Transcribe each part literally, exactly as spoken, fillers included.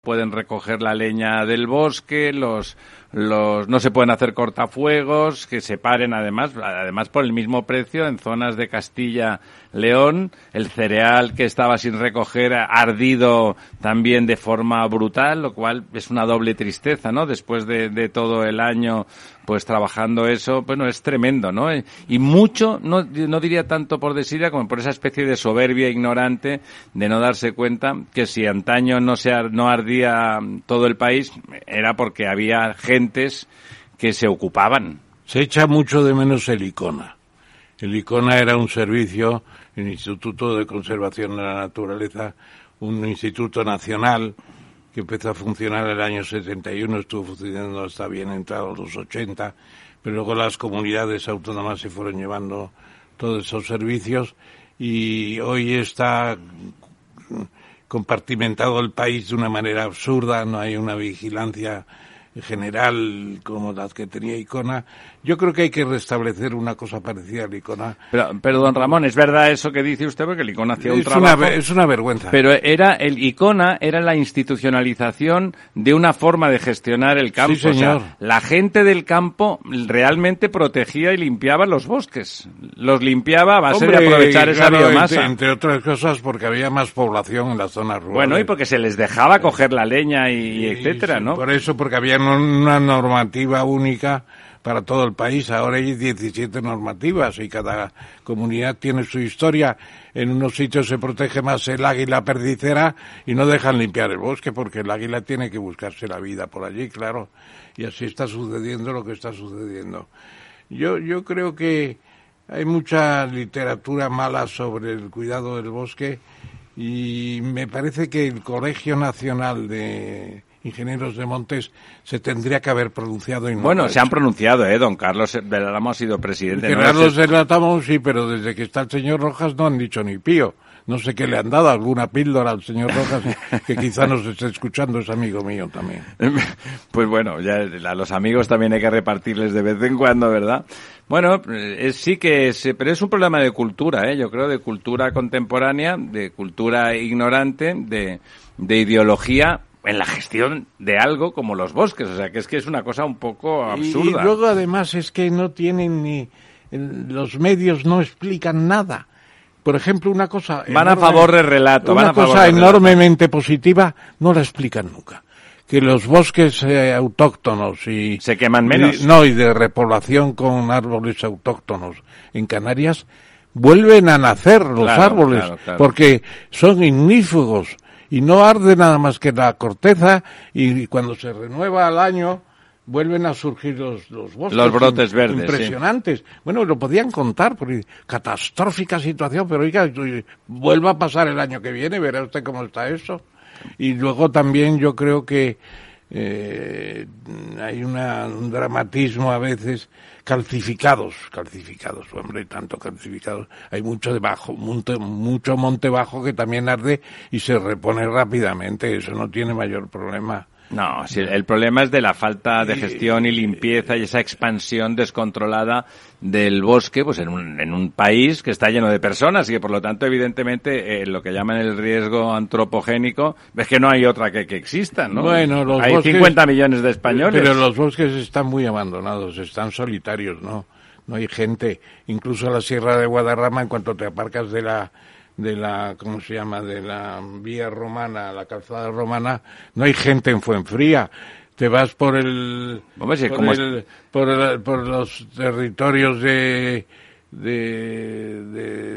pueden recoger la leña del bosque, los los no se pueden hacer cortafuegos, que se paren además, además por el mismo precio en zonas de Castilla León, el cereal que estaba sin recoger ha ardido también de forma brutal, lo cual es una doble tristeza, ¿no? Después de, de todo el año pues trabajando eso, bueno, es tremendo, ¿no? Y mucho, no, no diría tanto por desidia como por esa especie de soberbia ignorante de no darse cuenta que si antaño no se no ardía todo el país era porque había gentes que se ocupaban. Se echa mucho de menos el ICONA. El ICONA era un servicio, el Instituto de Conservación de la Naturaleza, un instituto nacional que empezó a funcionar en el año setenta y uno, estuvo funcionando hasta bien entrados los ochenta, pero luego las comunidades autónomas se fueron llevando todos esos servicios y hoy está compartimentado el país de una manera absurda, no hay una vigilancia general como las que tenía ICONA. Yo creo que hay que restablecer una cosa parecida al ICONA. Pero, pero don Ramón, es verdad eso que dice usted, porque el ICONA hacía un es trabajo... Una, es una vergüenza. Pero era el ICONA era la institucionalización de una forma de gestionar el campo. Sí, señor. O sea, la gente del campo realmente protegía y limpiaba los bosques. Los limpiaba a base Hombre, de aprovechar esa claro, biomasa. Entre, entre otras cosas porque había más población en las zonas rurales. Bueno, y porque se les dejaba coger la leña y, y etcétera, sí, ¿no? Por eso, porque había una normativa única para todo el país. Ahora hay diecisiete normativas y cada comunidad tiene su historia. En unos sitios se protege más el águila perdicera y no dejan limpiar el bosque porque el águila tiene que buscarse la vida por allí, claro. Y así está sucediendo lo que está sucediendo. Yo, yo creo que hay mucha literatura mala sobre el cuidado del bosque y me parece que el Colegio Nacional de Ingenieros de Montes se tendría que haber pronunciado y no Bueno, lo se ha han hecho. pronunciado, ¿eh? Don Carlos Beltramo ha sido presidente. Que ¿no? Carlos Beltramo sí, pero desde que está el señor Rojas no han dicho ni pío. No sé qué le han dado, alguna píldora al señor Rojas, que quizá nos esté escuchando, es amigo mío también. Pues bueno, ya a los amigos también hay que repartirles de vez en cuando, ¿verdad? Bueno, es, sí que es, pero es un problema de cultura, ¿eh? Yo creo, de cultura contemporánea, de cultura ignorante, de, de ideología en la gestión de algo como los bosques, o sea, que es que es una cosa un poco absurda. Y, y luego además es que no tienen ni, los medios no explican nada. Por ejemplo, una cosa... Van enorme, a favor del relato, una van a favor cosa del enormemente relato. Positiva no la explican nunca. Que los bosques eh, autóctonos y... Se queman menos. Y, no, y de repoblación con árboles autóctonos en Canarias, vuelven a nacer los claro, árboles, claro, claro. porque son ignífugos. Y no arde nada más que la corteza y cuando se renueva al año vuelven a surgir los, los bosques. Los brotes verdes, impresionantes. Sí. Bueno, lo podían contar, porque catastrófica situación, pero oiga, vuelva a pasar el año que viene, verá usted cómo está eso. Y luego también yo creo que eh, hay una, un dramatismo a veces calcificados, calcificados, hombre, tanto calcificados. Hay mucho debajo, monte, mucho monte bajo que también arde y se repone rápidamente, eso no tiene mayor problema. No, sí, el problema es de la falta de gestión y limpieza y esa expansión descontrolada del bosque, pues en un, en un país que está lleno de personas y que por lo tanto evidentemente eh, lo que llaman el riesgo antropogénico es que no hay otra que, que exista, ¿no? Bueno, los hay bosques, cincuenta millones de españoles. Pero los bosques están muy abandonados, están solitarios, ¿no? No hay gente. Incluso la Sierra de Guadarrama, en cuanto te aparcas de la de la, ¿cómo se llama?, de la vía romana, la calzada romana, no hay gente en Fuenfría. Te vas por el, Hombre, sí, por, el es... por, el por los territorios de, de, de,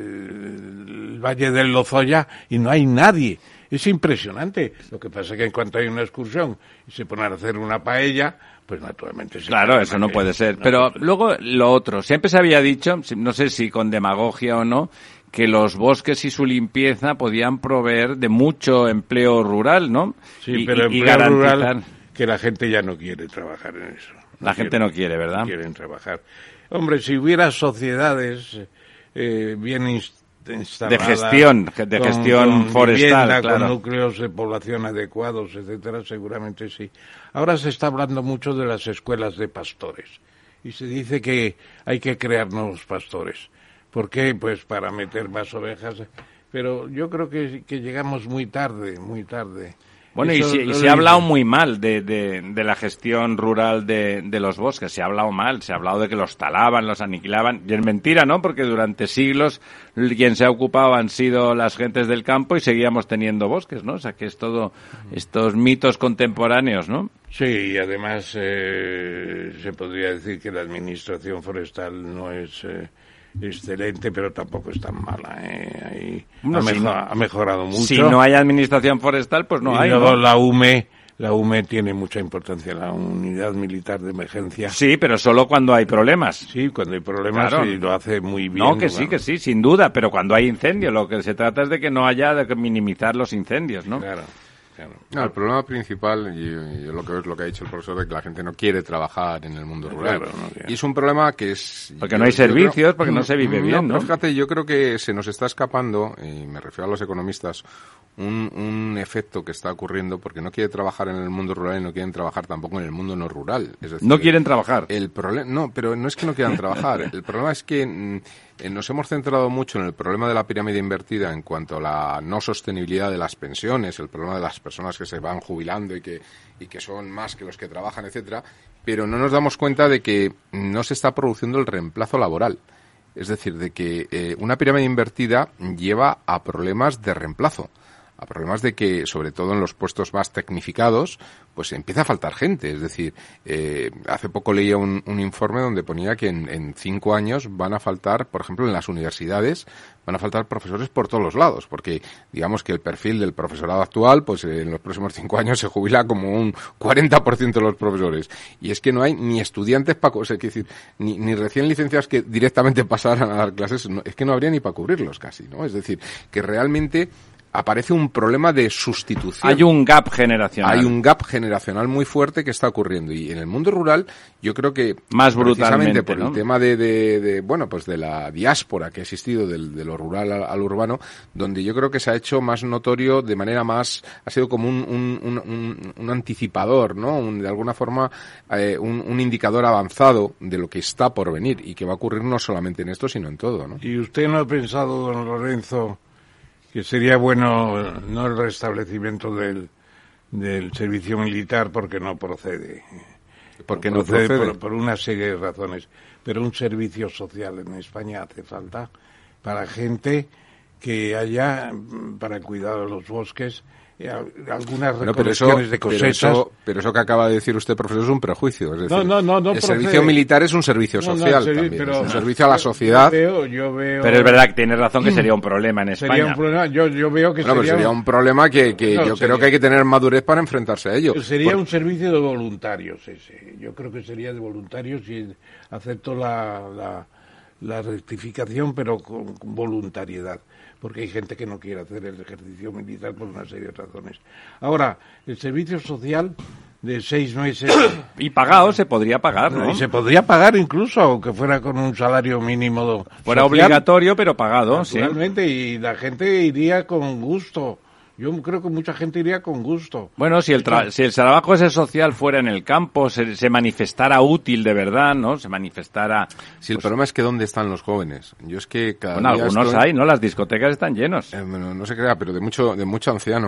del Valle del Lozoya y no hay nadie. Es impresionante. Lo que pasa es que en cuanto hay una excursión y se ponen a hacer una paella, pues naturalmente... Se claro, eso no puede ser. Pero no, luego lo otro, siempre se había dicho, no sé si con demagogia o no, que los bosques y su limpieza podían proveer de mucho empleo rural, ¿no? Sí, y, pero y, empleo y garantizar... rural que la gente ya no quiere trabajar en eso. No la quiere, gente no quiere, ¿verdad? No quieren trabajar. Hombre, si hubiera sociedades eh, bien instaladas... De gestión, de con, gestión con forestal, vivienda, claro. Con núcleos de población adecuados, etcétera, seguramente sí. Ahora se está hablando mucho de las escuelas de pastores. Y se dice que hay que crear nuevos pastores. ¿Por qué? Pues para meter más ovejas. Pero yo creo que, que llegamos muy tarde, muy tarde. Bueno, y, si, y se ha hablado muy mal de, de, de la gestión rural de, de los bosques, se ha hablado mal, se ha hablado de que los talaban, los aniquilaban, y es mentira, ¿no? Porque durante siglos quien se ha ocupado han sido las gentes del campo y seguíamos teniendo bosques, ¿no? O sea, que es todo estos mitos contemporáneos, ¿no? Sí, y además eh, se podría decir que la administración forestal no es... Eh, excelente, pero tampoco es tan mala, ¿eh? Ahí no, ha, si mejor, no, ha mejorado mucho. Si no hay administración forestal, pues no y hay. luego ¿no? la U M E, la U M E tiene mucha importancia, la Unidad Militar de Emergencia. Sí, pero solo cuando hay problemas. Sí, cuando hay problemas claro. y lo hace muy bien. No, que bueno. sí, que sí, sin duda, pero cuando hay incendios, lo que se trata es de que no haya, de minimizar los incendios, ¿no? Claro. Claro. No, el problema principal, y, y lo que es lo que ha dicho el profesor, de que la gente no quiere trabajar en el mundo rural. Claro, no, y es un problema que es... Porque yo, no hay servicios, creo, porque no se vive bien, ¿no? Pero fíjate, yo creo que se nos está escapando, y me refiero a los economistas, un, un efecto que está ocurriendo porque no quiere trabajar en el mundo rural y no quieren trabajar tampoco en el mundo no rural. Es decir, no quieren trabajar. El problema, no, pero no es que no quieran trabajar. El problema es que mm, eh, nos hemos centrado mucho en el problema de la pirámide invertida en cuanto a la no sostenibilidad de las pensiones, el problema de las personas que se van jubilando y que, y que son más que los que trabajan, etcétera, pero no nos damos cuenta de que no se está produciendo el reemplazo laboral. Es decir, de que eh, una pirámide invertida lleva a problemas de reemplazo, a problemas de que, sobre todo en los puestos más tecnificados, pues empieza a faltar gente. Es decir, eh, hace poco leía un, un informe donde ponía que en, en cinco años van a faltar, por ejemplo, en las universidades, van a faltar profesores por todos los lados, porque digamos que el perfil del profesorado actual, pues eh, en los próximos cinco años se jubila como un cuarenta por ciento de los profesores. Y es que no hay ni estudiantes para, o sea, que decir, ni, ni recién licenciados que directamente pasaran a dar clases, no, es que no habría ni para cubrirlos casi, ¿no? Es decir, que realmente aparece un problema de sustitución. Hay un gap generacional. Hay un gap generacional muy fuerte que está ocurriendo. Y en el mundo rural, yo creo que más brutalmente, precisamente por ¿no? el tema de, de, de, bueno, pues de la diáspora que ha existido del, de lo rural al, al urbano, donde yo creo que se ha hecho más notorio de manera más, ha sido como un, un, un, un, un anticipador, ¿no? Un, de alguna forma, eh, un, un indicador avanzado de lo que está por venir y que va a ocurrir no solamente en esto, sino en todo, ¿no? ¿Y usted no ha pensado, don Lorenzo, que sería bueno no el restablecimiento del, del servicio militar porque no procede? Porque no no procede, procede. Por, por una serie de razones. Pero un servicio social en España hace falta para gente que haya, para cuidar de los bosques, algunas no, pero eso, recolecciones de cosechas. Pero eso, pero eso que acaba de decir usted, profesor, es un prejuicio. Es decir, no, no, no, no el procede. servicio militar es un servicio no, social no, también, pero, es un servicio a la sociedad. Yo veo, yo veo, pero es verdad que tiene razón que sería un problema en España. Sería un problema, yo, yo veo que bueno, sería, sería un problema que, que no, yo sería, creo que hay que tener madurez para enfrentarse a ello. Sería Por... un servicio de voluntarios ese. Yo creo que sería de voluntarios y acepto la, la, la rectificación, pero con, con voluntariedad. Porque hay gente que no quiere hacer el ejercicio militar por una serie de razones. Ahora, el servicio social de seis meses... Y pagado, se podría pagar, ¿no? Y se podría pagar incluso, aunque fuera con un salario mínimo fuera social, obligatorio, pero pagado, naturalmente, sí. Y la gente iría con gusto. Yo creo que mucha gente iría con gusto. Bueno, si el tra- si el trabajo ese social fuera en el campo, se, se manifestara útil de verdad, ¿no? Se manifestara... Si el pues, problema es que ¿dónde están los jóvenes? Yo es que cada bueno, día algunos estoy... hay, ¿no? Las discotecas están llenos. Eh, bueno, no se crea, pero de mucho de mucho anciano.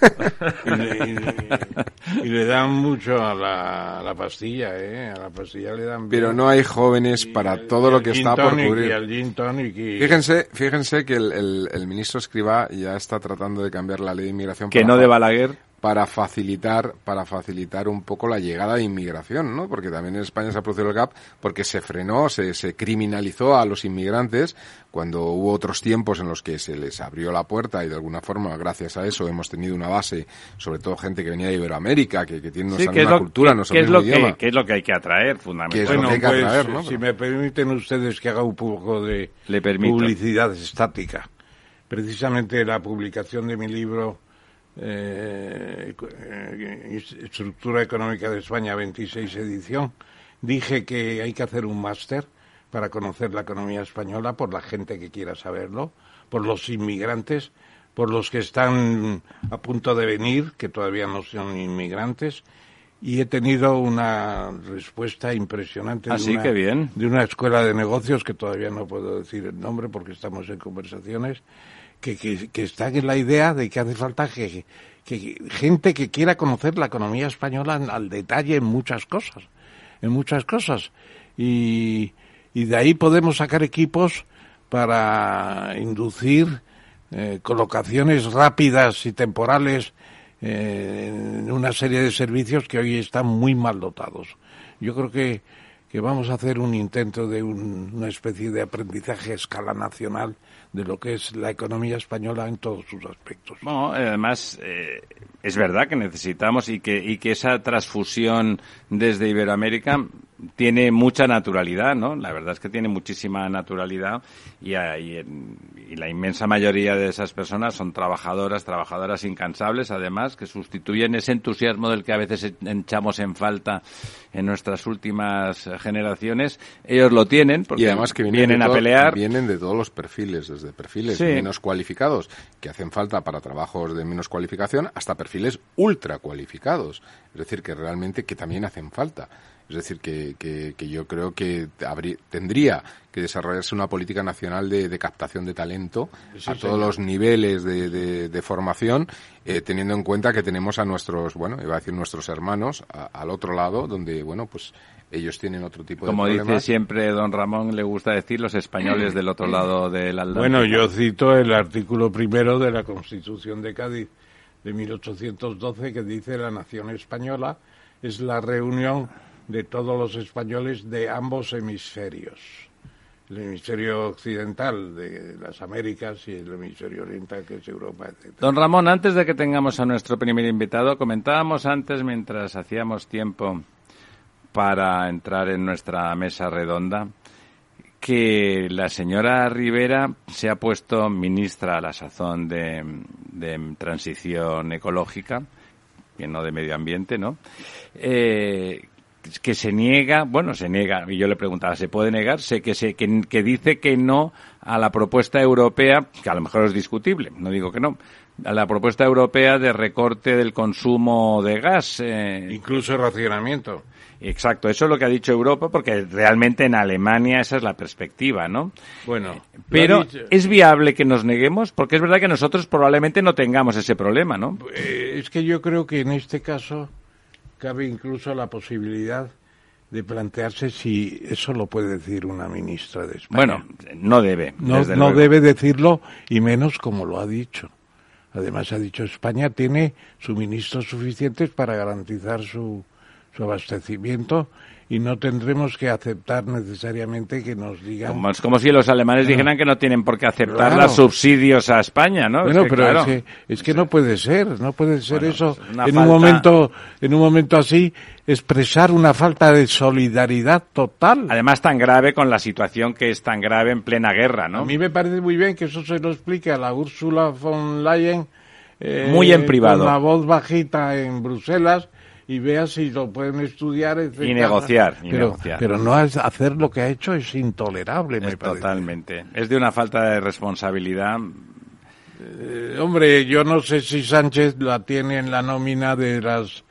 y, le, y, y le dan mucho a la, a la pastilla, ¿eh? A la pastilla le dan... Pero bien. no hay jóvenes para y, todo y lo que está por cubrir. Y al gin tonic y... Fíjense, fíjense que el, el, el ministro Escrivá ya está tratando de cambiar la ley de inmigración. Que no de Balaguer. Para facilitar, para facilitar un poco la llegada de inmigración, ¿no? Porque también en España se ha producido el gap porque se frenó, se, se criminalizó a los inmigrantes cuando hubo otros tiempos en los que se les abrió la puerta y de alguna forma, gracias a eso, hemos tenido una base, sobre todo gente que venía de Iberoamérica, que, que tiene nuestra sí, misma lo, cultura, que, nuestro que mismo es lo idioma. Que, que es lo que hay que atraer, fundamentalmente. Bueno, que hay que pues, atraer, ¿no? si me permiten ustedes que haga un poco de Le permito. publicidad estática. Precisamente la publicación de mi libro Eh, eh, Estructura Económica de España, veintiséis edición, dije que hay que hacer un máster para conocer la economía española por la gente que quiera saberlo, por los inmigrantes, por los que están a punto de venir, que todavía no son inmigrantes, y he tenido una respuesta impresionante de, Así una, que bien. de una escuela de negocios, que todavía no puedo decir el nombre porque estamos en conversaciones, Que, que, que está en la idea de que hace falta que, que gente que quiera conocer la economía española al detalle en muchas cosas, en muchas cosas. Y, y de ahí podemos sacar equipos para inducir eh, colocaciones rápidas y temporales eh, en una serie de servicios que hoy están muy mal dotados. Yo creo que, que vamos a hacer un intento de un, una especie de aprendizaje a escala nacional de lo que es la economía española en todos sus aspectos. Bueno, además, eh, es verdad que necesitamos y que, y que esa transfusión desde Iberoamérica tiene mucha naturalidad, ¿no? La verdad es que tiene muchísima naturalidad y, y, y la inmensa mayoría de esas personas son trabajadoras, trabajadoras incansables, además, que sustituyen ese entusiasmo del que a veces echamos en falta en nuestras últimas generaciones. Ellos lo tienen porque y además que vienen, vienen a todo, pelear. Vienen de todos los perfiles, desde perfiles sí. menos cualificados que hacen falta para trabajos de menos cualificación hasta perfiles ultra cualificados. Es decir, que realmente que también hacen falta. Es decir, que, que, que yo creo que habría, tendría que desarrollarse una política nacional de, de captación de talento sí, a todos sí. los niveles de, de, de formación, eh, teniendo en cuenta que tenemos a nuestros, bueno, iba a decir nuestros hermanos a, al otro lado, donde, bueno, pues ellos tienen otro tipo Como de problemas. Como dice siempre don Ramón, le gusta decir los españoles del otro lado del Atlántico. Bueno, yo cito el artículo primero de la Constitución de Cádiz de mil ochocientos doce que dice: la nación española es la reunión de todos los españoles de ambos hemisferios, el hemisferio occidental de las Américas y el hemisferio oriental, que es Europa, etcétera. Don Ramón, antes de que tengamos a nuestro primer invitado, comentábamos antes, mientras hacíamos tiempo para entrar en nuestra mesa redonda, que la señora Rivera se ha puesto ministra a la sazón de, de Transición Ecológica, que no de Medio Ambiente, ¿no? Eh, que se niega, bueno, se niega, y yo le preguntaba, ¿se puede negar? Sé que, se, que, que dice que no a la propuesta europea, que a lo mejor es discutible, no digo que no, a la propuesta europea de recorte del consumo de gas. Eh, Incluso racionamiento. Exacto, eso es lo que ha dicho Europa, porque realmente en Alemania esa es la perspectiva, ¿no? Bueno, pero ¿es viable que nos neguemos? Porque es verdad que nosotros probablemente no tengamos ese problema, ¿no? Es que yo creo que en este caso cabe incluso la posibilidad de plantearse si eso lo puede decir una ministra de España. Bueno, no debe. No, desde no luego. debe decirlo, y menos como lo ha dicho. Además ha dicho, España tiene suministros suficientes para garantizar su, su abastecimiento y no tendremos que aceptar necesariamente que nos digan... Como, es como si los alemanes no. dijeran que no tienen por qué aceptar claro. los subsidios a España, ¿no? Bueno, es que, pero claro, es que, es que no puede ser, no puede ser bueno, eso. En falta... un momento, en un momento así, expresar una falta de solidaridad total. Además tan grave con la situación que es tan grave en plena guerra, ¿no? A mí me parece muy bien que eso se lo explique a la Ursula von Leyen, eh, muy en privado, con la voz bajita en Bruselas, y vea si lo pueden estudiar, etcétera. Y negociar, y pero, negociar. Pero no hacer lo que ha hecho es intolerable, es me parece. Totalmente. Es de una falta de responsabilidad. Eh, hombre, yo no sé si Sánchez la tiene en la nómina de las...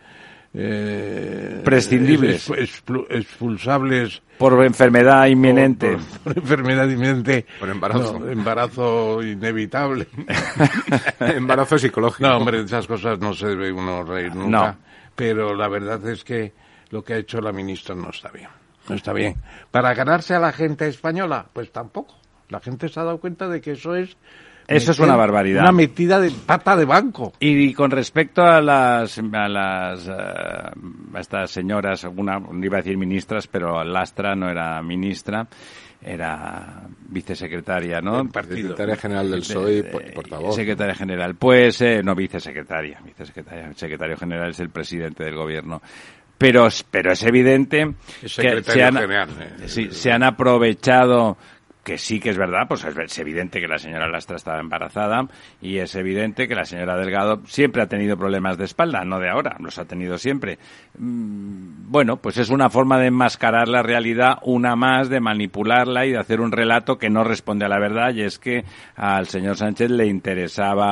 Eh, prescindibles. Expulsables. Por enfermedad inminente. Por, por, por enfermedad inminente. Por embarazo. No, embarazo inevitable. Embarazo psicológico. No, hombre, de esas cosas no se debe uno reír nunca. No. Pero la verdad es que lo que ha hecho la ministra no está bien. No está bien. ¿Para ganarse a la gente española? Pues tampoco. La gente se ha dado cuenta de que eso es... Eso es una barbaridad. Una metida de pata de banco. Y con respecto a las a las uh, a estas señoras, alguna iba a decir ministras, pero Lastra no era ministra, era vicesecretaria, ¿no? Secretaria general del P S O E y portavoz. Secretaria general. Pues eh, no vicesecretaria, vicesecretaria. Secretario general es el presidente del gobierno. Pero pero es evidente es que se han, general, eh, sí, se han aprovechado. Que sí que es verdad, pues es evidente que la señora Lastra estaba embarazada y es evidente que la señora Delgado siempre ha tenido problemas de espalda, no de ahora, los ha tenido siempre. Bueno, pues es una forma de enmascarar la realidad, una más, de manipularla y de hacer un relato que no responde a la verdad, y es que al señor Sánchez le interesaba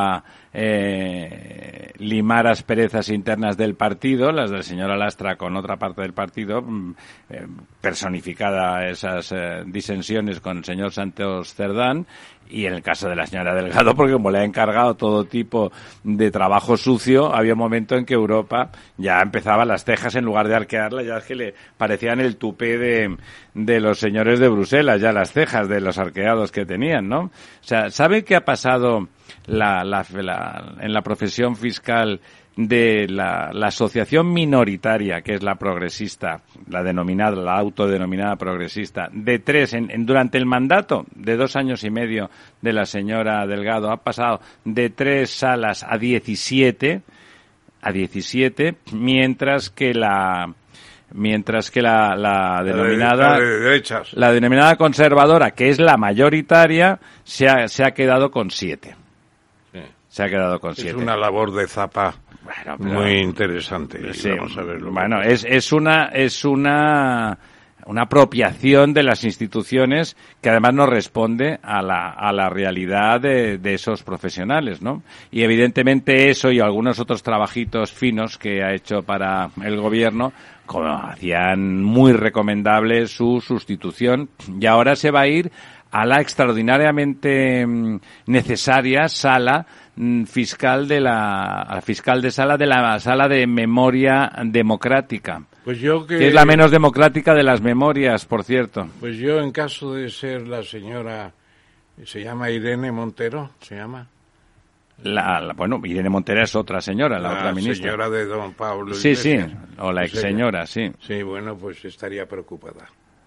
eh, limar asperezas internas del partido, las del señor Lastra con otra parte del partido, eh, personificada esas eh, disensiones con el señor Santos Cerdán, y en el caso de la señora Delgado, porque como le ha encargado todo tipo de trabajo sucio, había un momento en que Europa ya empezaba las cejas, en lugar de arquearlas, ya es que le parecían el tupé de, de los señores de Bruselas, ya las cejas de los arqueados que tenían, ¿no? O sea, ¿sabe qué ha pasado la, la, la, en la profesión fiscal de la, la asociación minoritaria, que es la progresista, la denominada, la autodenominada progresista, de tres, en, en, durante el mandato de dos años y medio de la señora Delgado, ha pasado de tres salas a diecisiete, a diecisiete, mientras que la, mientras que la, la denominada, la, de, de derechas. la denominada conservadora, que es la mayoritaria, se ha, se ha quedado con siete. Sí. Se ha quedado con siete. Es una labor de zapa. Bueno, pero, muy interesante. Sí, vamos a verlo. Bueno, es, es una, es una, una apropiación de las instituciones que además no responde a la, a la realidad de, de esos profesionales, ¿no? Y evidentemente eso y algunos otros trabajitos finos que ha hecho para el gobierno, como hacían muy recomendable su sustitución, y ahora se va a ir a la extraordinariamente necesaria sala fiscal de la fiscal de sala de la sala de memoria democrática, pues yo que, que es la menos democrática de las memorias, por cierto. Pues yo, en caso de ser la señora, se llama Irene Montero, se llama la, la bueno, Irene Montero es otra señora, la, la otra ministra, la señora de don Pablo sí Iglesias. sí o la ex señora, sí sí bueno, pues estaría preocupada.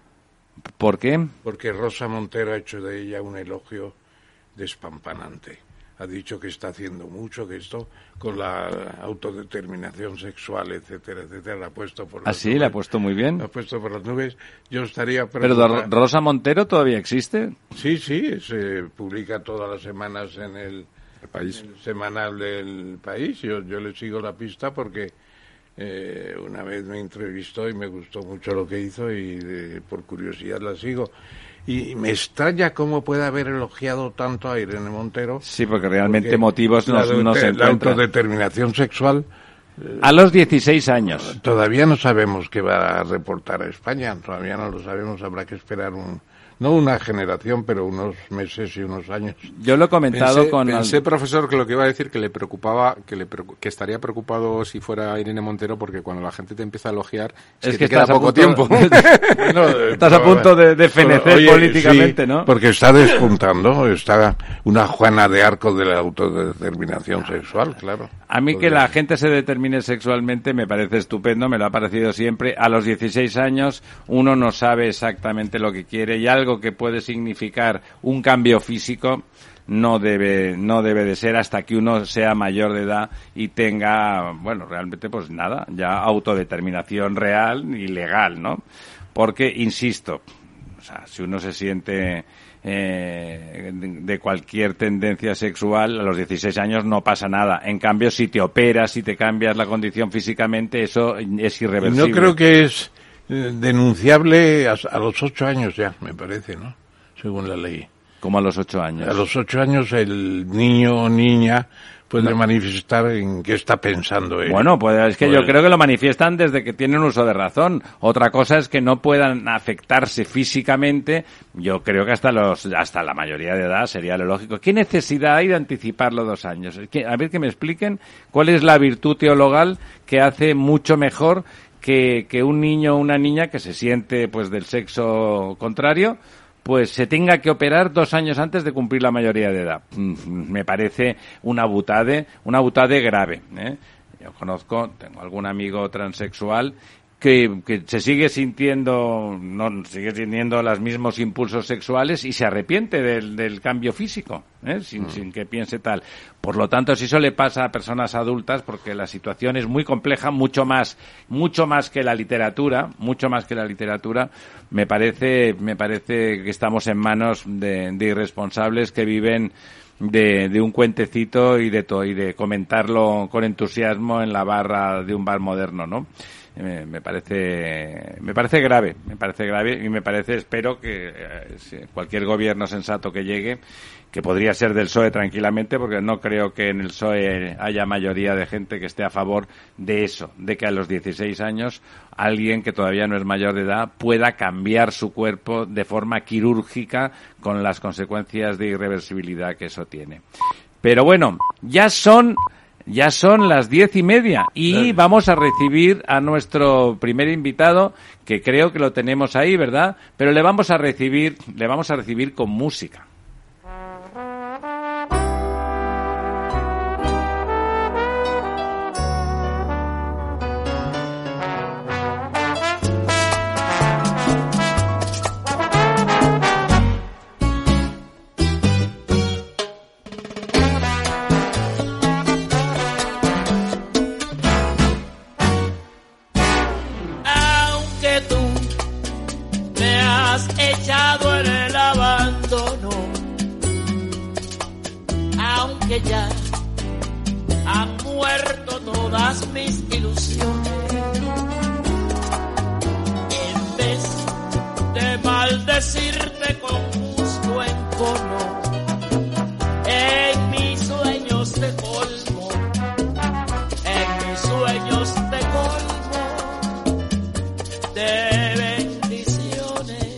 ¿Por qué? Porque Rosa Montero ha hecho de ella un elogio despampanante. Ha dicho que está haciendo mucho, que esto con la autodeterminación sexual, etcétera, etcétera, la ha puesto por las ¿Ah, sí? nubes. ¿La ha puesto muy bien? La ha puesto por las nubes. Yo estaría preocupado. ¿Pero Ro- Rosa Montero todavía existe? Sí, sí, se publica todas las semanas en el, el país, en el semanal del País. Yo, yo le sigo la pista porque eh, una vez me entrevistó y me gustó mucho lo que hizo y de, por curiosidad la sigo. Y me extraña cómo puede haber elogiado tanto a Irene Montero. Sí, porque realmente porque motivos no, la, no se encuentran. La autodeterminación sexual. Eh, a los dieciséis años. Todavía no sabemos qué va a reportar a España. Todavía no lo sabemos. Habrá que esperar un... No una generación, pero unos meses y unos años. Yo lo he comentado pensé, con... Pensé, al... profesor, que lo que iba a decir que le preocupaba, que le preocup... que estaría preocupado si fuera Irene Montero, porque cuando la gente te empieza a elogiar, es, es que, que te queda poco tiempo. no, estás a punto de, de fenecer oye, políticamente, sí, ¿no? Porque está despuntando, está una Juana de Arco de la autodeterminación sexual, claro. A mí Podría. que la gente se determine sexualmente me parece estupendo, me lo ha parecido siempre. A los dieciséis años uno no sabe exactamente lo que quiere y algo que puede significar un cambio físico no debe no debe de ser hasta que uno sea mayor de edad y tenga, bueno, realmente pues nada, ya autodeterminación real y legal, ¿no? Porque, insisto, o sea, si uno se siente Eh, de cualquier tendencia sexual, a los dieciséis años no pasa nada. En cambio, si te operas, si te cambias la condición físicamente, eso es irreversible. No creo que es eh, denunciable a, a los ocho años ya, me parece, ¿no? Según la ley. Como a los ocho años. A los ocho años el niño o niña puede no. manifestar en qué está pensando él. Bueno, pues es que pues... yo creo que lo manifiestan desde que tienen uso de razón. Otra cosa es que no puedan afectarse físicamente. Yo creo que hasta los hasta la mayoría de edad sería lo lógico. ¿Qué necesidad hay de anticiparlo dos años? A ver que me expliquen cuál es la virtud teologal que hace mucho mejor que, que un niño o una niña que se siente pues del sexo contrario pues se tenga que operar dos años antes de cumplir la mayoría de edad. Me parece una butade, una butade grave, ¿eh? Yo conozco, tengo algún amigo transexual que, que se sigue sintiendo, no, sigue sintiendo los mismos impulsos sexuales y se arrepiente del, del cambio físico, ¿eh? sin, mm. sin que piense tal. Por lo tanto, si eso le pasa a personas adultas, porque la situación es muy compleja, mucho más, mucho más que la literatura, mucho más que la literatura, me parece, me parece que estamos en manos de, de irresponsables que viven de, de un cuentecito y de to, y de comentarlo con entusiasmo en la barra de un bar moderno, ¿no? Eh, me parece me parece grave, me parece grave y me parece, espero que eh, cualquier gobierno sensato que llegue, que podría ser del P S O E tranquilamente, porque no creo que en el P S O E haya mayoría de gente que esté a favor de eso, de que a los dieciséis años alguien que todavía no es mayor de edad pueda cambiar su cuerpo de forma quirúrgica con las consecuencias de irreversibilidad que eso tiene. Pero bueno, ya son... Ya son las diez y media y vamos a recibir a nuestro primer invitado, que creo que lo tenemos ahí, ¿verdad? Pero le vamos a recibir, le vamos a recibir con música. Ya han muerto todas mis ilusiones. En vez de maldecirte con gusto encono, en mis sueños te colmo, en mis sueños te colmo de bendiciones.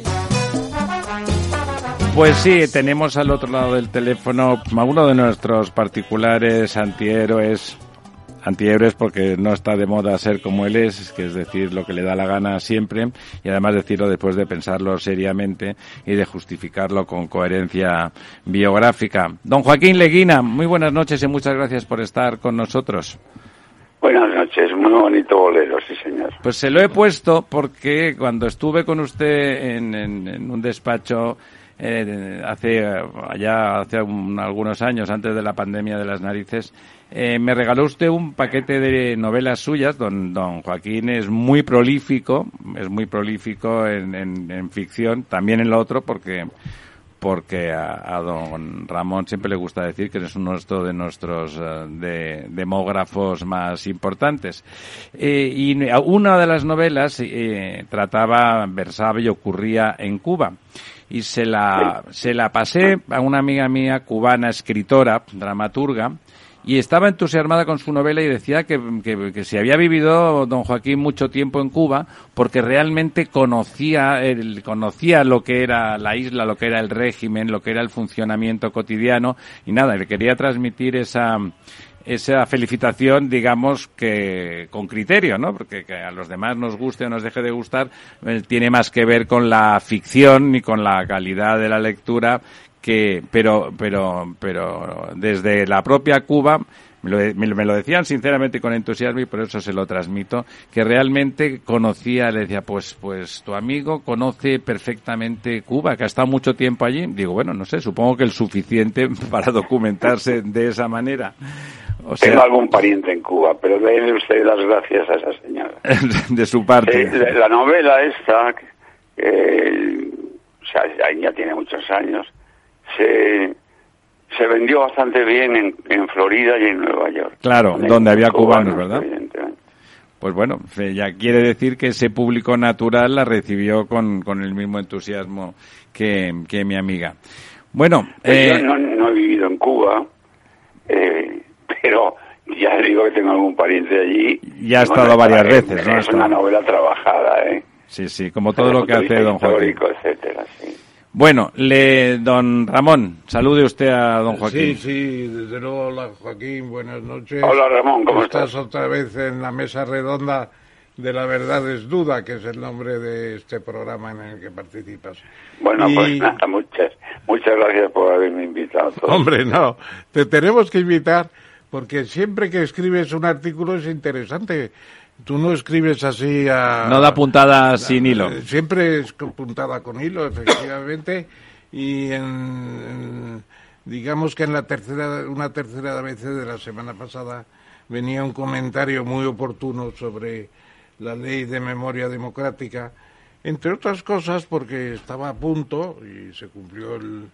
Pues sí, tenemos al otro lado del teléfono a uno de nuestros particulares antihéroes, antihéroes porque no está de moda ser como él es, que es decir lo que le da la gana siempre, y además decirlo después de pensarlo seriamente y de justificarlo con coherencia biográfica. Don Joaquín Leguina, muy buenas noches y muchas gracias por estar con nosotros. Buenas noches, muy bonito bolero, sí señor. Pues se lo he puesto porque cuando estuve con usted en, en, en un despacho Eh, hace allá hace un, algunos años, antes de la pandemia de las narices, eh, me regaló usted un paquete de novelas suyas. Don, don Joaquín es muy prolífico, es muy prolífico en, en, en ficción, también en lo otro, porque porque a, a don Ramón siempre le gusta decir que es uno de nuestros uh, de, demógrafos más importantes. Eh, y una de las novelas eh, trataba, versaba y ocurría en Cuba. Y se la, se la pasé a una amiga mía cubana, escritora, dramaturga, y estaba entusiasmada con su novela y decía que, que, que se había vivido don Joaquín mucho tiempo en Cuba porque realmente conocía, el, conocía lo que era la isla, lo que era el régimen, lo que era el funcionamiento cotidiano, y nada, le quería transmitir esa... esa felicitación, digamos, que con criterio, ¿no? Porque que a los demás nos guste o nos deje de gustar, eh, tiene más que ver con la ficción ni con la calidad de la lectura, que, pero, pero, pero desde la propia Cuba, me lo, me lo decían sinceramente con entusiasmo y por eso se lo transmito, que realmente conocía, le decía, pues, pues tu amigo conoce perfectamente Cuba, que ha estado mucho tiempo allí. Digo, bueno, no sé, supongo que el suficiente para documentarse de esa manera. O sea, tengo algún pariente en Cuba, pero déle usted las gracias a esa señora. De su parte. Sí, la novela esta, eh, o sea, ya, ya tiene muchos años, se, se vendió bastante bien en, en Florida y en Nueva York. Claro, en donde había cubanos, ¿verdad? Evidentemente. Pues bueno, ya quiere decir que ese público natural la recibió con, con el mismo entusiasmo que, que mi amiga. Bueno, eh, yo no, no he vivido en Cuba, eh, pero ya digo que tengo algún pariente allí. Ya ha estado bueno, varias es, veces, ¿no? Es una novela trabajada, ¿eh? Sí, sí, como todo lo que hace don Joaquín. Etcétera, sí. Bueno, le, don Ramón, salude usted a don Joaquín. Sí, sí, desde luego, hola Joaquín, buenas noches. Hola Ramón, ¿cómo estás? Estás otra vez en la mesa redonda de La Verdad es Duda, que es el nombre de este programa en el que participas. Bueno, y... pues nada, muchas, muchas gracias por haberme invitado. Hombre, no, te tenemos que invitar porque siempre que escribes un artículo es interesante. Tú no escribes así a... No da puntada sin hilo. Siempre es puntada con hilo, efectivamente, y en, en, digamos que en la tercera, una tercera vez de la semana pasada venía un comentario muy oportuno sobre la ley de memoria democrática, entre otras cosas porque estaba a punto, y se cumplió el,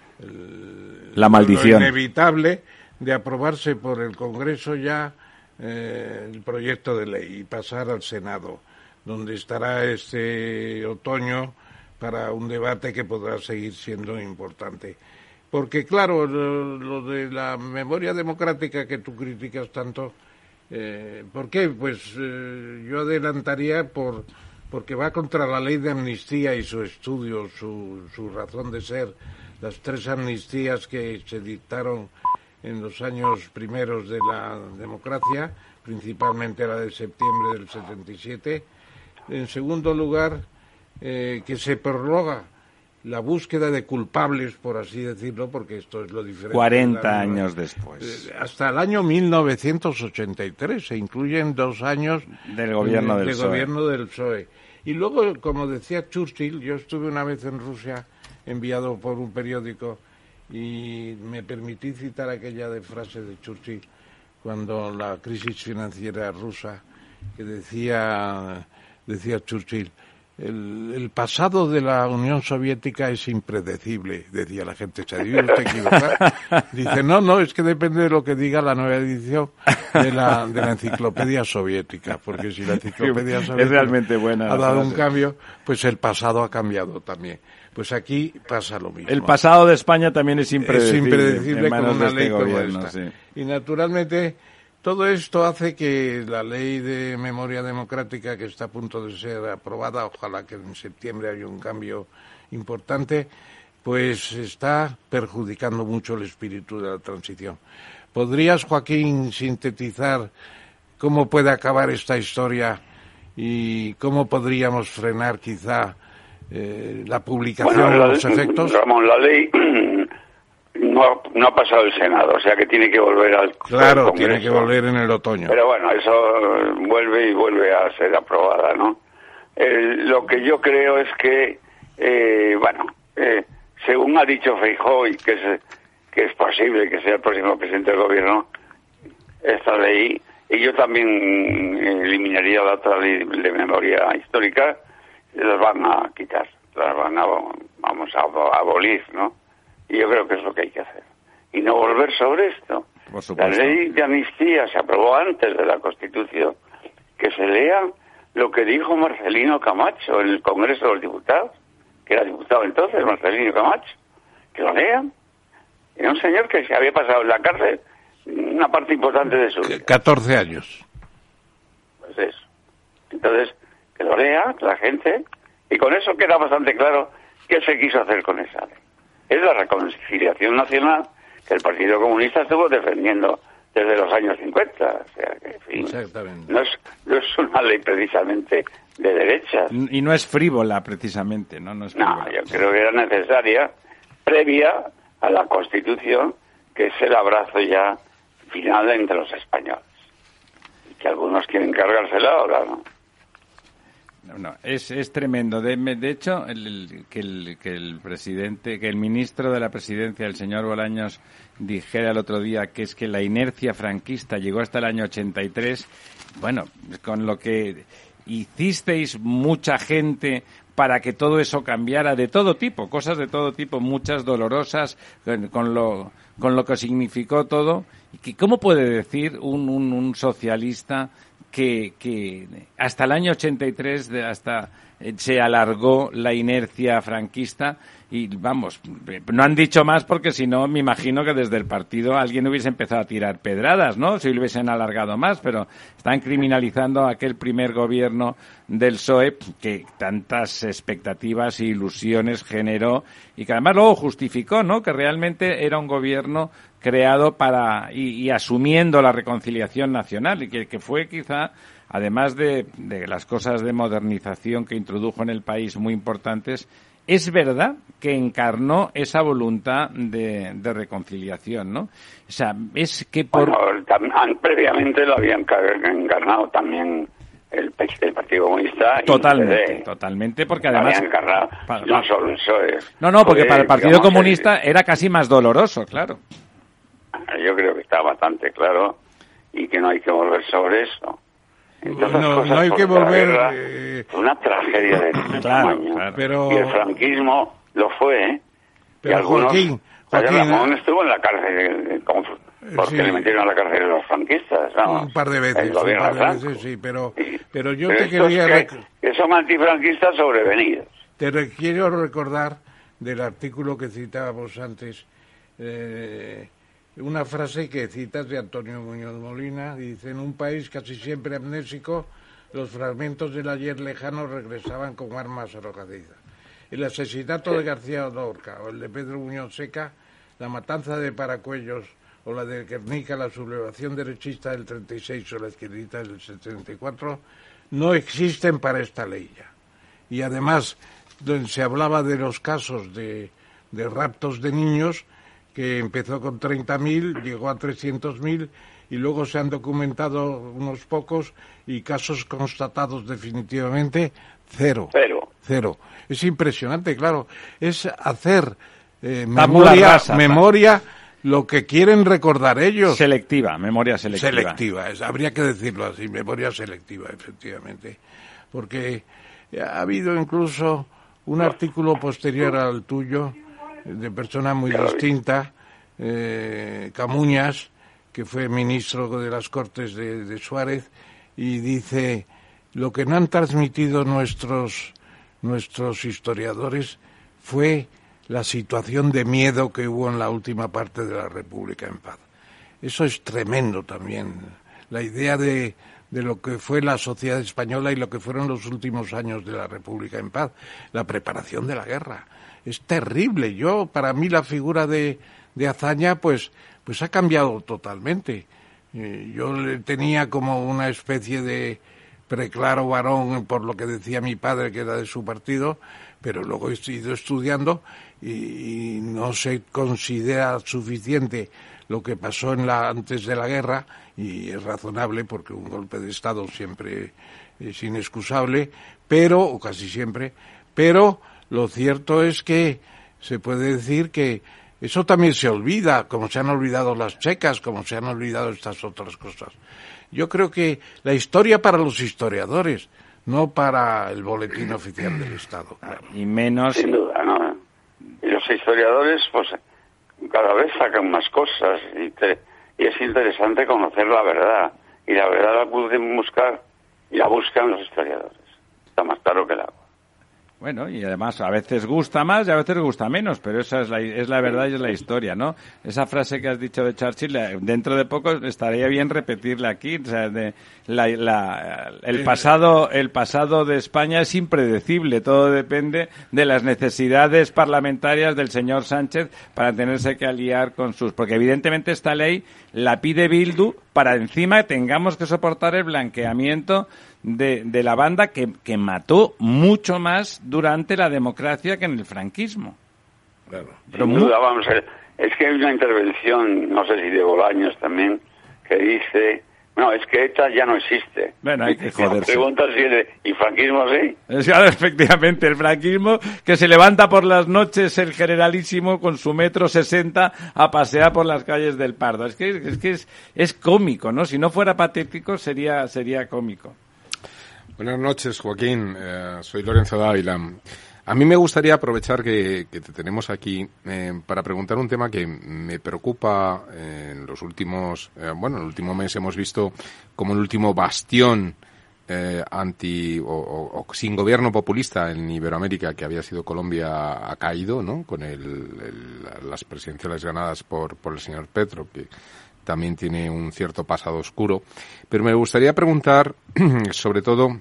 el, la maldición. lo inevitable de aprobarse por el Congreso ya Eh, el proyecto de ley y pasar al Senado, donde estará este otoño para un debate que podrá seguir siendo importante. Porque, claro, lo, lo de la memoria democrática que tú criticas tanto, eh, ¿por qué? Pues eh, yo adelantaría por porque va contra la ley de amnistía y su estudio, su, su razón de ser, las tres amnistías que se dictaron en los años primeros de la democracia, principalmente la de septiembre del setenta y siete. En segundo lugar, eh, que se prorroga la búsqueda de culpables, por así decirlo, porque esto es lo diferente. cuarenta años después. Hasta el año mil novecientos ochenta y tres, se incluyen dos años del gobierno del de P S O E. gobierno del P S O E. Y luego, como decía Churchill, yo estuve una vez en Rusia, enviado por un periódico, y me permití citar aquella de frase de Churchill, cuando la crisis financiera rusa, que decía, decía Churchill, El, el pasado de la Unión Soviética es impredecible, decía la gente. ¿Se dice usted equivocado? Dice, no, no, es que depende de lo que diga la nueva edición de la, de la enciclopedia soviética, porque si la enciclopedia soviética es realmente buena ha dado frase. un cambio, pues el pasado ha cambiado también. Pues aquí pasa lo mismo. El pasado de España también es impredecible. Es impredecible en manos con una de ley este como gobierno, esta. sí. Y naturalmente todo esto hace que la ley de memoria democrática, que está a punto de ser aprobada, ojalá que en septiembre haya un cambio importante, pues está perjudicando mucho el espíritu de la transición. ¿Podrías, Joaquín, sintetizar cómo puede acabar esta historia y cómo podríamos frenar quizá eh, la publicación bueno, de la, los efectos? Ramón, la ley no ha, no ha pasado el Senado, o sea que tiene que volver al Claro, al tiene que volver en el otoño. Pero bueno, eso vuelve y vuelve a ser aprobada, ¿no? Eh, lo que yo creo es que, eh, bueno, eh, según ha dicho Feijóo, y que es, que es posible que sea el próximo presidente del gobierno, esta ley, y yo también eliminaría la otra ley de memoria histórica, las van a quitar, las van a, vamos a abolir, ¿no? Y yo creo que es lo que hay que hacer. Y no volver sobre esto. Por supuesto. La ley de amnistía se aprobó antes de la Constitución. Que se lea lo que dijo Marcelino Camacho en el Congreso de los Diputados, que era diputado entonces, Marcelino Camacho. Que lo lean. Era un señor que se había pasado en la cárcel una parte importante de su vida. catorce años. Pues eso. Entonces, que lo lea la gente, y con eso queda bastante claro qué se quiso hacer con esa ley. Es la reconciliación nacional que el Partido Comunista estuvo defendiendo desde los años cincuenta. O sea, que, en fin, Exactamente. No es, no es una ley precisamente de derechas. Y no es frívola, precisamente, ¿no? No, es No, frívola. yo creo que era necesaria, previa a la Constitución, que es el abrazo ya final entre los españoles. Y que algunos quieren cargársela ahora, ¿no? No, no, es, es tremendo. De, de hecho, el, el, que, el, que el presidente, que el ministro de la Presidencia, el señor Bolaños, dijera el otro día que es que la inercia franquista llegó hasta el año ochenta y tres, bueno, con lo que hicisteis mucha gente para que todo eso cambiara, de todo tipo, cosas de todo tipo, muchas dolorosas, con, con lo con lo que significó todo. Y que, ¿cómo puede decir un, un, un socialista que, que hasta el año ochenta y tres de hasta eh, se alargó la inercia franquista? Y vamos, no han dicho más porque si no me imagino que desde el partido alguien hubiese empezado a tirar pedradas, ¿no? Si hubiesen alargado más, pero están criminalizando a aquel primer gobierno del P S O E que tantas expectativas e ilusiones generó y que además luego justificó, ¿no? Que realmente era un gobierno creado para y, y asumiendo la reconciliación nacional y que, que fue quizá, además de, de las cosas de modernización que introdujo en el país muy importantes, es verdad que encarnó esa voluntad de, de reconciliación, ¿no? O sea, es que por... Bueno, tam- previamente lo habían encarnado también el, el Partido Comunista. Totalmente, y el P D. totalmente, porque Lo además... habían encarnado, para- no solo el P S O E. No, no, porque Fue, para el Partido digamos, Comunista era casi más doloroso, claro. el- yo creo que está bastante claro y que no hay que volver sobre eso. Entre otras No, cosas, no hay que porque la volver, guerra eh, fue una tragedia de este Claro, tamaño. claro. Pero- Y el franquismo lo fue, ¿eh? Pero, y algunos... Joaquín, Oye, Joaquín, Ramón ¿eh? estuvo en la cárcel eh, con- porque Sí. le metieron a la cárcel los franquistas, vamos. Un par de veces, El un gobierno par de Franco. veces, sí, pero, Sí. pero yo Pero te estos quería... que, rec- que son antifranquistas sobrevenidos. Te re- quiero recordar del artículo que citábamos antes eh, una frase que citas de Antonio Muñoz Molina, dice: en un país casi siempre amnésico, los fragmentos del ayer lejano regresaban como armas arrojadizas. El asesinato de García Lorca o el de Pedro Muñoz Seca, la matanza de Paracuellos o la de Guernica, la sublevación derechista del treinta y seis o la izquierdita del setenta y cuatro, no existen para esta ley ya. Y además, se hablaba de los casos de, de raptos de niños, que empezó con treinta mil, llegó a trescientos mil, y luego se han documentado unos pocos, y casos constatados definitivamente, cero. Cero. Cero. Es impresionante, claro. Es hacer eh, memoria, rasa, memoria lo que quieren recordar ellos. Selectiva, memoria selectiva. Selectiva, es, habría que decirlo así, memoria selectiva, efectivamente. Porque ha habido incluso un artículo posterior al tuyo, de persona muy distinta, eh, Camuñas, que fue ministro de las Cortes de, de Suárez, y dice: lo que no han transmitido nuestros nuestros historiadores fue la situación de miedo que hubo en la última parte de la República en paz. Eso es tremendo también, la idea de, de lo que fue la sociedad española y lo que fueron los últimos años de la República en paz, la preparación de la guerra. Es terrible. Yo, para mí, la figura de, de Azaña, pues, pues ha cambiado totalmente. Eh, yo le tenía como una especie de preclaro varón por lo que decía mi padre, que era de su partido, pero luego he ido estudiando y, y no se considera suficiente lo que pasó en la antes de la guerra, y es razonable porque un golpe de Estado siempre es inexcusable, pero, o casi siempre, pero lo cierto es que se puede decir que eso también se olvida, como se han olvidado las checas, como se han olvidado estas otras cosas. Yo creo que la historia para los historiadores, no para el boletín oficial del Estado. Claro. Y menos... Sin duda, ¿no? Y los historiadores, pues, cada vez sacan más cosas y, te, y es interesante conocer la verdad. Y la verdad la pueden buscar y la buscan los historiadores. Está más claro que el agua. Bueno, y además a veces gusta más y a veces gusta menos, pero esa es la, es la verdad y es la historia, ¿no? Esa frase que has dicho de Churchill, dentro de poco estaría bien repetirla aquí. O sea, de la, la, el pasado, el pasado de España es impredecible, todo depende de las necesidades parlamentarias del señor Sánchez para tenerse que aliar con sus... Porque evidentemente esta ley la pide Bildu para encima tengamos que soportar el blanqueamiento de, de la banda que, que mató mucho más durante la democracia que en el franquismo. Claro. Pero sin duda, vamos a ver, es que hay una intervención, no sé si de Bolaños también, que dice, no, es que ETA ya no existe. Bueno, hay que joderse. Pregunta si es, ¿y franquismo sí? Es, claro, efectivamente, el franquismo que se levanta por las noches el generalísimo con su metro sesenta a pasear por las calles del Pardo. Es que es que es, es cómico, ¿no? Si no fuera patético sería sería cómico. Buenas noches, Joaquín. Eh, soy Lorenzo Dávila. A mí me gustaría aprovechar que, que te tenemos aquí eh, para preguntar un tema que me preocupa eh, en los últimos, eh, bueno, en el último mes hemos visto como el último bastión eh, anti o, o, o sin gobierno populista en Iberoamérica, que había sido Colombia, ha caído, ¿no? Con el, el, las presidenciales ganadas por, por el señor Petro, que también tiene un cierto pasado oscuro. Pero me gustaría preguntar, sobre todo,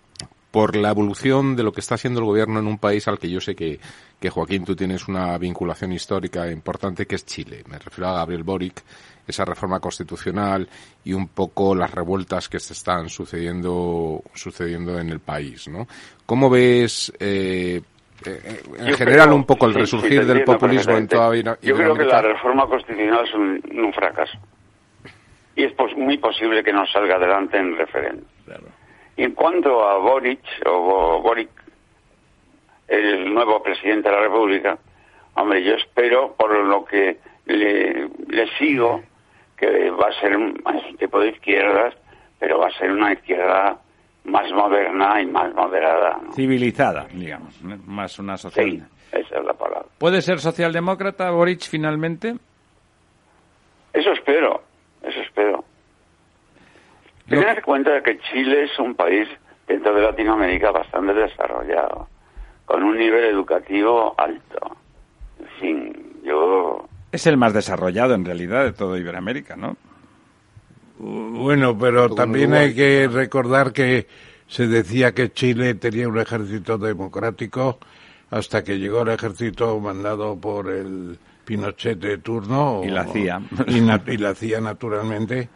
por la evolución de lo que está haciendo el gobierno en un país al que yo sé que, que Joaquín, tú tienes una vinculación histórica importante, que es Chile. Me refiero a Gabriel Boric, esa reforma constitucional y un poco las revueltas que se están sucediendo sucediendo en el país, ¿no? ¿Cómo ves, eh, eh, en yo general, creo, un poco el resurgir sí, del populismo en toda Iberoamérica? Yo creo que la reforma constitucional es un, un fracaso. Y es pos- muy posible que no salga adelante en referéndum. Claro. Y en cuanto a Boric, o Boric, el nuevo presidente de la República, hombre, yo espero, por lo que le, le sigo, que va a ser un, un tipo de izquierdas, pero va a ser una izquierda más moderna y más moderada, ¿no? Civilizada, digamos, ¿no? Más una social. Sí, esa es la palabra. ¿Puede ser socialdemócrata Boric finalmente? Eso espero, eso espero. Tened en cuenta de que Chile es un país dentro de Latinoamérica bastante desarrollado, con un nivel educativo alto. En fin, yo Es el más desarrollado, en realidad, de todo Iberoamérica, ¿no? Bueno, pero también hay que recordar que se decía que Chile tenía un ejército democrático hasta que llegó el ejército mandado por el Pinochet de turno. Y la C I A. Y, y la C I A, naturalmente.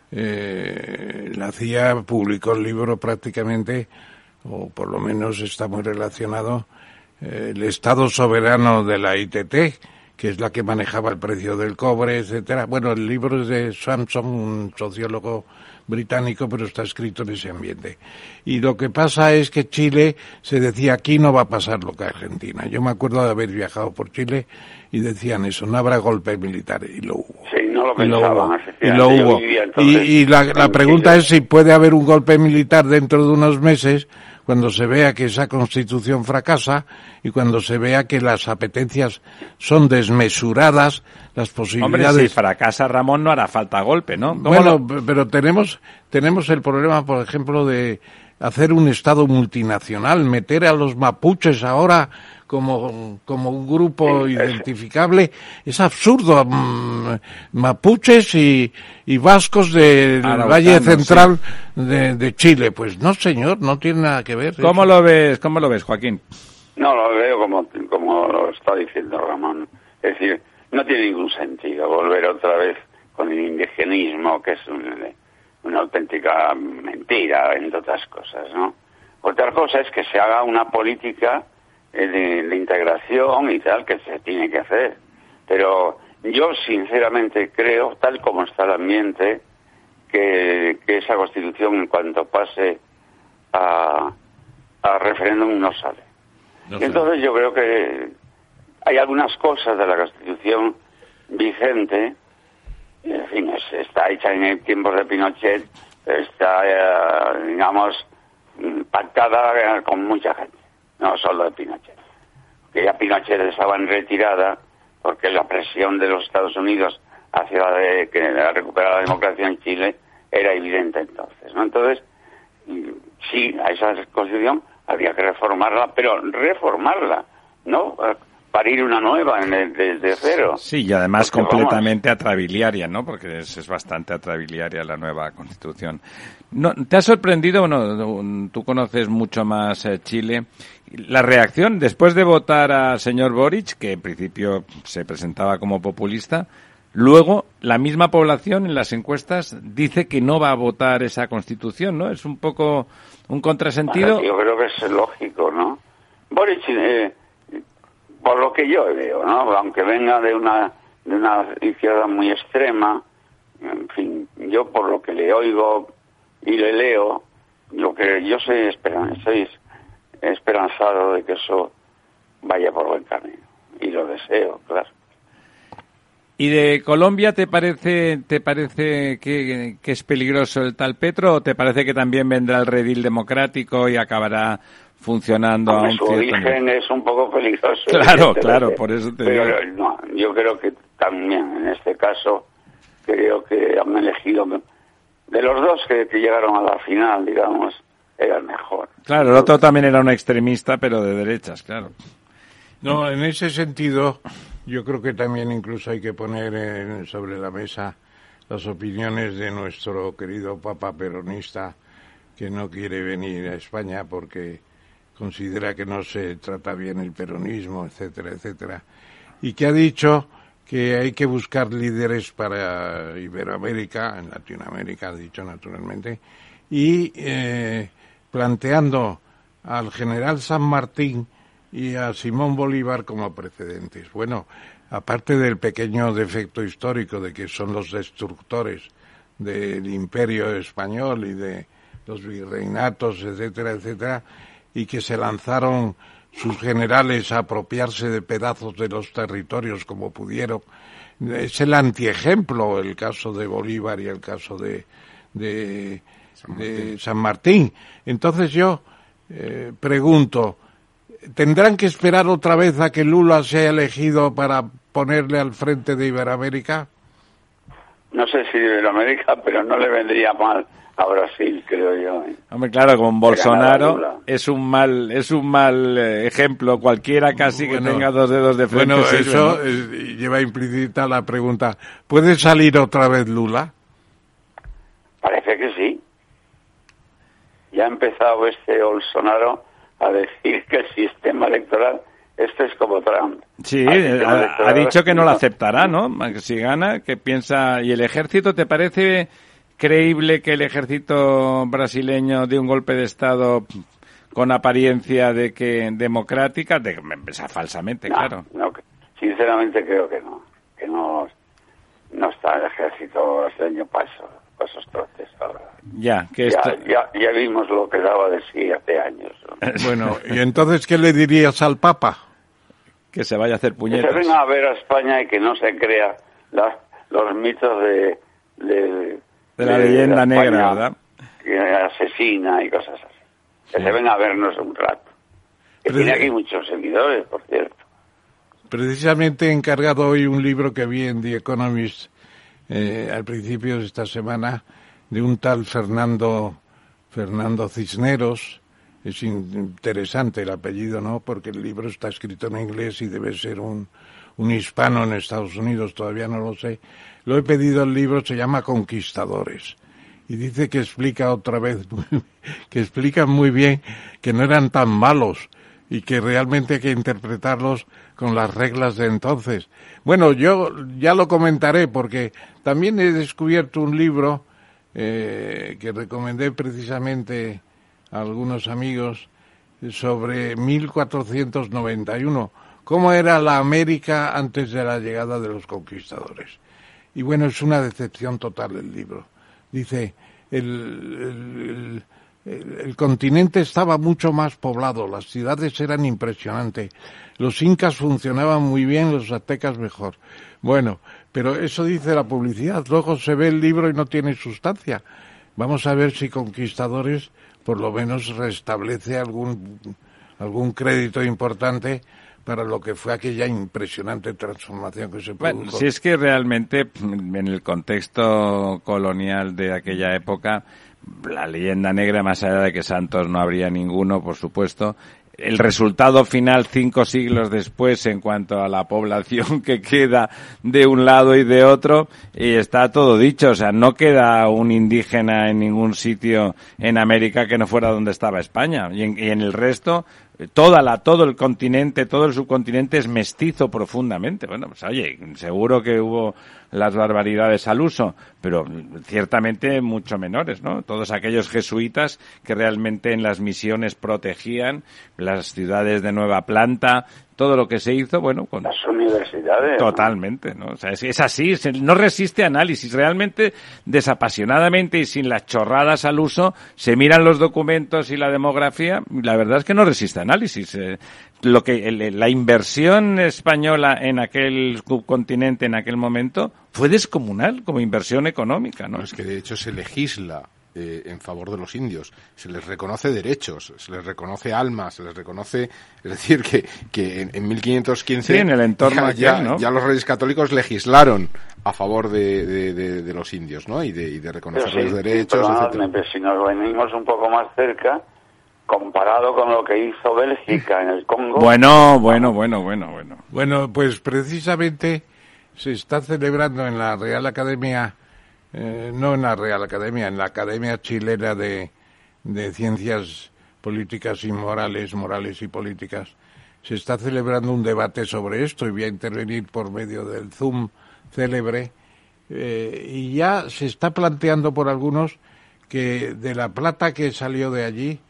Eh, la C I A publicó el libro prácticamente, o por lo menos está muy relacionado, eh, el Estado soberano de la I T T, que es la que manejaba el precio del cobre, etcétera. Bueno, el libro es de Sampson, un sociólogo británico, pero está escrito en ese ambiente. Y lo que pasa es que Chile se decía, aquí no va a pasar lo que Argentina. Yo me acuerdo de haber viajado por Chile y decían eso, no habrá golpe militar, y lo hubo. Sí, no lo pensaban. Y lo hubo. Y, y la, la pregunta es si puede haber un golpe militar dentro de unos meses, cuando se vea que esa Constitución fracasa y cuando se vea que las apetencias son desmesuradas, las posibilidades... Hombre, si fracasa Ramón no hará falta golpe, ¿no? Bueno, lo... pero tenemos tenemos el problema, por ejemplo, de hacer un Estado multinacional, meter a los mapuches ahora como, como un grupo sí, identificable, es absurdo. Mapuches y, y vascos del Valle Central sí. de, de Chile, pues no, señor, no tiene nada que ver. ¿Cómo eso. lo ves, cómo lo ves, Joaquín? No, lo veo como, como lo está diciendo Ramón. Es decir, no tiene ningún sentido volver otra vez con el indigenismo, que es un, una auténtica mentira, entre otras cosas, ¿no? Otra cosa es que se haga una política de, de integración y tal, que se tiene que hacer. Pero yo sinceramente creo, tal como está el ambiente, que, que esa Constitución, en cuanto pase a, a referéndum, no sale. No sé. Entonces yo creo que hay algunas cosas de la Constitución vigente, en fin, es, está hecha en el tiempo de Pinochet, está, eh, digamos, pactada con mucha gente, no solo de Pinochet. Que ya Pinochet estaba en retirada porque la presión de los Estados Unidos hacia de, que recuperar la democracia en Chile era evidente entonces, ¿no? Entonces, sí, a esa Constitución habría que reformarla, pero reformarla, ¿no? Parir una nueva desde cero. Sí, y además porque completamente vamos. atrabiliaria, ¿no? Porque es, es bastante atrabiliaria la nueva Constitución. No, ¿te ha sorprendido, bueno, tú conoces mucho más eh, Chile, la reacción después de votar al señor Boric, que en principio se presentaba como populista, luego la misma población en las encuestas dice que no va a votar esa Constitución, ¿no? Es un poco un contrasentido. Bueno, yo creo que es lógico, ¿no? Boric... Eh, por lo que yo veo, ¿no? Aunque venga de una de una izquierda muy extrema, en fin, yo por lo que le oigo y le leo, lo que yo soy, esperan, soy esperanzado de que eso vaya por buen camino, y lo deseo, claro. ¿Y de Colombia te parece te parece que, que es peligroso el tal Petro, o te parece que también vendrá el redil democrático y acabará funcionando Aunque a un su cierto origen nivel? Es un poco peligroso. Claro, claro, por eso te pero, digo. No, yo creo que también en este caso creo que han elegido de los dos que, que llegaron a la final, digamos, era el mejor. Claro, el otro también era un extremista, pero de derechas, claro. No, en ese sentido, yo creo que también incluso hay que poner en, sobre la mesa las opiniones de nuestro querido Papa peronista, que no quiere venir a España porque considera que no se trata bien el peronismo, etcétera, etcétera, y que ha dicho que hay que buscar líderes para Iberoamérica, en Latinoamérica, ha dicho naturalmente, y eh, planteando al general San Martín y a Simón Bolívar como precedentes. Bueno, aparte del pequeño defecto histórico de que son los destructores del imperio español y de los virreinatos, etcétera, etcétera, y que se lanzaron sus generales a apropiarse de pedazos de los territorios como pudieron. Es el antiejemplo el caso de Bolívar y el caso de, de, San, Martín. de San Martín. Entonces yo eh, pregunto, ¿tendrán que esperar otra vez a que Lula sea elegido para ponerle al frente de Iberoamérica? No sé si de Iberoamérica, pero no le vendría mal a Brasil, creo yo. ¿eh? Hombre, claro, con Bolsonaro es un mal es un mal eh, ejemplo. Cualquiera casi bueno, que tenga dos dedos de frente. Bueno, sirve, eso ¿no? es, lleva implícita la pregunta, ¿puede salir otra vez Lula? Parece que sí. Ya ha empezado este Bolsonaro a decir que el sistema electoral, este es como Trump. Sí, ha, ha dicho que no lo aceptará, ¿no? Que si gana, que piensa... ¿Y el ejército, te parece creíble que el ejército brasileño dé un golpe de Estado con apariencia de que democrática? De, o sea, falsamente, no, claro. No, sinceramente creo que no. Que no, no está el ejército brasileño paso. Esos trotes ahora. Ya, que ya, esto... ya, ya vimos lo que daba de sí hace años, ¿no? Bueno, ¿y entonces qué le dirías al Papa? Que se vaya a hacer puñetas. Que se venga a ver a España y que no se crea la, los mitos de... De, de la de, leyenda de negra, ¿verdad? Que asesina y cosas así. Que sí. Se venga a vernos un rato. Que Pero, tiene aquí muchos seguidores, por cierto. Precisamente he encargado hoy un libro que vi en The Economist Eh, al principio de esta semana, de un tal Fernando Fernando Cisneros. Es interesante el apellido, ¿no? Porque el libro está escrito en inglés y debe ser un, un hispano en Estados Unidos, todavía no lo sé. Lo he pedido el libro, se llama Conquistadores. Y dice que explica otra vez, que explica muy bien que no eran tan malos y que realmente hay que interpretarlos con las reglas de entonces. Bueno, yo ya lo comentaré porque también he descubierto un libro eh, que recomendé precisamente a algunos amigos sobre mil cuatrocientos noventa y uno, cómo era la América antes de la llegada de los conquistadores. Y bueno, es una decepción total el libro. Dice, el, el, el, el continente estaba mucho más poblado, las ciudades eran impresionantes, los incas funcionaban muy bien, los aztecas mejor. Bueno, pero eso dice la publicidad, luego se ve el libro y no tiene sustancia. Vamos a ver si Conquistadores por lo menos restablece algún, algún crédito importante para lo que fue aquella impresionante transformación que se produjo. Bueno, si es que realmente en el contexto colonial de aquella época, la leyenda negra, más allá de que santos no habría ninguno, por supuesto, el resultado final cinco siglos después en cuanto a la población que queda de un lado y de otro, y está todo dicho, o sea, no queda un indígena en ningún sitio en América que no fuera donde estaba España, y en, y en el resto toda la todo el continente, todo el subcontinente es mestizo profundamente. Bueno, pues oye, seguro que hubo las barbaridades al uso, pero ciertamente mucho menores, ¿no? Todos aquellos jesuitas que realmente en las misiones protegían las ciudades de nueva planta, todo lo que se hizo, bueno, con las universidades. Totalmente, ¿no? O sea, es, es así, se, no resiste análisis. Realmente, desapasionadamente y sin las chorradas al uso, se miran los documentos y la demografía, y la verdad es que no resiste análisis. Eh, lo que el, la inversión española en aquel subcontinente en aquel momento fue descomunal como inversión económica, ¿no? No, es que de hecho se legisla Eh, en favor de los indios, se les reconoce derechos, se les reconoce almas, se les reconoce, es decir, que, que en, en mil quinientos quince sí, en el entorno ya, aquel, ya, ¿no? ya los reyes católicos legislaron a favor de, de, de, de los indios, ¿no? Y de, y de reconocer sí, los derechos, etcétera. Pero si nos venimos un poco más cerca, comparado con lo que hizo Bélgica en el Congo. Bueno, bueno, bueno, bueno, bueno. Bueno, pues precisamente se está celebrando en la Real Academia Eh, no en la Real Academia, en la Academia Chilena de, de Ciencias Políticas y Morales, Morales y Políticas, se está celebrando un debate sobre esto y voy a intervenir por medio del Zoom célebre, eh, y ya se está planteando por algunos que de la plata que salió de allí,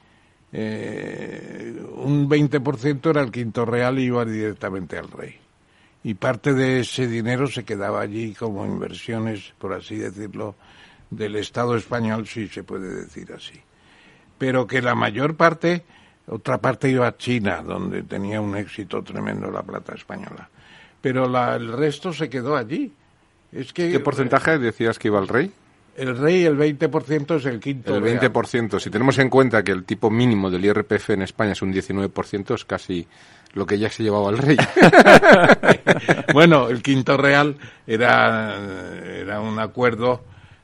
eh, un veinte por ciento era el quinto real y iba directamente al rey. Y parte de ese dinero se quedaba allí como inversiones, por así decirlo, del Estado español, si se puede decir así. Pero que la mayor parte, otra parte iba a China, donde tenía un éxito tremendo la plata española. Pero la, el resto se quedó allí. Es que, ¿qué porcentaje decías que iba al rey? El rey, el veinte por ciento es el quinto El veinte por ciento. Real. Si tenemos en cuenta que el tipo mínimo del I R P F en España es un diecinueve por ciento, es casi lo que ya se llevaba el rey. Bueno, el quinto real era, era un acuerdo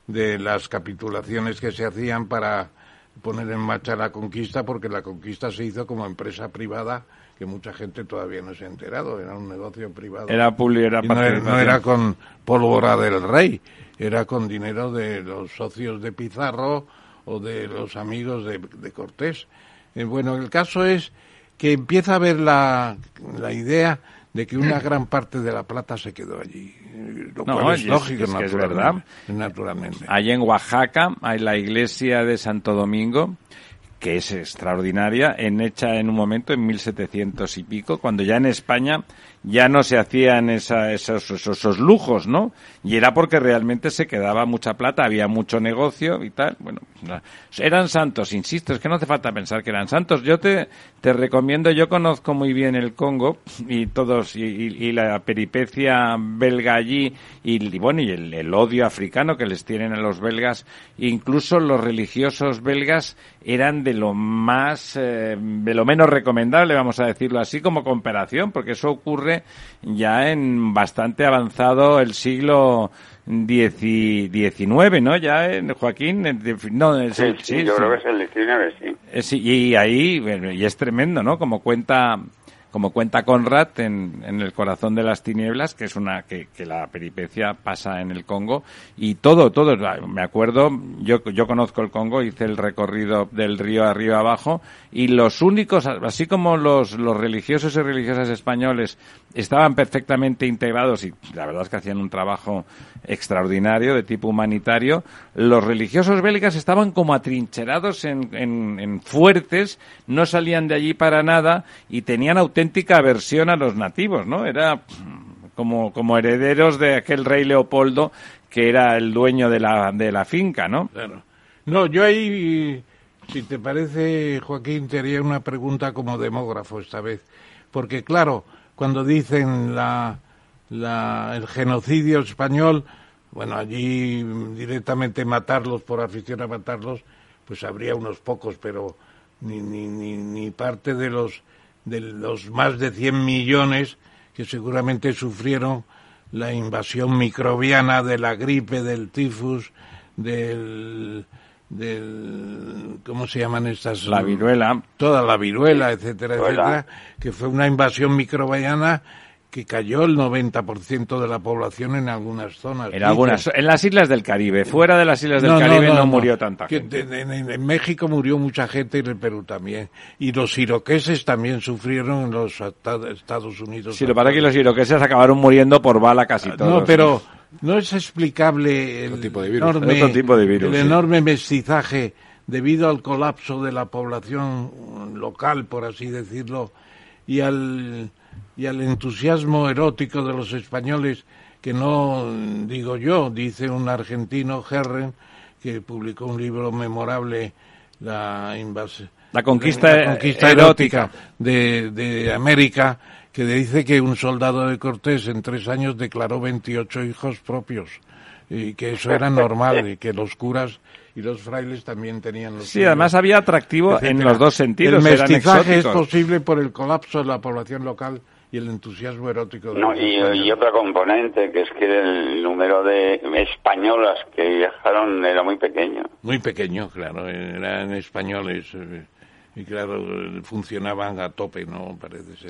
de las capitulaciones que se hacían para poner en marcha la conquista, porque la conquista se hizo como empresa privada, que mucha gente todavía no se ha enterado, era un negocio privado. Era público, era no, era, no era con pólvora del rey, era con dinero de los socios de Pizarro o de los amigos de, de Cortés. Eh, bueno, el caso es que empieza a haber la, la idea de que una gran parte de la plata se quedó allí, lo no, cual es, es lógico, es, que es verdad. Naturalmente. Allí en Oaxaca hay la iglesia de Santo Domingo, que es extraordinaria, en hecha en un momento en mil setecientos y pico, cuando ya en España ya no se hacían esa, esos, esos, esos lujos, ¿no? Y era porque realmente se quedaba mucha plata, había mucho negocio y tal. Bueno, eran santos, insisto, es que no hace falta pensar que eran santos. Yo te, te recomiendo, yo conozco muy bien el Congo y todos, y, y, y la peripecia belga allí, y, y bueno, y el, el odio africano que les tienen a los belgas. Incluso los religiosos belgas eran de lo más, eh, de lo menos recomendable, vamos a decirlo así, como comparación, porque eso ocurre ya en bastante avanzado el siglo diecinueve, ¿no? Ya, en Joaquín, no, es sí, el, sí, sí, yo sí. creo que es el diecinueve, sí. Eh, sí, y ahí, bueno, y es tremendo, ¿no? Como cuenta, como cuenta Conrad en, en El corazón de las tinieblas, que es una, que, que la peripecia pasa en el Congo, y todo, todo, me acuerdo, yo, yo conozco el Congo, hice el recorrido del río arriba abajo, y los únicos, así como los, los religiosos y religiosas españoles estaban perfectamente integrados, y la verdad es que hacían un trabajo extraordinario de tipo humanitario, los religiosos belgas estaban como atrincherados en, en, en fuertes, no salían de allí para nada, y tenían auténtica aversión a los nativos, ¿no? Era como, como herederos de aquel rey Leopoldo que era el dueño de la, de la finca, ¿no? Claro. No, yo ahí, si te parece, Joaquín, te haría una pregunta como demógrafo esta vez. Porque, claro, cuando dicen la, la, el genocidio español, bueno, allí directamente matarlos por afición a matarlos, pues habría unos pocos, pero ni, ni, ni, ni parte de los, de los más de cien millones que seguramente sufrieron la invasión microbiana de la gripe, del tifus, del, del ¿cómo se llaman estas? La viruela. Toda la viruela, etcétera, etcétera, que fue una invasión microbiana que cayó el noventa por ciento de la población en algunas zonas. En algunas, en las islas del Caribe. Fuera de las islas del no, Caribe no, no, no murió no. tanta que gente. En, en, en México murió mucha gente y en el Perú también. Y los iroqueses también sufrieron en los Estados Unidos. Sí, lo que pasa es que los iroqueses acabaron muriendo por bala casi todos. No, pero no es explicable el, tipo de virus. enorme, Otro tipo de virus, el sí. enorme mestizaje debido al colapso de la población local, por así decirlo, y al... y al entusiasmo erótico de los españoles, que no digo yo, dice un argentino, Herren, que publicó un libro memorable, La invasión, la conquista, la conquista erótica, erótica de, de América, que dice que un soldado de Cortés en tres años declaró veintiocho hijos propios, y que eso era normal, y que los curas y los frailes también tenían los sí, además había atractivo etcétera. En los dos sentidos. El eran mestizaje es exóticos. posible por el colapso de la población local y el entusiasmo erótico de No, los y, españoles. y otra componente, que es que el número de españolas que viajaron era muy pequeño. Muy pequeño, claro, eran españoles eh, y claro, funcionaban a tope, ¿no? Parece ser.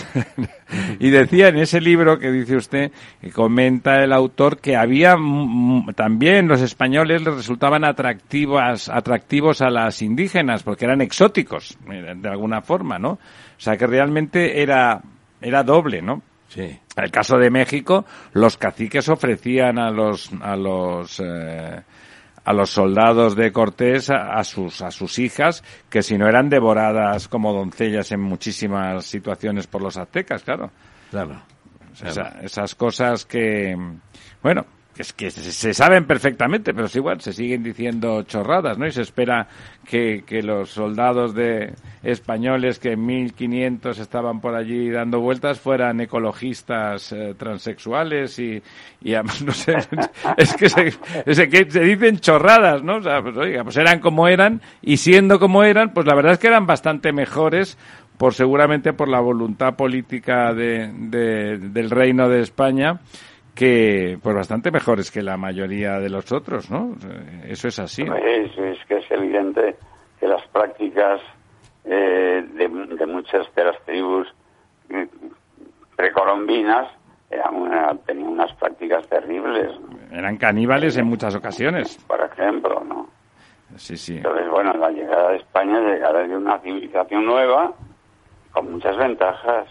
Y decía en ese libro que dice usted, que comenta el autor, que había m- también los españoles les resultaban atractivas, atractivos a las indígenas, porque eran exóticos, de alguna forma, ¿no? O sea, que realmente era, era doble, ¿no? Sí. En el caso de México, los caciques ofrecían a los, a los, eh, a los soldados de Cortés a, a sus, a sus hijas, que si no eran devoradas como doncellas en muchísimas situaciones por los aztecas, claro. Claro. O sea, esas cosas que, bueno, que es que se, se saben perfectamente, pero es igual, se siguen diciendo chorradas, ¿no? Y se espera que, que los soldados de españoles que en mil quinientos estaban por allí dando vueltas fueran ecologistas eh, transexuales y, y además, no sé, es que se, es que se dicen chorradas, ¿no? O sea, pues oiga, pues eran como eran, y siendo como eran, pues la verdad es que eran bastante mejores, por seguramente por la voluntad política de, de, del Reino de España, que pues bastante mejores que la mayoría de los otros, ¿no? Eso es así. Es, es que es evidente que las prácticas eh, de, de muchas de las tribus eh, precolombinas eran una, tenían unas prácticas terribles. Eran caníbales en muchas ocasiones. Por ejemplo, ¿no? Sí, sí. Entonces, bueno, la llegada de España, llegada de una civilización nueva, con muchas ventajas.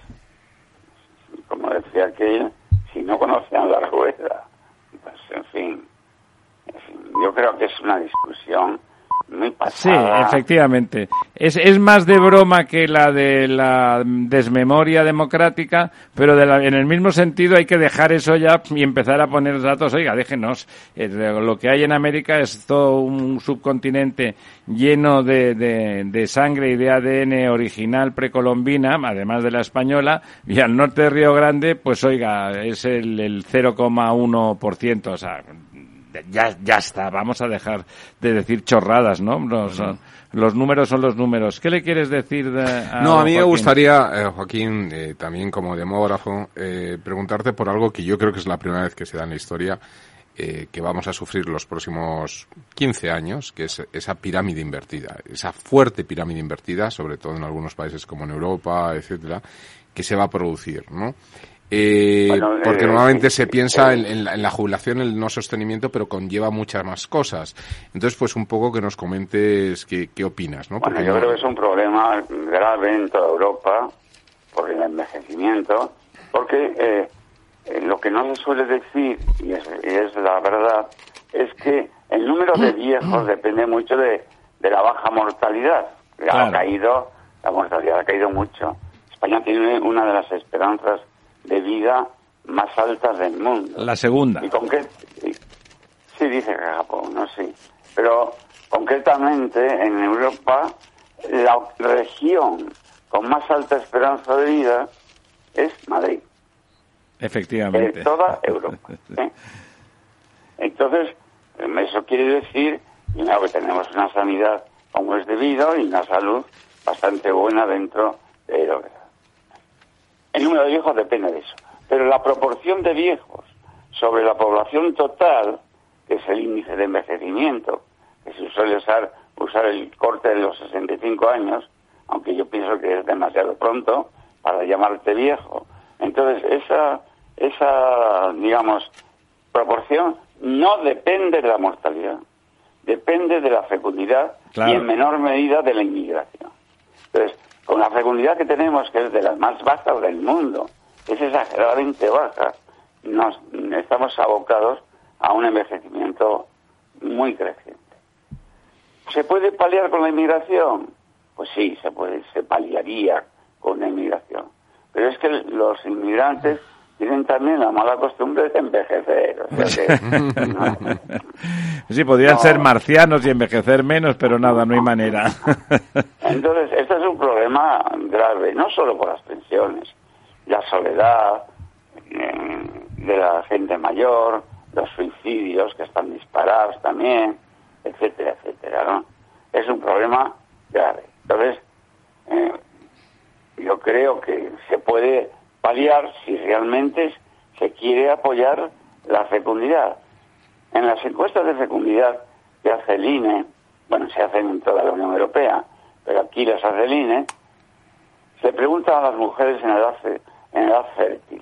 Como decía aquel, si no conocían la rueda, pues en fin, en fin, yo creo que es una discusión muy pasada. Sí, efectivamente. Es, es más de broma que la de la desmemoria democrática, pero de la, en el mismo sentido hay que dejar eso ya y empezar a poner datos. Oiga, déjenos, eh, lo que hay en América es todo un subcontinente lleno de, de, de sangre y de A D N original precolombina, además de la española, y al norte de Río Grande, pues oiga, es el, el cero coma uno por ciento, o sea... Ya, ya está, vamos a dejar de decir chorradas, ¿no? Los, uh-huh. los números son los números. ¿Qué le quieres decir de, a No, a mí Joaquín? me gustaría, eh, Joaquín, eh, también como demógrafo, eh, preguntarte por algo que yo creo que es la primera vez que se da en la historia, eh, que vamos a sufrir los próximos quince años, que es esa pirámide invertida, esa fuerte pirámide invertida, sobre todo en algunos países como en Europa, etcétera, que se va a producir, ¿no? Eh, bueno, porque eh, normalmente eh, se piensa eh, en, en, la, en la jubilación, el no sostenimiento, pero conlleva muchas más cosas. Entonces, pues un poco que nos comentes qué, qué opinas, ¿no? Bueno, porque yo no... creo que es un problema grave en toda Europa por el envejecimiento, porque eh, eh, lo que no se suele decir, y es, y es la verdad, es que el número de viejos depende mucho de, de la baja mortalidad. Claro. Ha caído, la mortalidad ha caído mucho. España tiene una de las esperanzas de vida más altas del mundo. La segunda. ¿Y con qué? Sí, dice Japón, no sí. Pero concretamente en Europa la región con más alta esperanza de vida es Madrid. Efectivamente. De toda Europa. ¿eh? Entonces, eso quiere decir primero que tenemos una sanidad como es debido y una salud bastante buena dentro de lo que el número de viejos depende de eso. Pero la proporción de viejos sobre la población total, que es el índice de envejecimiento, que se suele usar, usar el corte de los sesenta y cinco años, aunque yo pienso que es demasiado pronto para llamarte viejo. Entonces, esa, esa, digamos, proporción no depende de la mortalidad, depende de la fecundidad, claro, y en menor medida de la inmigración. Entonces, con la fecundidad que tenemos, que es de las más bajas del mundo, es exageradamente baja, nos estamos abocados a un envejecimiento muy creciente. ¿Se puede paliar con la inmigración? Pues sí, se puede, se paliaría con la inmigración. Pero es que los inmigrantes tienen también la mala costumbre de envejecer. O sea que, no, sí, podrían no. ser marcianos y envejecer menos, pero nada, no hay manera. Entonces, este es un problema grave, no solo por las pensiones, la soledad eh, de la gente mayor, los suicidios que están disparados también, etcétera, etcétera, ¿no? Es un problema grave. Entonces, eh, yo creo que se puede paliar si realmente se quiere apoyar la fecundidad. En las encuestas de fecundidad que hace el I N E, bueno, se hacen en toda la Unión Europea, pero aquí las hace el I N E, se preguntan a las mujeres en edad, en edad fértil: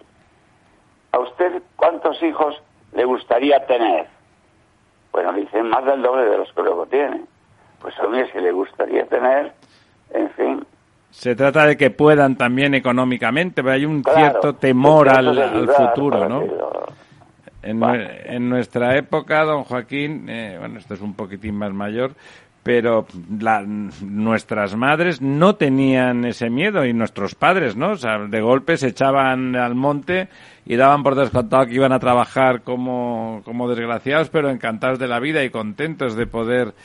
¿a usted cuántos hijos le gustaría tener? Bueno, dicen más del doble de los que luego tiene. Pues a mí si le gustaría tener, en fin... Se trata de que puedan también económicamente, pero hay un claro, cierto temor al, al futuro, ¿no? Lo... En, bueno. en nuestra época, don Joaquín, eh, bueno, esto es un poquitín más mayor, pero la, nuestras madres no tenían ese miedo, y nuestros padres, ¿no? O sea, de golpe se echaban al monte y daban por descontado que iban a trabajar como, como desgraciados, pero encantados de la vida y contentos de poder...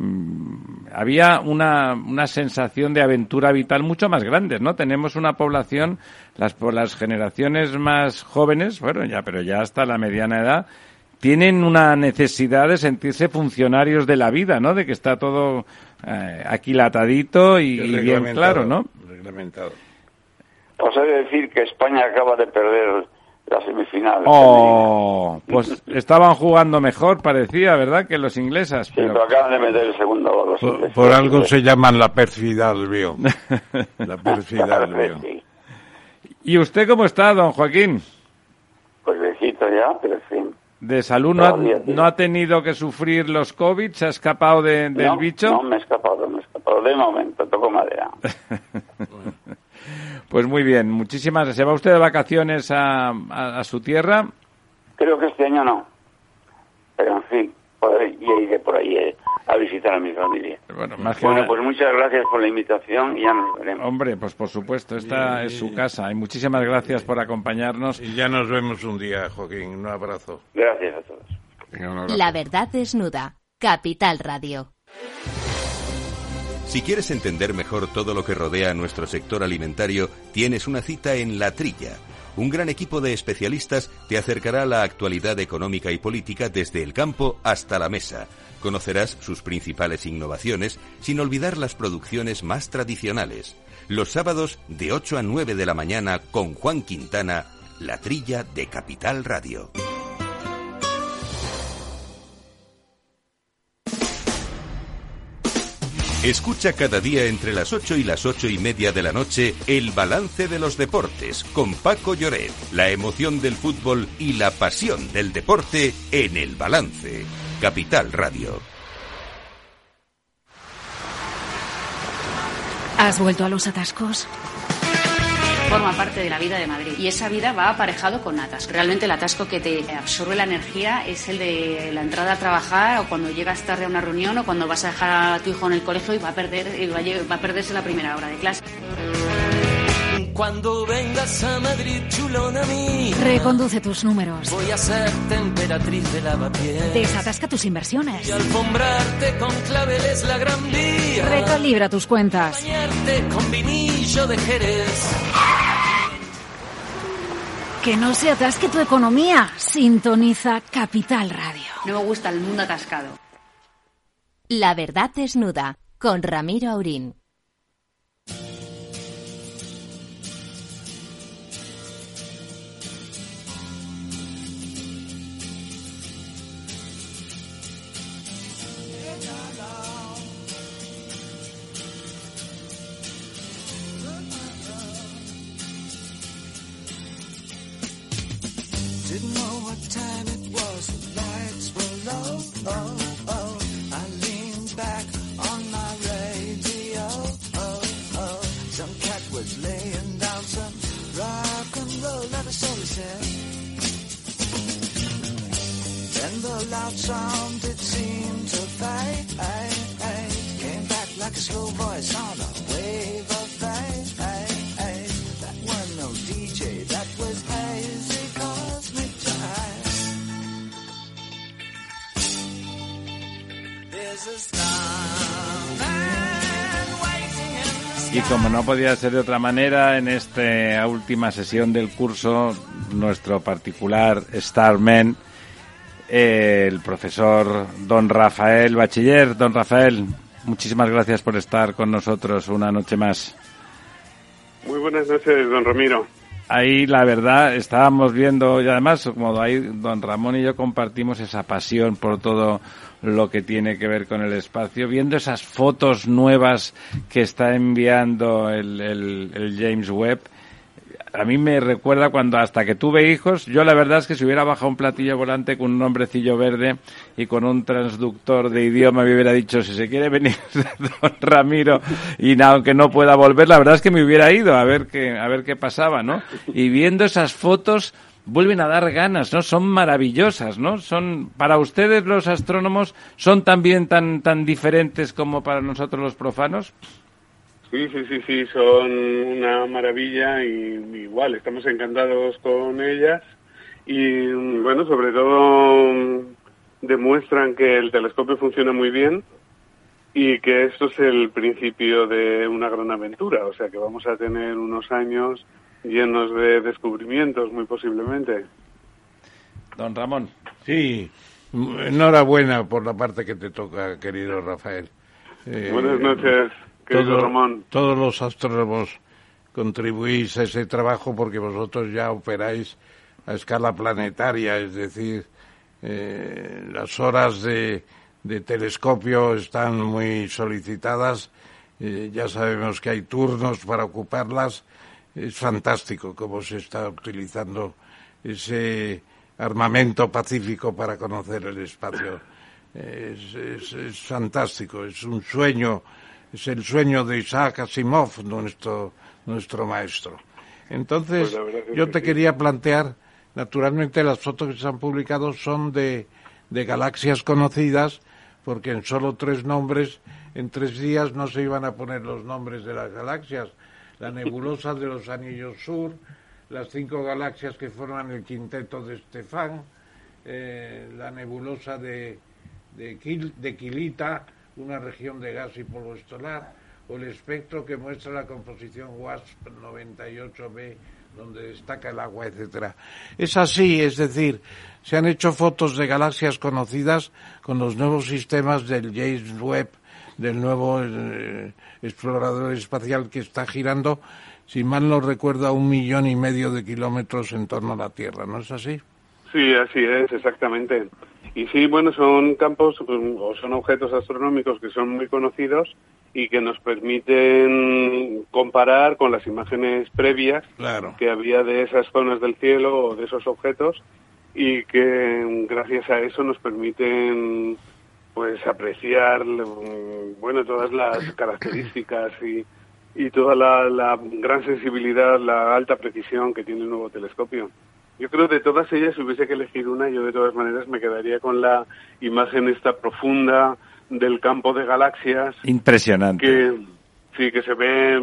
Había una, una sensación de aventura vital mucho más grande, ¿no? Tenemos una población, las, por las generaciones más jóvenes, bueno, ya, pero ya hasta la mediana edad, tienen una necesidad de sentirse funcionarios de la vida, ¿no? De que está todo eh, aquilatadito y, y bien claro, ¿no? Reglamentado. Os he de decir que España acaba de perder la semifinal. Oh, pues estaban jugando mejor, parecía, ¿verdad?, que los ingleses. Sí, pero, pero acaban de meter el segundo gol. Los por, ingleses, por algo se llaman la perfidad, vio. La perfidad, vio. Sí. ¿Y usted cómo está, don Joaquín? Pues viejito ya, pero en fin. ¿De salud no ha, no ha tenido que sufrir los COVID? ¿Se ha escapado de, del no, bicho? No, me he escapado, me he escapado. De momento, toco madera. Pues muy bien, muchísimas gracias. ¿Se va usted de vacaciones a, a, a su tierra? Creo que este año no. Pero en fin, podré, y iré por ahí eh, a visitar a mi familia. Bueno, más que bueno nada... pues muchas gracias por la invitación y ya nos veremos. Hombre, pues por supuesto, esta y... es su casa. Y muchísimas gracias por acompañarnos. Y ya nos vemos un día, Joaquín. Un abrazo. Gracias a todos. Venga, un abrazo. La verdad desnuda. Capital Radio. Si quieres entender mejor todo lo que rodea a nuestro sector alimentario, tienes una cita en La Trilla. Un gran equipo de especialistas te acercará a la actualidad económica y política desde el campo hasta la mesa. Conocerás sus principales innovaciones sin olvidar las producciones más tradicionales. Los sábados de ocho a nueve de la mañana con Juan Quintana, La Trilla de Capital Radio. Escucha cada día entre las ocho y las ocho y media de la noche El Balance de los Deportes con Paco Lloret. La emoción del fútbol y la pasión del deporte en El Balance. Capital Radio. ¿Has vuelto a los atascos? Forma parte de la vida de Madrid y esa vida va aparejado con atascos. Realmente el atasco que te absorbe la energía es el de la entrada a trabajar o cuando llegas tarde a una reunión o cuando vas a dejar a tu hijo en el colegio y va a perder y va a, va a perderse la primera hora de clase. Cuando vengas a Madrid, chulona mía, reconduce tus números. Voy a ser temperatriz de lavapiés. Desatasca tus inversiones. Y alfombrarte con claveles la gran vía. Recalibra tus cuentas. Bañarte con vinillo de Jerez. Que no se atasque tu economía. Sintoniza Capital Radio. No me gusta el mundo atascado. La verdad desnuda, con Ramiro Aurín. Didn't know what time it was, the lights were low, oh, oh. I leaned back on my radio, oh, oh. Some cat was laying down some rock and roll, not a soul is here. Then the loud sound, it seemed to fade, came back like a slow voice on a wave of fade. That wasn't no D J, that was hazy. Y como no podía ser de otra manera, en esta última sesión del curso, nuestro particular Starman, eh, el profesor don Rafael Bachiller. Don Rafael, muchísimas gracias por estar con nosotros una noche más. Muy buenas noches, don Ramiro. Ahí, la verdad, estábamos viendo, y además, como ahí don Ramón y yo compartimos esa pasión por todo lo que tiene que ver con el espacio, viendo esas fotos nuevas que está enviando el, el, el James Webb. A mí me recuerda cuando hasta que tuve hijos, yo la verdad es que si hubiera bajado un platillo volante con un hombrecillo verde y con un transductor de idioma me hubiera dicho si se quiere venir don Ramiro y aunque no pueda volver, la verdad es que me hubiera ido a ver qué, a ver qué pasaba, ¿no? Y viendo esas fotos vuelven a dar ganas, ¿no? Son maravillosas, ¿no? Son, para ustedes los astrónomos, ¿son también tan, tan diferentes como para nosotros los profanos? Sí, sí, sí, sí, son una maravilla y igual, estamos encantados con ellas y, bueno, sobre todo demuestran que el telescopio funciona muy bien y que esto es el principio de una gran aventura, o sea que vamos a tener unos años llenos de descubrimientos, muy posiblemente. Don Ramón. Sí, enhorabuena por la parte que te toca, querido Rafael. Eh, Buenas noches. Todo, todos los astrónomos contribuís a ese trabajo porque vosotros ya operáis a escala planetaria, es decir, eh, las horas de, de telescopio están muy solicitadas, eh, ya sabemos que hay turnos para ocuparlas. Es fantástico cómo se está utilizando ese armamento pacífico para conocer el espacio. Es, es, es fantástico, es un sueño, es el sueño de Isaac Asimov, nuestro, nuestro maestro. Entonces, pues yo te sí. quería plantear, naturalmente las fotos que se han publicado son de, de galaxias conocidas, porque en solo tres nombres, en tres días no se iban a poner los nombres de las galaxias. La nebulosa de los Anillos Sur, las cinco galaxias que forman el quinteto de Stefan, eh, la nebulosa de, de, Quil, de Quilita, una región de gas y polvo estelar, o el espectro que muestra la composición WASP noventa y ocho b, donde destaca el agua, etcétera. Es así, es decir, se han hecho fotos de galaxias conocidas con los nuevos sistemas del James Webb, del nuevo eh, explorador espacial que está girando, si mal no recuerdo, a un millón y medio de kilómetros en torno a la Tierra, ¿no es así? Sí, así es, exactamente. Y sí, bueno, son campos o son objetos astronómicos que son muy conocidos y que nos permiten comparar con las imágenes previas claro. que había de esas zonas del cielo o de esos objetos, y que gracias a eso nos permiten pues apreciar, bueno, todas las características y, y toda la, la gran sensibilidad, la alta precisión que tiene el nuevo telescopio. Yo creo que de todas ellas, si hubiese que elegir una, yo de todas maneras me quedaría con la imagen esta profunda del campo de galaxias. Impresionante. Que sí, que se ve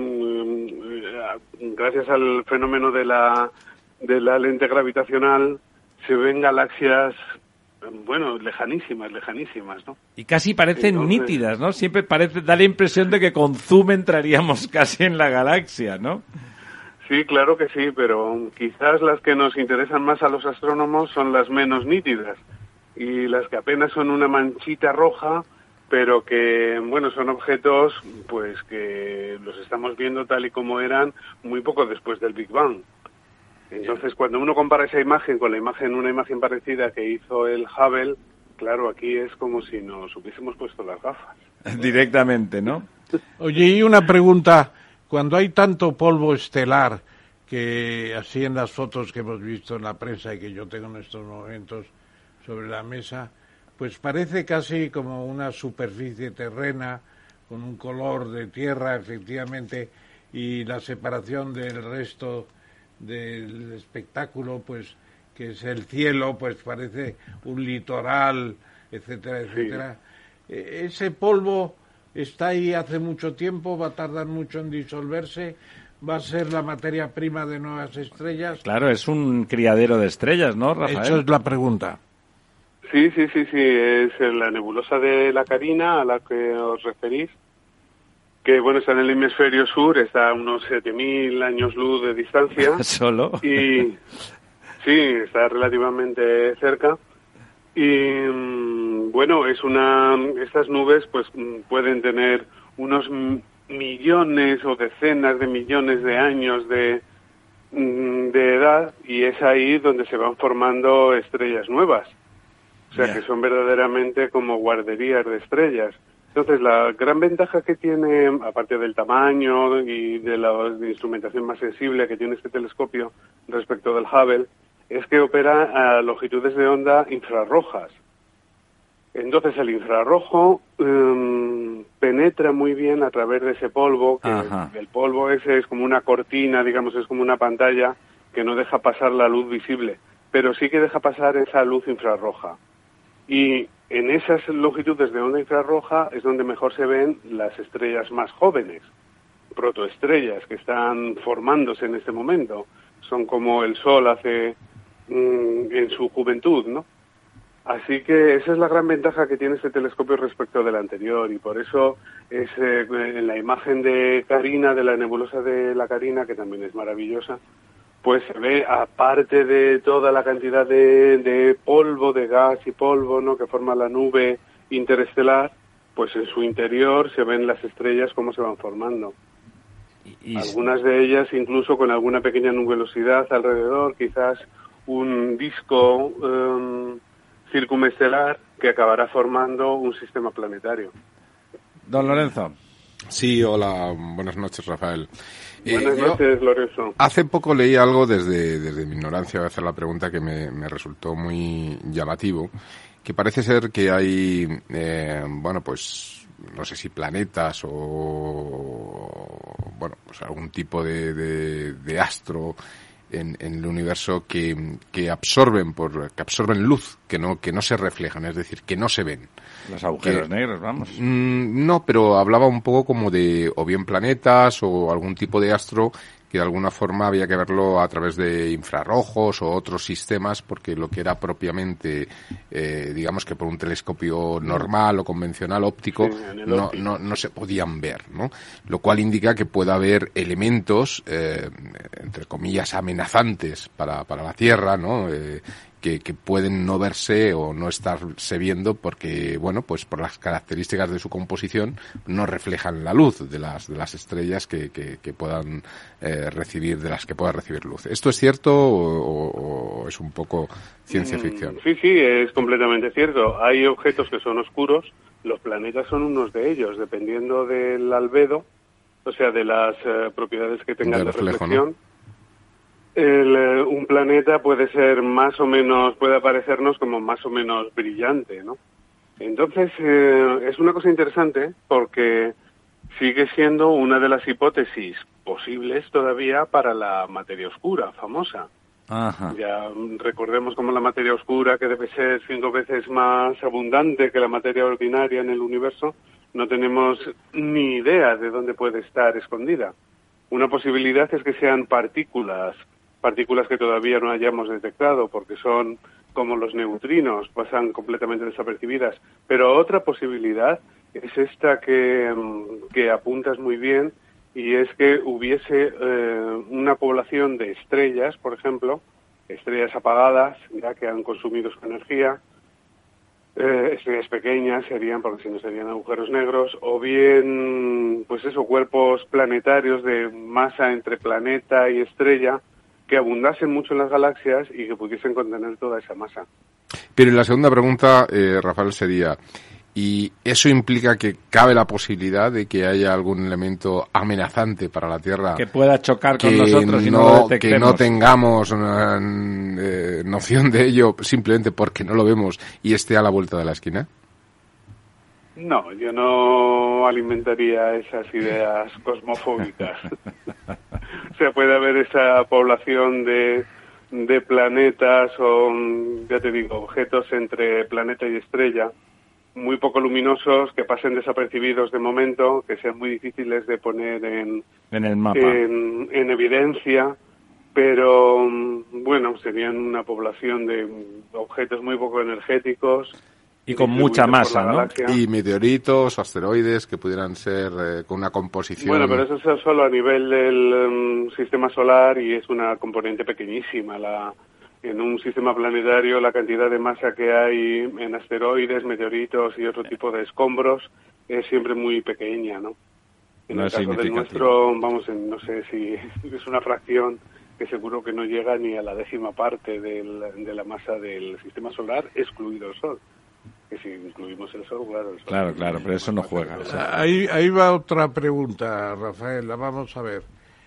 um, gracias al fenómeno de la, de la lente gravitacional, se ven galaxias, bueno, lejanísimas, lejanísimas, ¿no? Y casi parecen Entonces, nítidas, ¿no? Siempre parece, da la impresión de que con zoom entraríamos casi en la galaxia, ¿no? Sí, claro que sí, pero quizás las que nos interesan más a los astrónomos son las menos nítidas, y las que apenas son una manchita roja, pero que, bueno, son objetos pues que los estamos viendo tal y como eran muy poco después del Big Bang. Entonces, cuando uno compara esa imagen con la imagen, una imagen parecida que hizo el Hubble, claro, aquí es como si nos hubiésemos puesto las gafas. Directamente, ¿no? Oye, y una pregunta, cuando hay tanto polvo estelar, que así en las fotos que hemos visto en la prensa y que yo tengo en estos momentos sobre la mesa, pues parece casi como una superficie terrena, con un color de tierra, efectivamente, y la separación del resto del espectáculo, pues que es el cielo, pues parece un litoral, etcétera, etcétera. Sí. Ese polvo está ahí hace mucho tiempo, va a tardar mucho en disolverse, va a ser la materia prima de nuevas estrellas. Claro, es un criadero de estrellas, ¿no, Rafael? Esa es la pregunta. Sí, sí, sí, sí, es la nebulosa de la Carina a la que os referís, que bueno, está en el hemisferio sur, está a unos siete mil años luz de distancia. ¿Solo? Y sí, está relativamente cerca. Y bueno, es una, estas nubes pues pueden tener unos millones o decenas de millones de años de, de edad, y es ahí donde se van formando estrellas nuevas. O sea, yeah. que son verdaderamente como guarderías de estrellas. Entonces, la gran ventaja que tiene, aparte del tamaño y de la de instrumentación más sensible que tiene este telescopio respecto del Hubble, es que opera a longitudes de onda infrarrojas. Entonces, el infrarrojo um, penetra muy bien a través de ese polvo, que Ajá. el polvo ese es como una cortina, digamos, es como una pantalla que no deja pasar la luz visible, pero sí que deja pasar esa luz infrarroja. Y en esas longitudes de onda infrarroja es donde mejor se ven las estrellas más jóvenes, protoestrellas que están formándose en este momento. Son como el Sol hace mmm, en su juventud, ¿no? Así que esa es la gran ventaja que tiene este telescopio respecto del anterior, y por eso es eh, en la imagen de Carina, de la nebulosa de la Carina, que también es maravillosa, pues se ve, aparte de toda la cantidad de, de polvo, de gas y polvo, ¿no?, que forma la nube interestelar, pues en su interior se ven las estrellas cómo se van formando. Y, y... Algunas de ellas incluso con alguna pequeña nubulosidad alrededor, quizás un disco um, circunestelar que acabará formando un sistema planetario. Don Lorenzo. Sí, hola, buenas noches, Rafael. Buenas eh, noches, Lorenzo. Hace poco leí algo desde, desde mi ignorancia, voy a hacer la pregunta que me, me resultó muy llamativo, que parece ser que hay, eh, bueno, pues, no sé si planetas o, bueno, pues algún tipo de, de, de astro en, en el universo que, que absorben por, que absorben luz, que no, que no se reflejan, es decir, que no se ven. Los agujeros que, negros, vamos. Mmm, no, pero hablaba un poco como de, o bien planetas o algún tipo de astro que de alguna forma había que verlo a través de infrarrojos o otros sistemas, porque lo que era propiamente, eh, digamos que por un telescopio normal o convencional óptico, sí, no, óptico. no, no se podían ver, ¿no? Lo cual indica que puede haber elementos, eh, entre comillas, amenazantes para, para la Tierra, ¿no? Eh, Que, que pueden no verse o no estarse viendo porque, bueno, pues por las características de su composición no reflejan la luz de las de las estrellas que, que, que puedan eh, recibir, de las que pueda recibir luz. ¿Esto es cierto o, o es un poco ciencia ficción? Sí, sí, es completamente cierto. Hay objetos que son oscuros, los planetas son unos de ellos, dependiendo del albedo, o sea, de las eh, propiedades que tengan de, de reflejo, reflexión. ¿no? El, eh, un planeta puede ser más o menos, puede aparecernos como más o menos brillante, ¿no? Entonces, eh, es una cosa interesante porque sigue siendo una de las hipótesis posibles todavía para la materia oscura, famosa. Ajá. Ya recordemos como la materia oscura, que debe ser cinco veces más abundante que la materia ordinaria en el universo, no tenemos ni idea de dónde puede estar escondida. Una posibilidad es que sean partículas, partículas que todavía no hayamos detectado porque son como los neutrinos, pasan completamente desapercibidas. Pero otra posibilidad es esta que, que apuntas muy bien, y es que hubiese eh, una población de estrellas, por ejemplo, estrellas apagadas, ya que han consumido su energía, eh, estrellas pequeñas serían, porque si no serían agujeros negros, o bien, pues eso, cuerpos planetarios de masa entre planeta y estrella, que abundasen mucho en las galaxias y que pudiesen contener toda esa masa. Pero la segunda pregunta, eh, Rafael, sería, ¿y eso implica que cabe la posibilidad de que haya algún elemento amenazante para la Tierra que pueda chocar con que nosotros y no, no, lo que detectemos? no tengamos una eh, noción de ello simplemente porque no lo vemos y esté a la vuelta de la esquina? No, yo no alimentaría esas ideas cosmofóbicas. O sea, puede haber esa población de, de planetas o, ya te digo, objetos entre planeta y estrella, muy poco luminosos, que pasen desapercibidos de momento, que sean muy difíciles de poner en, en el mapa, en, en evidencia, pero bueno, serían una población de objetos muy poco energéticos y con mucha masa, ¿no? Y meteoritos, asteroides que pudieran ser eh, con una composición. Bueno, pero eso es solo a nivel del um, sistema solar y es una componente pequeñísima. La, en un sistema planetario la cantidad de masa que hay en asteroides, meteoritos y otro tipo de escombros es siempre muy pequeña, ¿no? En No el es caso del nuestro, vamos, en, no sé si es una fracción que seguro que no llega ni a la décima parte del, de la masa del sistema solar, excluido el Sol. Que si incluimos el Sol, claro. El Sol claro, claro, pero eso no juega. O sea, ahí, ahí va otra pregunta, Rafael, la vamos a ver.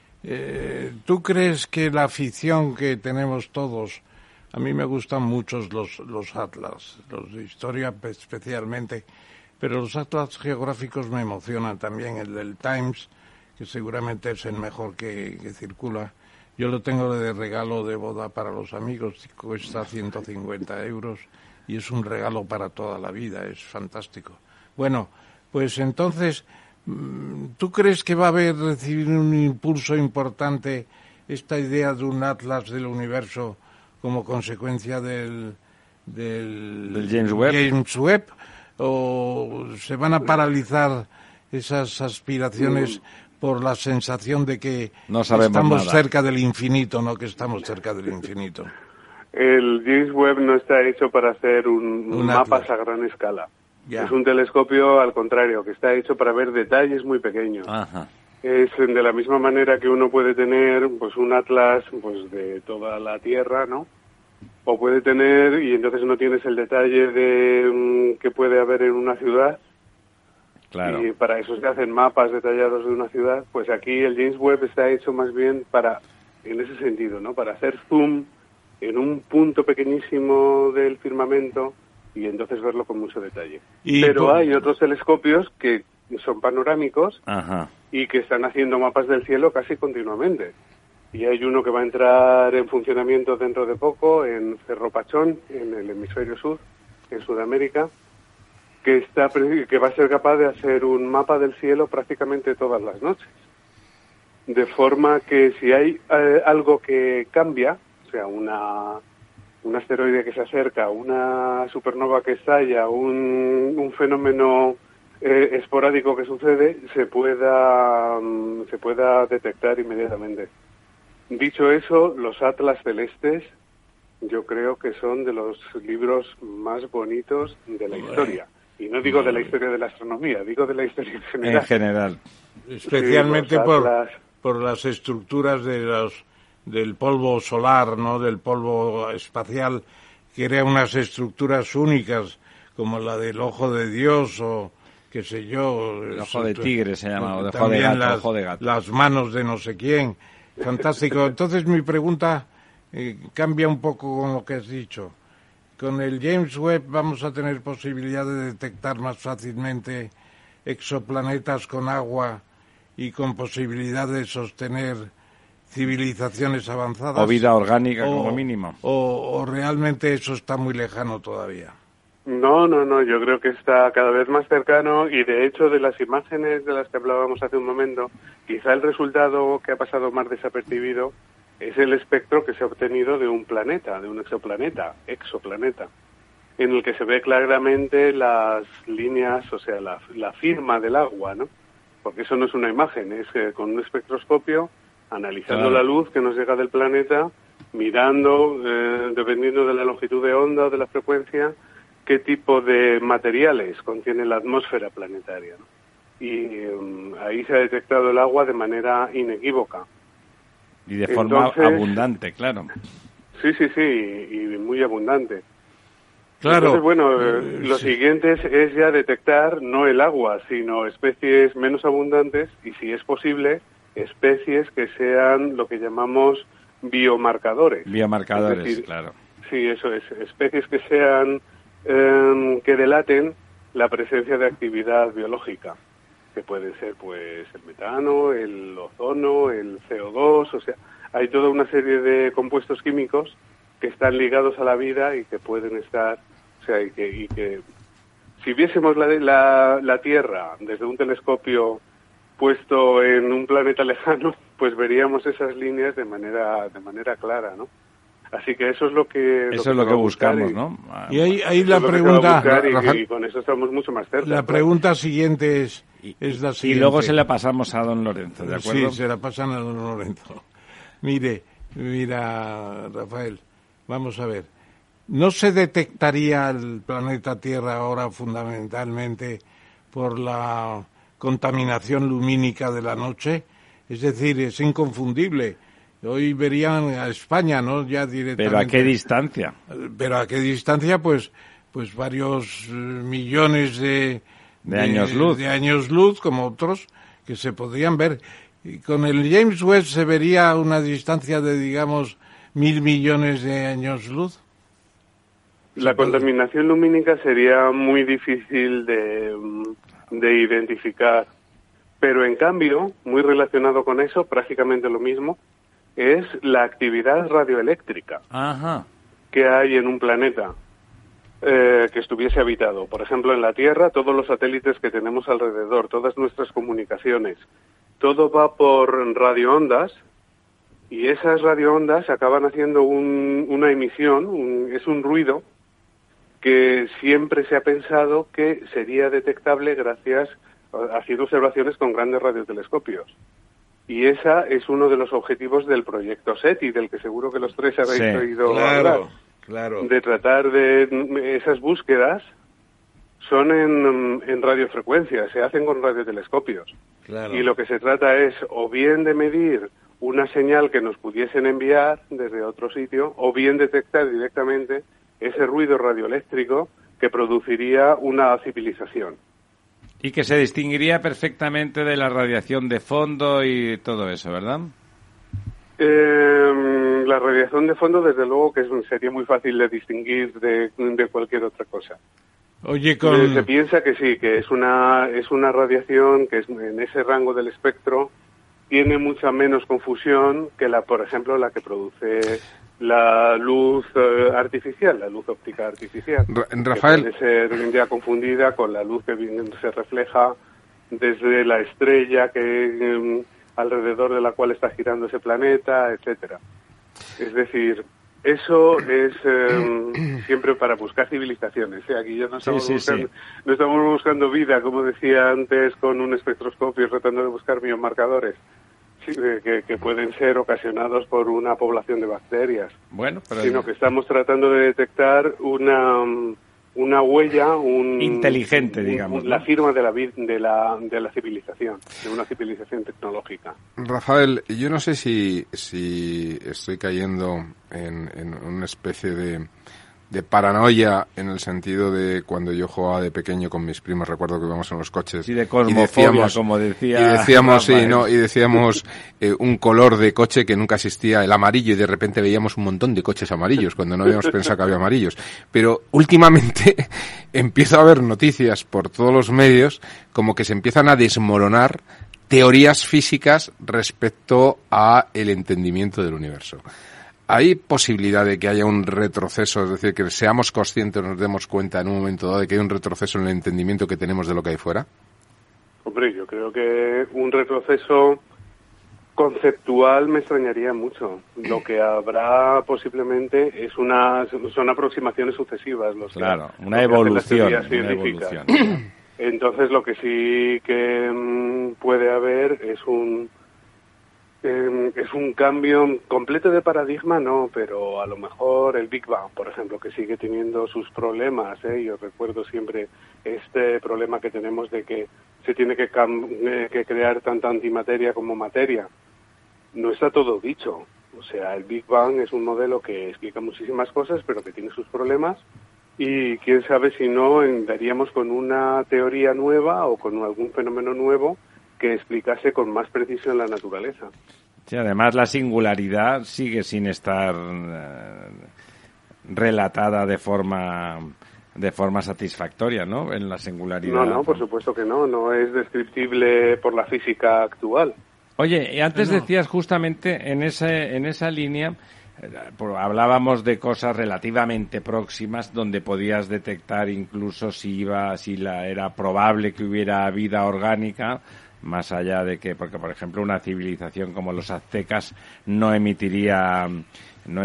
Eh, ¿Tú crees que la afición que tenemos todos, a mí me gustan muchos los, los atlas, los de historia especialmente, pero los atlas geográficos me emocionan también, el del Times, que seguramente es el mejor que, que circula. Yo lo tengo de regalo de boda para los amigos, cuesta ciento cincuenta euros. Y es un regalo para toda la vida, es fantástico. Bueno, pues entonces, ¿tú crees que va a haber recibir un impulso importante esta idea de un atlas del universo como consecuencia del, del, del James Webb? James Webb? ¿O se van a paralizar esas aspiraciones mm. por la sensación de que no sabemos estamos nada. cerca del infinito, no que estamos cerca del infinito? El James Webb no está hecho para hacer un, un mapas atlas. a gran escala. Ya. Es un telescopio, al contrario, que está hecho para ver detalles muy pequeños. Ajá. Es de la misma manera que uno puede tener pues un atlas pues de toda la Tierra, ¿no? o puede tener, y entonces no tienes el detalle de um, que puede haber en una ciudad. Claro. Y para eso se hacen mapas detallados de una ciudad. Pues aquí el James Webb está hecho más bien para, en ese sentido, ¿no? Para hacer zoom en un punto pequeñísimo del firmamento y entonces verlo con mucho detalle. Y Pero por... hay otros telescopios que son panorámicos Ajá. y que están haciendo mapas del cielo casi continuamente. Y hay uno que va a entrar en funcionamiento dentro de poco en Cerro Pachón, en el hemisferio sur, en Sudamérica, que está que va a ser capaz de hacer un mapa del cielo prácticamente todas las noches. De forma que si hay eh, algo que cambia, o sea, una un asteroide que se acerca, una supernova que estalla, un, un fenómeno eh, esporádico que sucede, se pueda um, se pueda detectar inmediatamente. Dicho eso, los atlas celestes yo creo que son de los libros más bonitos de la historia. Y no digo de la historia de la astronomía, digo de la historia en general. En general. Especialmente Sí, por, atlas... por las estructuras de los, del polvo solar, ¿no? Del polvo espacial, que crea unas estructuras únicas, como la del ojo de Dios o qué sé yo. El ojo de tigre se llama, o de ojo de también gato, las, ojo de gato. las manos de no sé quién. Fantástico. Entonces mi pregunta eh, cambia un poco con lo que has dicho. Con el James Webb vamos a tener posibilidad de detectar más fácilmente exoplanetas con agua y con posibilidad de sostener civilizaciones avanzadas. O vida orgánica o, como mínimo. O, o realmente eso está muy lejano todavía. No, no, no, yo creo que está cada vez más cercano y de hecho de las imágenes de las que hablábamos hace un momento, quizá el resultado que ha pasado más desapercibido es el espectro que se ha obtenido de un planeta, de un exoplaneta, exoplaneta, en el que se ve claramente las líneas, o sea, la, la firma del agua, ¿no? Porque eso no es una imagen, es que con un espectroscopio, analizando Claro. la luz que nos llega del planeta, mirando, eh, dependiendo de la longitud de onda o de la frecuencia, qué tipo de materiales contiene la atmósfera planetaria, ¿no? Y um, ahí se ha detectado el agua de manera inequívoca. Y de forma Entonces, abundante, claro. Sí, sí, sí, y, y muy abundante. Claro. Entonces, bueno, eh, Eh, lo sí. siguiente es, es ya detectar no el agua, sino especies menos abundantes y, si es posible, especies que sean lo que llamamos biomarcadores. Biomarcadores, Es decir, claro. Sí, eso es, especies que sean, eh, que delaten la presencia de actividad biológica, que pueden ser pues el metano, el ozono, el C O dos, o sea, hay toda una serie de compuestos químicos que están ligados a la vida y que pueden estar, o sea, y que, y que si viésemos la, la, la Tierra desde un telescopio puesto en un planeta lejano, pues veríamos esas líneas de manera, de manera clara, ¿no? Así que eso es lo que... Eso es lo que buscamos, ¿no? Y ahí, ahí la Eso es lo que se va a pregunta... buscar y, Rafael, y con eso estamos mucho más cerca. la claro. pregunta siguiente es, es la Y siguiente. luego se la pasamos a don Lorenzo, ¿de acuerdo? Sí, se la pasan a don Lorenzo. Mire, mira, Rafael, vamos a ver. ¿No se detectaría el planeta Tierra ahora fundamentalmente por la contaminación lumínica de la noche? Es decir, es inconfundible. Hoy verían a España, ¿no? Ya directamente. ¿Pero a qué distancia? Pero a qué distancia, pues, pues varios eh, millones de, De años luz. de años luz, como otros, que se podrían ver. Y con el James Webb se vería una distancia de, digamos, mil millones de años luz. La contaminación lumínica sería muy difícil de, de identificar, pero en cambio, muy relacionado con eso, prácticamente lo mismo, es la actividad radioeléctrica Ajá. que hay en un planeta eh, que estuviese habitado. Por ejemplo, en la Tierra, todos los satélites que tenemos alrededor, todas nuestras comunicaciones, todo va por radioondas y esas radioondas acaban haciendo un, una emisión, un, es un ruido que siempre se ha pensado que sería detectable gracias a haciendo observaciones con grandes radiotelescopios. Y esa es uno de los objetivos del proyecto SETI, del que seguro que los tres habéis Sí, oído claro, hablar. claro. De tratar de esas búsquedas son en, en radiofrecuencia, se hacen con radiotelescopios. Claro. Y lo que se trata es o bien de medir una señal que nos pudiesen enviar desde otro sitio, o bien detectar directamente ese ruido radioeléctrico que produciría una civilización. Y que se distinguiría perfectamente de la radiación de fondo y todo eso, ¿verdad? Eh, la radiación de fondo, desde luego, que es, sería muy fácil de distinguir de, de cualquier otra cosa. Oye, con... Se piensa que sí, que es una, es una radiación que es en ese rango del espectro tiene mucha menos confusión que la, por ejemplo, la que produce la luz eh, artificial, la luz óptica artificial. Ra- Rafael. Que puede ser ya confundida con la luz que viene- se refleja desde la estrella que eh, alrededor de la cual está girando ese planeta, etcétera. Es decir, eso es eh, siempre para buscar civilizaciones. ¿eh? Aquí ya no estamos, Sí, sí, buscando, sí. no estamos buscando vida, como decía antes, con un espectroscopio tratando de buscar biomarcadores. Sí, eh, que, que pueden ser ocasionados por una población de bacterias, Bueno, pero... sino que estamos tratando de detectar una mm, una huella, un Inteligente, un- digamos, la ¿no? firma de la vi- de la de la civilización, de una civilización tecnológica. Rafael, yo no sé si, si estoy cayendo en, en una especie de, de paranoia en el sentido de cuando yo jugaba de pequeño con mis primos, recuerdo que íbamos en los coches Y de y cosmofobia, decíamos, como decía y decíamos, sí, Rafael. no, y decíamos eh, un color de coche que nunca existía, el amarillo, y de repente veíamos un montón de coches amarillos cuando no habíamos pensado que había amarillos. Pero últimamente empiezo a ver noticias por todos los medios como que se empiezan a desmoronar teorías físicas respecto a el entendimiento del universo. ¿Hay posibilidad de que haya un retroceso, es decir, que seamos conscientes, nos demos cuenta en un momento dado de que hay un retroceso en el entendimiento que tenemos de lo que hay fuera? Hombre, yo creo que un retroceso conceptual me extrañaría mucho. Lo que habrá posiblemente es una son aproximaciones sucesivas. Los que- Claro, una lo que hacen las evolución, teorías una científicas. evolución. Entonces, lo que sí que mm, puede haber es un eh, es un cambio completo de paradigma, no, pero a lo mejor el Big Bang, por ejemplo, que sigue teniendo sus problemas, ¿eh? Yo recuerdo siempre este problema que tenemos de que se tiene que, cam- eh, que crear tanta antimateria como materia. No está todo dicho. O sea, el Big Bang es un modelo que explica muchísimas cosas, pero que tiene sus problemas. Y quién sabe si no daríamos con una teoría nueva o con algún fenómeno nuevo que explicase con más precisión la naturaleza. Sí, además la singularidad sigue sin estar eh, relatada de forma de forma satisfactoria, ¿no? En la singularidad. No, no, por supuesto que no. No es descriptible por la física actual. Oye, y antes No. decías justamente en ese en esa línea, eh, por- hablábamos de cosas relativamente próximas donde podías detectar incluso si iba si la era probable que hubiera vida orgánica, más allá de que, porque por ejemplo una civilización como los aztecas no emitiría no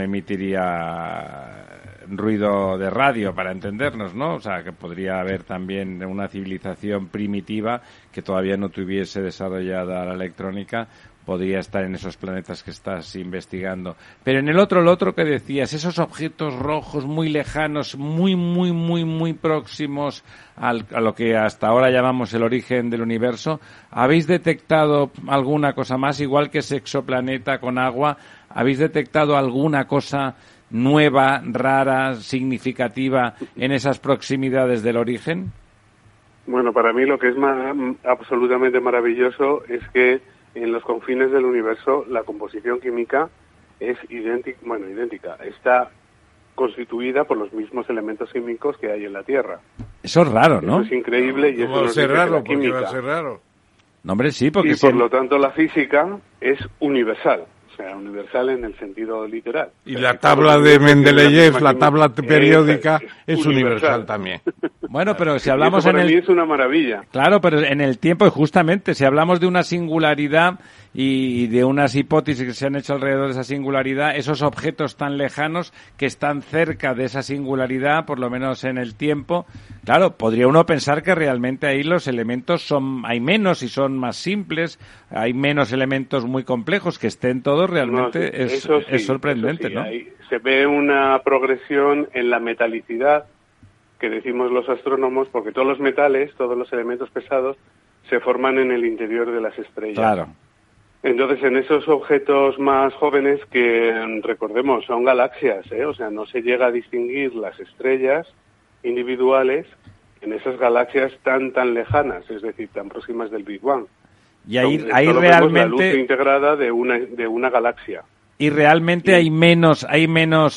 emitiría ruido de radio, para entendernos, ¿no? O sea, que podría haber también una civilización primitiva que todavía no tuviese desarrollada la electrónica, podría estar en esos planetas que estás investigando. Pero en el otro, lo otro que decías, esos objetos rojos muy lejanos, muy, muy, muy, muy próximos al, a lo que hasta ahora llamamos el origen del universo, ¿habéis detectado alguna cosa más? Igual que ese exoplaneta con agua, ¿habéis detectado alguna cosa nueva, rara, significativa en esas proximidades del origen? Bueno, para mí lo que es ma- absolutamente maravilloso es que en los confines del universo la composición química es idéntica, bueno, idéntica, está constituida por los mismos elementos químicos que hay en la Tierra. Eso es raro, ¿no? Eso es increíble y eso ¿Cómo va a nos ser dice que raro? la ¿Por qué va química a ser raro? No, hombre, sí, porque y si- por lo tanto la física es universal, o sea, universal en el sentido literal. Y O la sea, tabla todos de los elementos tienen Mendeleev, misma la química. tabla Esa periódica, es es universal también. Bueno, pero si Y hablamos eso para en mí el... es una maravilla. Claro, pero en el tiempo, y justamente, si hablamos de una singularidad y de unas hipótesis que se han hecho alrededor de esa singularidad, esos objetos tan lejanos que están cerca de esa singularidad, por lo menos en el tiempo, claro, podría uno pensar que realmente ahí los elementos son, hay menos y son más simples, hay menos elementos muy complejos, que estén todos realmente No, sí, es, eso sí, es sorprendente, eso sí, ¿no? ahí se ve una progresión en la metalicidad que decimos los astrónomos, porque todos los metales, todos los elementos pesados, se forman en el interior de las estrellas. Claro. Entonces, en esos objetos más jóvenes que, recordemos, son galaxias, ¿eh? O sea, no se llega a distinguir las estrellas individuales en esas galaxias tan, tan lejanas, es decir, tan próximas del Big Bang. Y ahí, Son, ahí solo realmente... vemos la luz integrada de una, de una galaxia. Y realmente sí. hay menos, hay menos,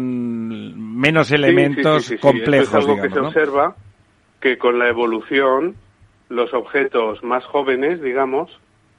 son menos elementos sí, sí, sí, sí, complejos, Esto es algo digamos, que se ¿no? observa, que con la evolución, los objetos más jóvenes, digamos,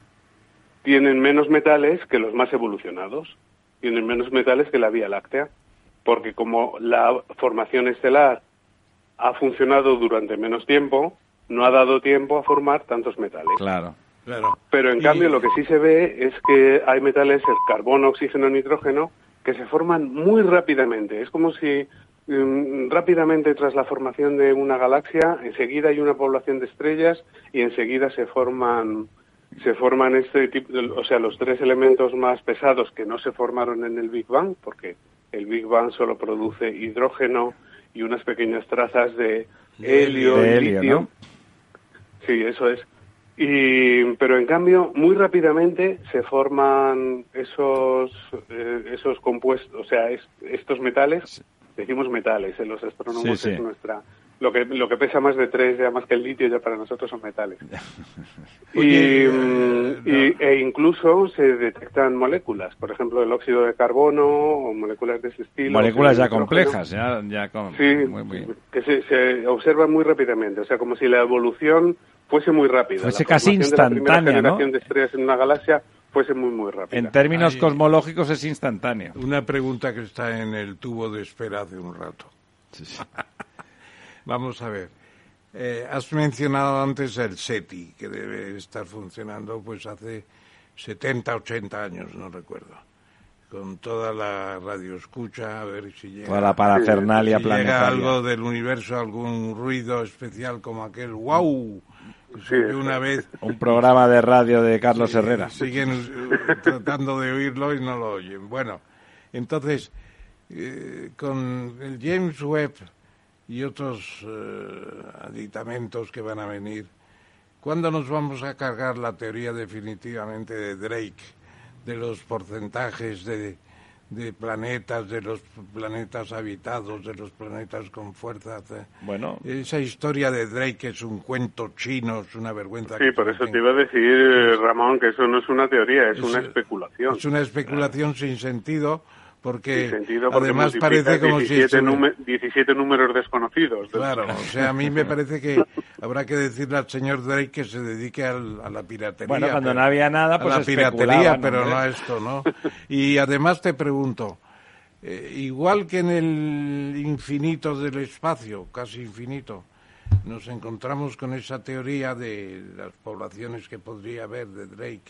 tienen menos metales que los más evolucionados. Tienen menos metales que la Vía Láctea. Porque como la formación estelar ha funcionado durante menos tiempo, no ha dado tiempo a formar tantos metales. Claro, claro. Pero en y... cambio lo que sí se ve es que hay metales, el carbono, oxígeno, nitrógeno, que se forman muy rápidamente. Es como si um, rápidamente tras la formación de una galaxia, enseguida hay una población de estrellas y enseguida se forman se forman este tipo, o sea, los tres elementos más pesados que no se formaron en el Big Bang, porque el Big Bang solo produce hidrógeno y unas pequeñas trazas de helio de y helio, litio. ¿no? Sí, eso es. Y, pero en cambio, muy rápidamente se forman esos eh, esos compuestos, o sea, es, estos metales, decimos metales, en los astrónomos sí, sí. es nuestra... Lo que lo que pesa más de tres, ya más que el litio, ya para nosotros son metales. y, Oye, eh, no. y e incluso se detectan moléculas, por ejemplo, el óxido de carbono o moléculas de ese estilo. Moléculas ya complejas, ya, ya con, sí, muy, muy... que se, se observan muy rápidamente, o sea, como si la evolución fuese muy rápida. Fuese la casi instantánea, de la primera generación ¿no? de estrellas en una galaxia fuese muy, muy rápida. En términos Ahí, cosmológicos es instantáneo. Una pregunta que está en el tubo de espera hace un rato. Sí, sí. Vamos a ver. Eh, has mencionado antes el SETI, que debe estar funcionando pues hace setenta, ochenta años, no recuerdo. Con toda la radioescucha, a ver si llega... Toda la parafernalia si planetaria. llega algo del universo, algún ruido especial como aquel ¡wow! Que Sí, se oyó una vez. Un programa de radio de Carlos Sí, Herrera. Siguen uh, tratando de oírlo y no lo oyen. Bueno, entonces, eh, con el James Webb y otros eh, aditamentos que van a venir, ¿cuándo nos vamos a cargar la teoría definitivamente de Drake, de los porcentajes de, de planetas, de los planetas habitados, de los planetas con fuerza? Bueno. Esa historia de Drake es un cuento chino, es una vergüenza. Sí, por eso te iba a decir, Ramón, que eso no es una teoría, es, es una especulación. Es una especulación claro. sin sentido. Porque, sin sentido porque además parece como diecisiete si... Número, diecisiete números desconocidos. Claro, o sea, a mí me parece que habrá que decirle al señor Drake que se dedique al, a la piratería. Bueno, cuando pero, no había nada, pues a la piratería, pero ¿no? no a esto, ¿no? Y además te pregunto, eh, igual que en el infinito del espacio, casi infinito, nos encontramos con esa teoría de las poblaciones que podría haber de Drake,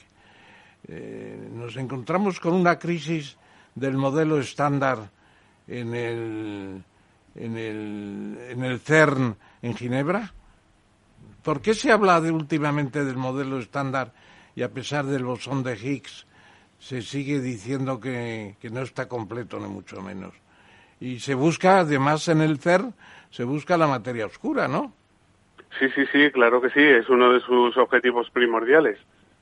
eh, nos encontramos con una crisis del modelo estándar en el, en el en el CERN en Ginebra? ¿Por qué se habla de, últimamente del modelo estándar y a pesar del bosón de Higgs se sigue diciendo que, que no está completo, ni mucho menos? Y se busca, además en el CERN, se busca la materia oscura, ¿no? Sí, sí, sí, claro que sí, es uno de sus objetivos primordiales.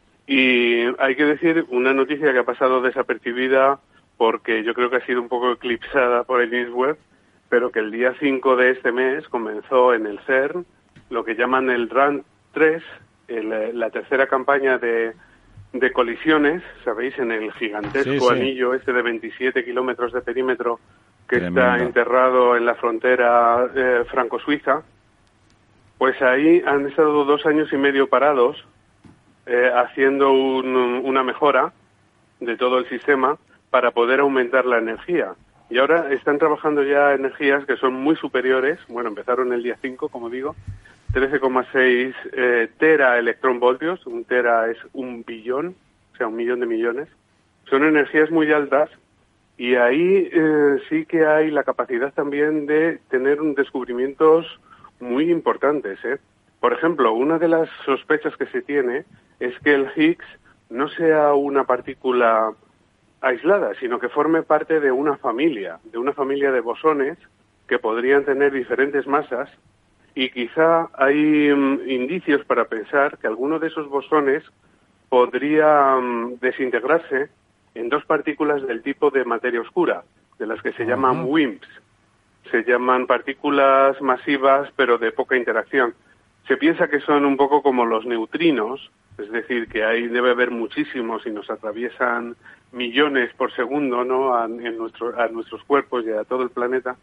Y hay que decir una noticia que ha pasado desapercibida porque yo creo que ha sido un poco eclipsada por el James Webb, pero que el día cinco de este mes comenzó en el CERN lo que llaman el RAN tres, el, la tercera campaña de, de colisiones, ¿sabéis? En el gigantesco sí, sí. anillo este de veintisiete kilómetros de perímetro que Tremendo. Está enterrado en la frontera eh, franco-suiza. Pues ahí han estado dos años y medio parados eh, haciendo un, una mejora de todo el sistema para poder aumentar la energía. Y ahora están trabajando ya energías que son muy superiores. Bueno, empezaron el día cinco, como digo, trece coma seis eh, tera electronvoltios. Un tera es un billón, o sea, un millón de millones. Son energías muy altas y ahí eh, sí que hay la capacidad también de tener un descubrimientos muy importantes, ¿eh? Por ejemplo, una de las sospechas que se tiene es que el Higgs no sea una partícula aislada, sino que forme parte de una familia, de una familia de bosones que podrían tener diferentes masas y quizá hay um, indicios para pensar que alguno de esos bosones podría um, desintegrarse en dos partículas del tipo de materia oscura, de las que se uh-huh. llaman W I M Ps. Se llaman partículas masivas, pero de poca interacción. Se piensa que son un poco como los neutrinos, es decir, que ahí debe haber muchísimos y nos atraviesan millones por segundo, ¿no?, a, en nuestro, a nuestros cuerpos y a todo el planeta,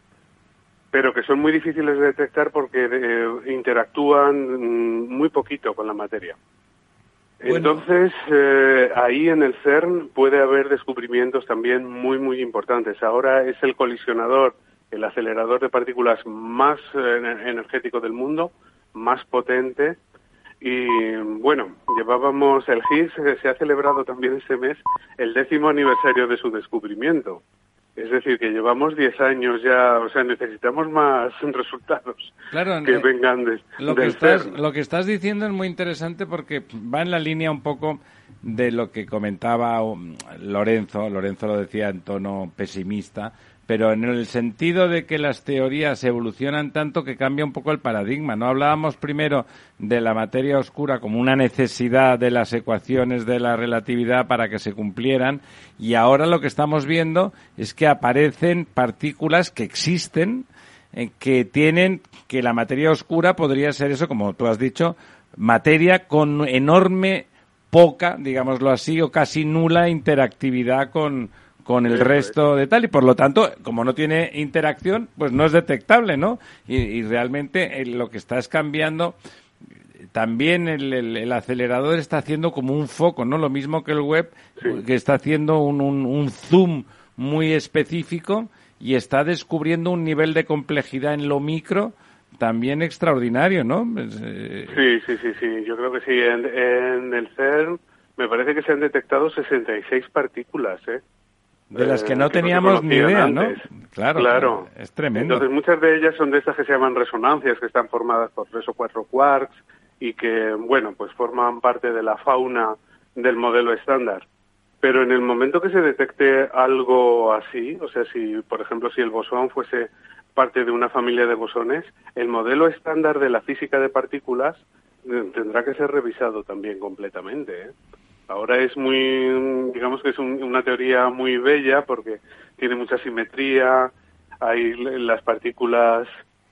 pero que son muy difíciles de detectar porque eh, interactúan mm, muy poquito con la materia. Bueno. Entonces, eh, ahí en el CERN puede haber descubrimientos también muy, muy importantes. Ahora es el colisionador, el acelerador de partículas más eh, energético del mundo, más potente. Y bueno, llevábamos el Higgs, se ha celebrado también este mes el décimo aniversario de su descubrimiento. Es decir, que llevamos diez años ya, o sea, necesitamos más resultados claro, que eh, vengan de, lo del que estás, CERN. Lo que estás diciendo es muy interesante porque va en la línea un poco de lo que comentaba Lorenzo. Lorenzo lo decía en tono pesimista, pero en el sentido de que las teorías evolucionan tanto que cambia un poco el paradigma, ¿no? Hablábamos primero de la materia oscura como una necesidad de las ecuaciones de la relatividad para que se cumplieran, y ahora lo que estamos viendo es que aparecen partículas que existen, eh, que tienen, que la materia oscura podría ser eso, como tú has dicho, materia con enorme, poca, digámoslo así, o casi nula interactividad con con el resto de tal, y por lo tanto, como no tiene interacción, pues no es detectable, ¿no? Y, y realmente eh, lo que está es cambiando. También el, el, el acelerador está haciendo como un foco, ¿no? Lo mismo que el web, sí. que está haciendo un, un, un zoom muy específico y está descubriendo un nivel de complejidad en lo micro también extraordinario, ¿no? Pues, eh... Sí, sí, sí, sí. Yo creo que sí. En, en el CERN me parece que se han detectado sesenta y seis partículas, ¿eh? De las que no que teníamos no ni idea, antes. ¿no? Claro, claro, es tremendo. Entonces muchas de ellas son de estas que se llaman resonancias, que están formadas por tres o cuatro quarks y que, bueno, pues forman parte de la fauna del modelo estándar. Pero en el momento que se detecte algo así, o sea, si, por ejemplo, si el bosón fuese parte de una familia de bosones, el modelo estándar de la física de partículas eh, tendrá que ser revisado también completamente, ¿eh? Ahora es muy, digamos que es un, una teoría muy bella porque tiene mucha simetría, hay las partículas,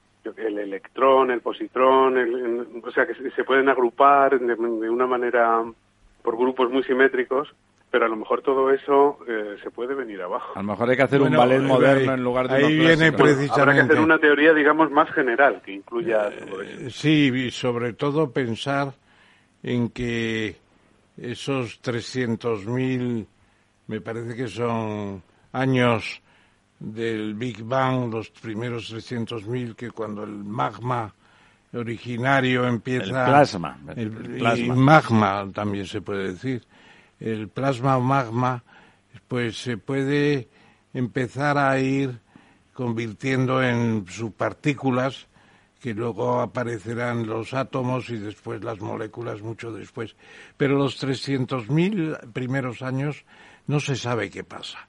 el electrón, el positrón, el, el, o sea que se, se pueden agrupar de, de una manera por grupos muy simétricos, pero a lo mejor todo eso eh, se puede venir abajo. A lo mejor hay que hacer bueno, un ballet moderno ahí, en lugar de ahí uno viene clásico. precisamente. Habrá que hacer una teoría, digamos, más general que incluya eh, todo eso. Sí, y sobre todo pensar en que esos trescientos mil, me parece que son años del Big Bang, los primeros trescientos mil, que cuando el magma originario empieza... El plasma. El, el plasma. Y magma también se puede decir. El plasma o magma, pues se puede empezar a ir convirtiendo en subpartículas, que luego aparecerán los átomos y después las moléculas mucho después. Pero los trescientos mil primeros años no se sabe qué pasa.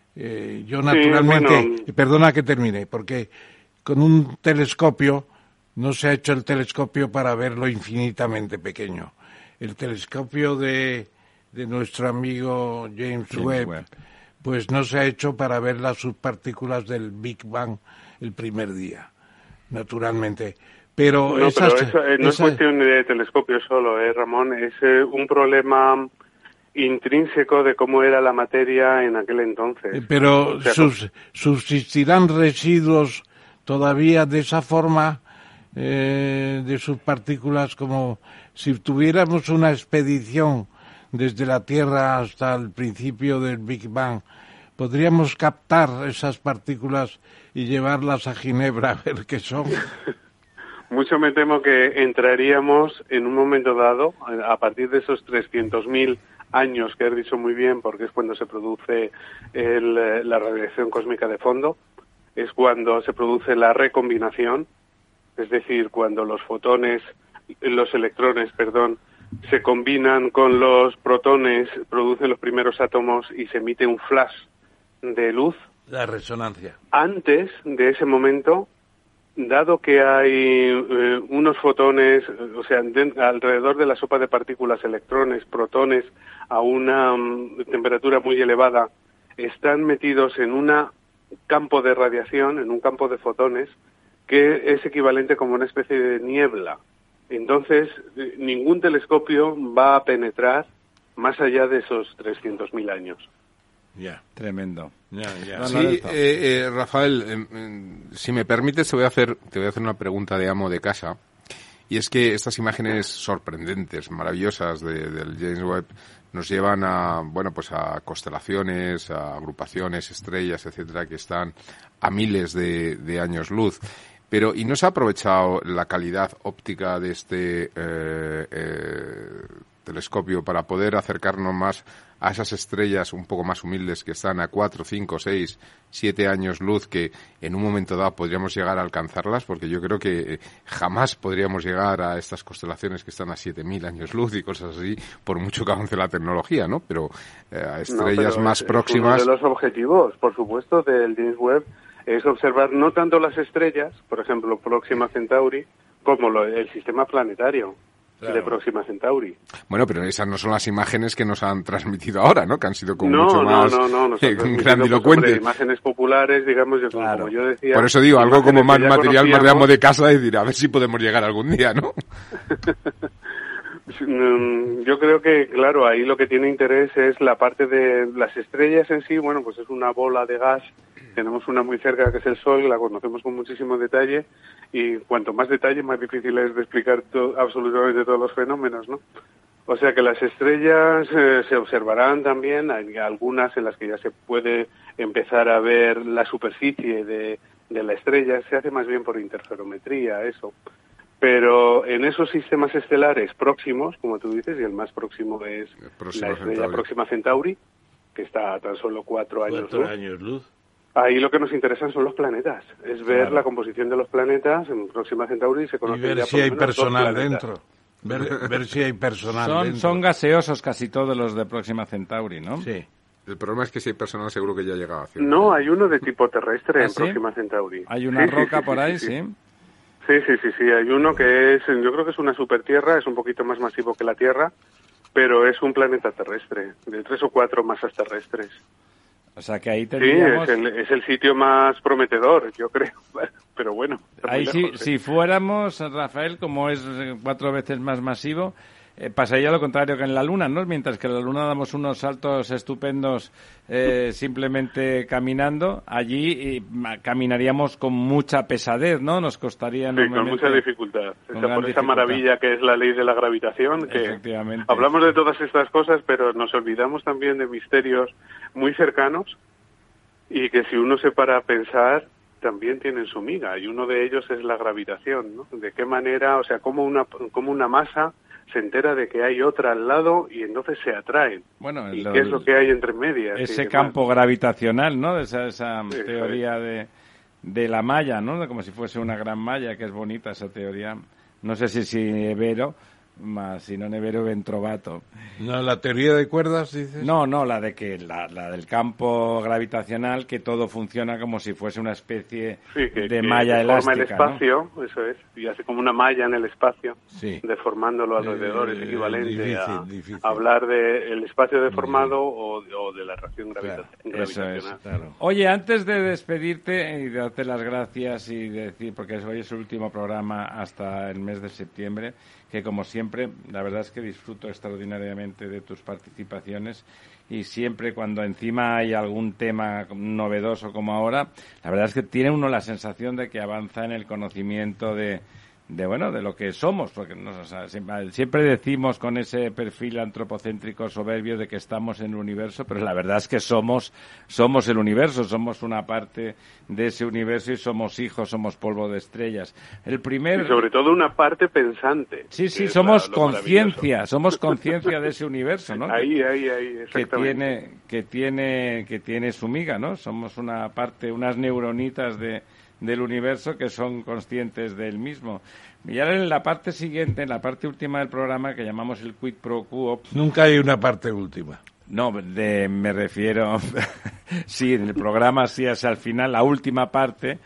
Eh, yo naturalmente, sí, bueno. Perdona que termine, porque con un telescopio no se ha hecho el telescopio para verlo infinitamente pequeño. El telescopio de, de nuestro amigo James, James Webb, Webb, pues no se ha hecho para ver las subpartículas del Big Bang el primer día. Naturalmente, pero, no, esas, pero eso, eh, no esas... es cuestión de telescopio solo, eh, Ramón, es eh, un problema intrínseco de cómo era la materia en aquel entonces. Pero o sea, sus, subsistirán residuos todavía de esa forma eh, de subpartículas, como si tuviéramos una expedición desde la Tierra hasta el principio del Big Bang. ¿Podríamos captar esas partículas y llevarlas a Ginebra a ver qué son? Mucho me temo que entraríamos en un momento dado, a partir de esos trescientos mil años que has dicho muy bien, porque es cuando se produce el, la radiación cósmica de fondo, es cuando se produce la recombinación, es decir, cuando los fotones, los electrones, perdón, se combinan con los protones, producen los primeros átomos y se emite un flash de luz. La resonancia. Antes de ese momento dado que hay eh, unos fotones, o sea, de, alrededor de la sopa de partículas, electrones, protones, a una um, temperatura muy elevada, están metidos en un campo de radiación, en un campo de fotones, que es equivalente como una especie de niebla. Entonces, eh, ningún telescopio va a penetrar más allá de esos trescientos mil años. Ya, tremendo. Ya, ya. Sí, eh, eh, Rafael, eh, eh, si me permites, te voy a hacer, te voy a hacer una pregunta de amo de casa. Y es que estas imágenes sorprendentes, maravillosas de, del James Webb nos llevan a, bueno, pues a constelaciones, a agrupaciones, estrellas, etcétera, que están a miles de, de años luz. Pero, ¿y no se ha aprovechado la calidad óptica de este eh, eh, telescopio para poder acercarnos más a esas estrellas un poco más humildes que están a cuatro, cinco, seis, siete años luz, que en un momento dado podríamos llegar a alcanzarlas? Porque yo creo que jamás podríamos llegar a estas constelaciones que están a siete mil años luz y cosas así, por mucho que avance la tecnología, ¿no? Pero eh, a estrellas no, más es, próximas... Es uno de los objetivos, por supuesto, del James Webb es observar no tanto las estrellas, por ejemplo, Próxima Centauri, como lo, el sistema planetario. Claro. De Próxima Centauri. Bueno, pero esas no son las imágenes que nos han transmitido ahora, ¿no? Que han sido como no, mucho no, más no, no, no, eh, grandilocuentes. Pues, imágenes populares, digamos, yo, claro. como yo decía... Por eso digo, algo como más material, más de amo conocíamos... de casa, y decir, a ver si podemos llegar algún día, ¿no? Yo creo que, claro, ahí lo que tiene interés es la parte de las estrellas en sí. Bueno, pues es una bola de gas. Tenemos una muy cerca que es el Sol, la conocemos con muchísimo detalle, y cuanto más detalle, más difícil es de explicar to- absolutamente todos los fenómenos, ¿no? O sea que las estrellas eh, se observarán también, hay algunas en las que ya se puede empezar a ver la superficie de, de la estrella, se hace más bien por interferometría, eso. Pero en esos sistemas estelares próximos, como tú dices, y el más próximo es la estrella Centauri. Próxima Centauri, que está a tan solo cuatro años cuatro luz. años luz. Ahí lo que nos interesan son los planetas, es ver claro. la composición de los planetas en Próxima Centauri. Se conoce y ver ya si hay personal dentro. Ver, ver si hay personal son, dentro. Son gaseosos casi todos los de Próxima Centauri, ¿no? Sí. El problema es que si hay personal seguro que ya ha llegado a cierto. No, hay uno de tipo terrestre ¿Ah, en sí? Próxima Centauri. Hay una sí, roca sí, sí, por sí, ahí, sí. sí. Sí, sí, sí, sí. Hay uno que es, yo creo que es una supertierra, es un poquito más masivo que la Tierra, pero es un planeta terrestre, de tres o cuatro masas terrestres. O sea que ahí tendríamos... Sí, es el, es el sitio más prometedor, yo creo, pero bueno. Ahí sí, lejos, ¿eh? Si fuéramos, Rafael, como es cuatro veces más masivo, eh, pasaría lo contrario que en la Luna, ¿no? Mientras que en la Luna damos unos saltos estupendos eh, simplemente caminando, allí eh, caminaríamos con mucha pesadez, ¿no? Nos costaría Sí, con mucha dificultad. Con o sea, por esta dificultad. maravilla que es la ley de la gravitación, que Efectivamente. hablamos de todas estas cosas, pero nos olvidamos también de misterios muy cercanos y que si uno se para a pensar también tienen su miga, y uno de ellos es la gravitación, ¿no? De qué manera, o sea, cómo una, cómo una masa se entera de que hay otra al lado y entonces se atraen. Bueno, ¿Y lo, qué es lo que hay entre medias? Ese campo gravitacional, ¿no? Esa, esa sí, teoría sí. de, de la malla, ¿no? Como si fuese una gran malla, que es bonita esa teoría. No sé si si Nevero, más si no Nevero, Ventrovato. No, la teoría de cuerdas, dices. No, no, la de que la, la del campo gravitacional, que todo funciona como si fuese una especie sí, que, de que malla elástica, forma el espacio, ¿no? Eso es, y hace como una malla en el espacio, sí. deformándolo alrededor, eh, es equivalente difícil, a difícil. hablar de el espacio deformado o, o de la reacción gravita- Claro, gravitacional. eso es, claro. Oye, antes de despedirte y de darte las gracias y de decir, porque hoy es el último programa hasta el mes de septiembre, que como siempre, la verdad es que disfruto extraordinariamente de tus participaciones y siempre cuando encima hay algún tema novedoso como ahora, la verdad es que tiene uno la sensación de que avanza en el conocimiento de de bueno de lo que somos, porque no, o sea, siempre, siempre decimos con ese perfil antropocéntrico soberbio de que estamos en el universo, pero la verdad es que somos somos el universo, somos una parte de ese universo y somos hijos, somos polvo de estrellas. El primer Y sobre todo una parte pensante. Sí, sí, que somos es la- lo conciencia, somos conciencia de ese universo, ¿no? Ahí, ahí, ahí, que exactamente. tiene que tiene que tiene su miga, ¿no? Somos una parte, unas neuronitas de del universo que son conscientes del mismo. Y ahora en la parte siguiente, en la parte última del programa que llamamos el quid pro quo. Nunca hay una parte última. No, de, me refiero, sí, en el programa sí es al final, la última parte.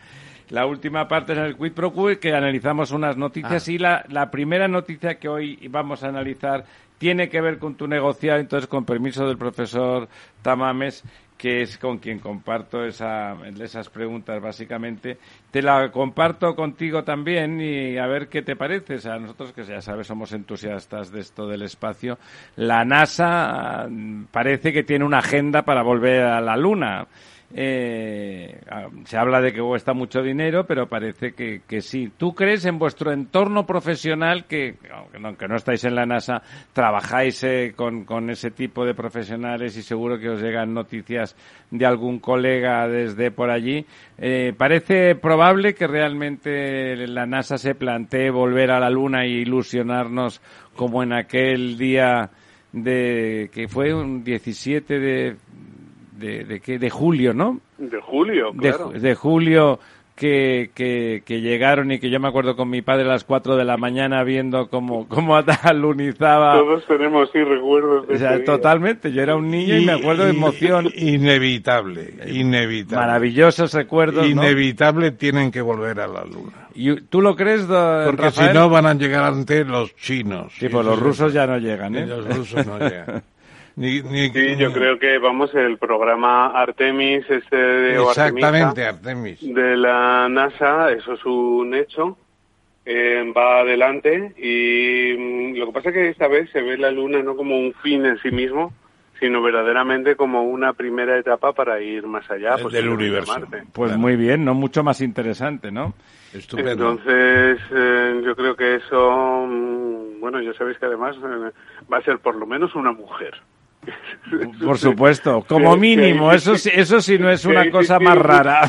La última parte es en el Quid Pro Quo, que analizamos unas noticias Ah. y la, la primera noticia que hoy vamos a analizar tiene que ver con tu negociado, entonces con permiso del profesor Tamames, que es con quien comparto esa, esas preguntas básicamente. Te la comparto contigo también y a ver qué te parece. O sea, nosotros, que ya sabes, somos entusiastas de esto del espacio. La NASA parece que tiene una agenda para volver a la Luna. Eh, se habla de que cuesta mucho dinero, pero parece que, que sí. ¿Tú crees en vuestro entorno profesional, que aunque no estáis en la NASA, trabajáis eh, con, con ese tipo de profesionales y seguro que os llegan noticias de algún colega desde por allí? Eh, ¿Parece probable que realmente la NASA se plantee volver a la Luna e ilusionarnos como en aquel día de que fue un diecisiete de De, de, de, de julio, ¿no? De julio, claro. De, de julio que, que, que llegaron y que yo me acuerdo con mi padre a las cuatro de la mañana viendo cómo, cómo alunizaba. Todos tenemos, sí, recuerdos de O sea, ese totalmente. Yo era un niño y, y me acuerdo de emoción. Inevitable, inevitable. Maravillosos recuerdos, Inevitable, ¿no? Tienen que volver a la Luna. ¿Y tú lo crees, don Porque Rafael? si no van a llegar antes los chinos. Sí, pues los rusos ya no llegan, ¿eh? Los rusos no llegan. Ni, ni, sí, yo creo que, vamos, el programa Artemis, este de Exactamente, Artemis. de la NASA, eso es un hecho, eh, va adelante y mm, lo que pasa es que esta vez se ve la Luna no como un fin en sí mismo, sino verdaderamente como una primera etapa para ir más allá. Pues, del universo. Marte. Pues claro. Muy bien, ¿no? Mucho más interesante, ¿no? Estupendo. Entonces, eh, yo creo que eso, mm, bueno, ya sabéis que además eh, va a ser por lo menos una mujer. Por supuesto, como mínimo, eso sí, eso sí no es una cosa más rara.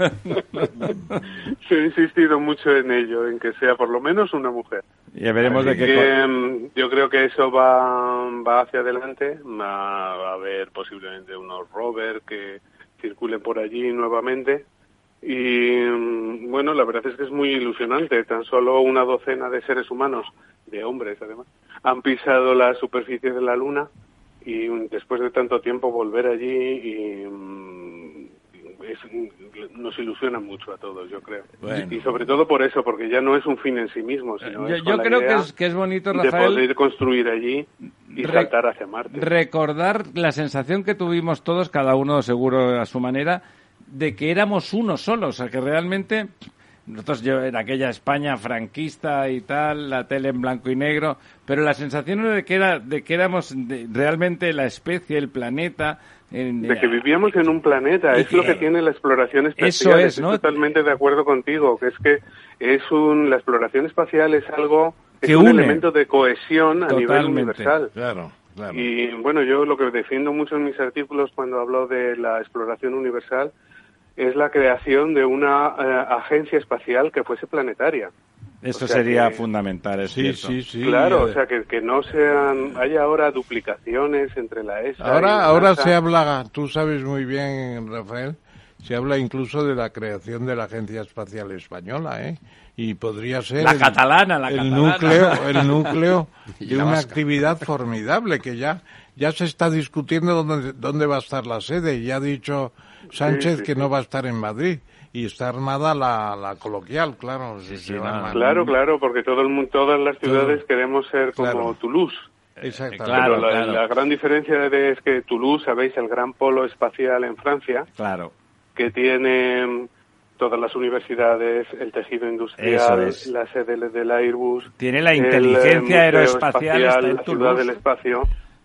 Se ha insistido mucho en ello, en que sea por lo menos una mujer. Ya veremos de qué. Que, yo creo que eso va, va hacia adelante, va, va a haber posiblemente unos rovers que circulen por allí nuevamente. Y bueno, la verdad es que es muy ilusionante. Tan solo una docena de seres humanos, de hombres además, han pisado la superficie de la Luna. Y después de tanto tiempo volver allí y mm, es, nos ilusiona mucho a todos, yo creo. Bueno. Y sobre todo por eso, porque ya no es un fin en sí mismo, sino yo, es yo creo que es, que es bonito, Rafael, de poder construir allí y re- saltar hacia Marte. Recordar la sensación que tuvimos todos, cada uno seguro a su manera, de que éramos uno solo, o sea, que realmente... Nosotros, yo en aquella España franquista y tal, la tele en blanco y negro, pero la sensación de que era, de que éramos de, realmente la especie, el planeta. En, de que vivíamos en un planeta, es que, lo que tiene la exploración espacial. Eso es, ¿no? Estoy totalmente de acuerdo contigo, que es que es un, la exploración espacial es algo, es que un une. elemento de cohesión a Totalmente. nivel universal. Claro, claro. Y bueno, yo lo que defiendo mucho en mis artículos cuando hablo de la exploración universal es la creación de una eh, agencia espacial que fuese planetaria. Eso o sea sería que, fundamental, es sí, cierto. Sí, sí, claro, o sea, que, que no sean... Haya ahora duplicaciones entre la E S A Ahora, y la ahora NASA. se habla, tú sabes muy bien, Rafael, se habla incluso de la creación de la Agencia Espacial Española, ¿eh? Y podría ser... La el, catalana, la el catalana. Núcleo, el núcleo Y de la una vasca. actividad formidable que ya, ya se está discutiendo dónde, dónde va a estar la sede. Y ya ha dicho Sánchez Sí, sí, que sí. no va a estar en Madrid. Y está armada la, la coloquial, claro. Si sí, se va a no, armar. Claro, claro, porque todo el mundo, todas las ciudades Todo. queremos ser como Claro. Toulouse. Exactamente. claro. Pero la, la gran diferencia de- es que Toulouse, sabéis, el gran polo espacial en Francia, Claro. que tiene mm, todas las universidades, el tejido Eso industrial, es. la sede del Airbus, Tiene la el, inteligencia eh, Museo aeroespacial, está en la ciudad Toulouse. del espacio.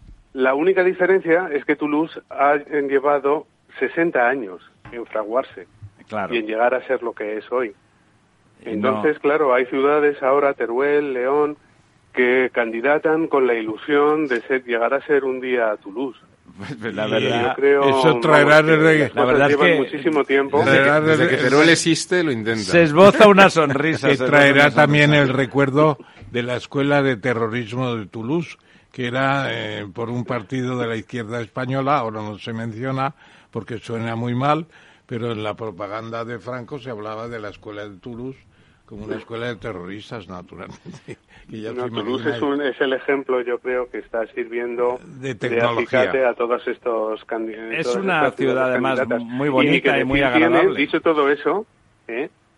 La única diferencia es que Toulouse ha eh, llevado sesenta años en fraguarse Claro. y en llegar a ser lo que es hoy. Y Entonces, no- claro, hay ciudades ahora, Teruel, León, que candidatan con la ilusión de ser, llegar a ser un día a Toulouse. Pues la Y verdad, yo creo, eso traerá vamos, que desde- las la cosas verdad es llevan que- muchísimo tiempo. Traerá Desde que desde- Teruel existe, lo intenta. se esboza una sonrisa. que se esboza traerá una también sonrisa. el recuerdo de la Escuela de Terrorismo de Toulouse, que era eh, por un partido de la izquierda española, ahora no se menciona porque suena muy mal, pero en la propaganda de Franco se hablaba de la Escuela de Toulouse como una escuela de terroristas, naturalmente. Que ya No, os Toulouse imagináis. es, un, es el ejemplo, yo creo, que está sirviendo De tecnología. acicate a todos estos candidatos. Es una ciudad, además, muy bonita y muy Tiene, agradable. dicho todo eso, ¿eh?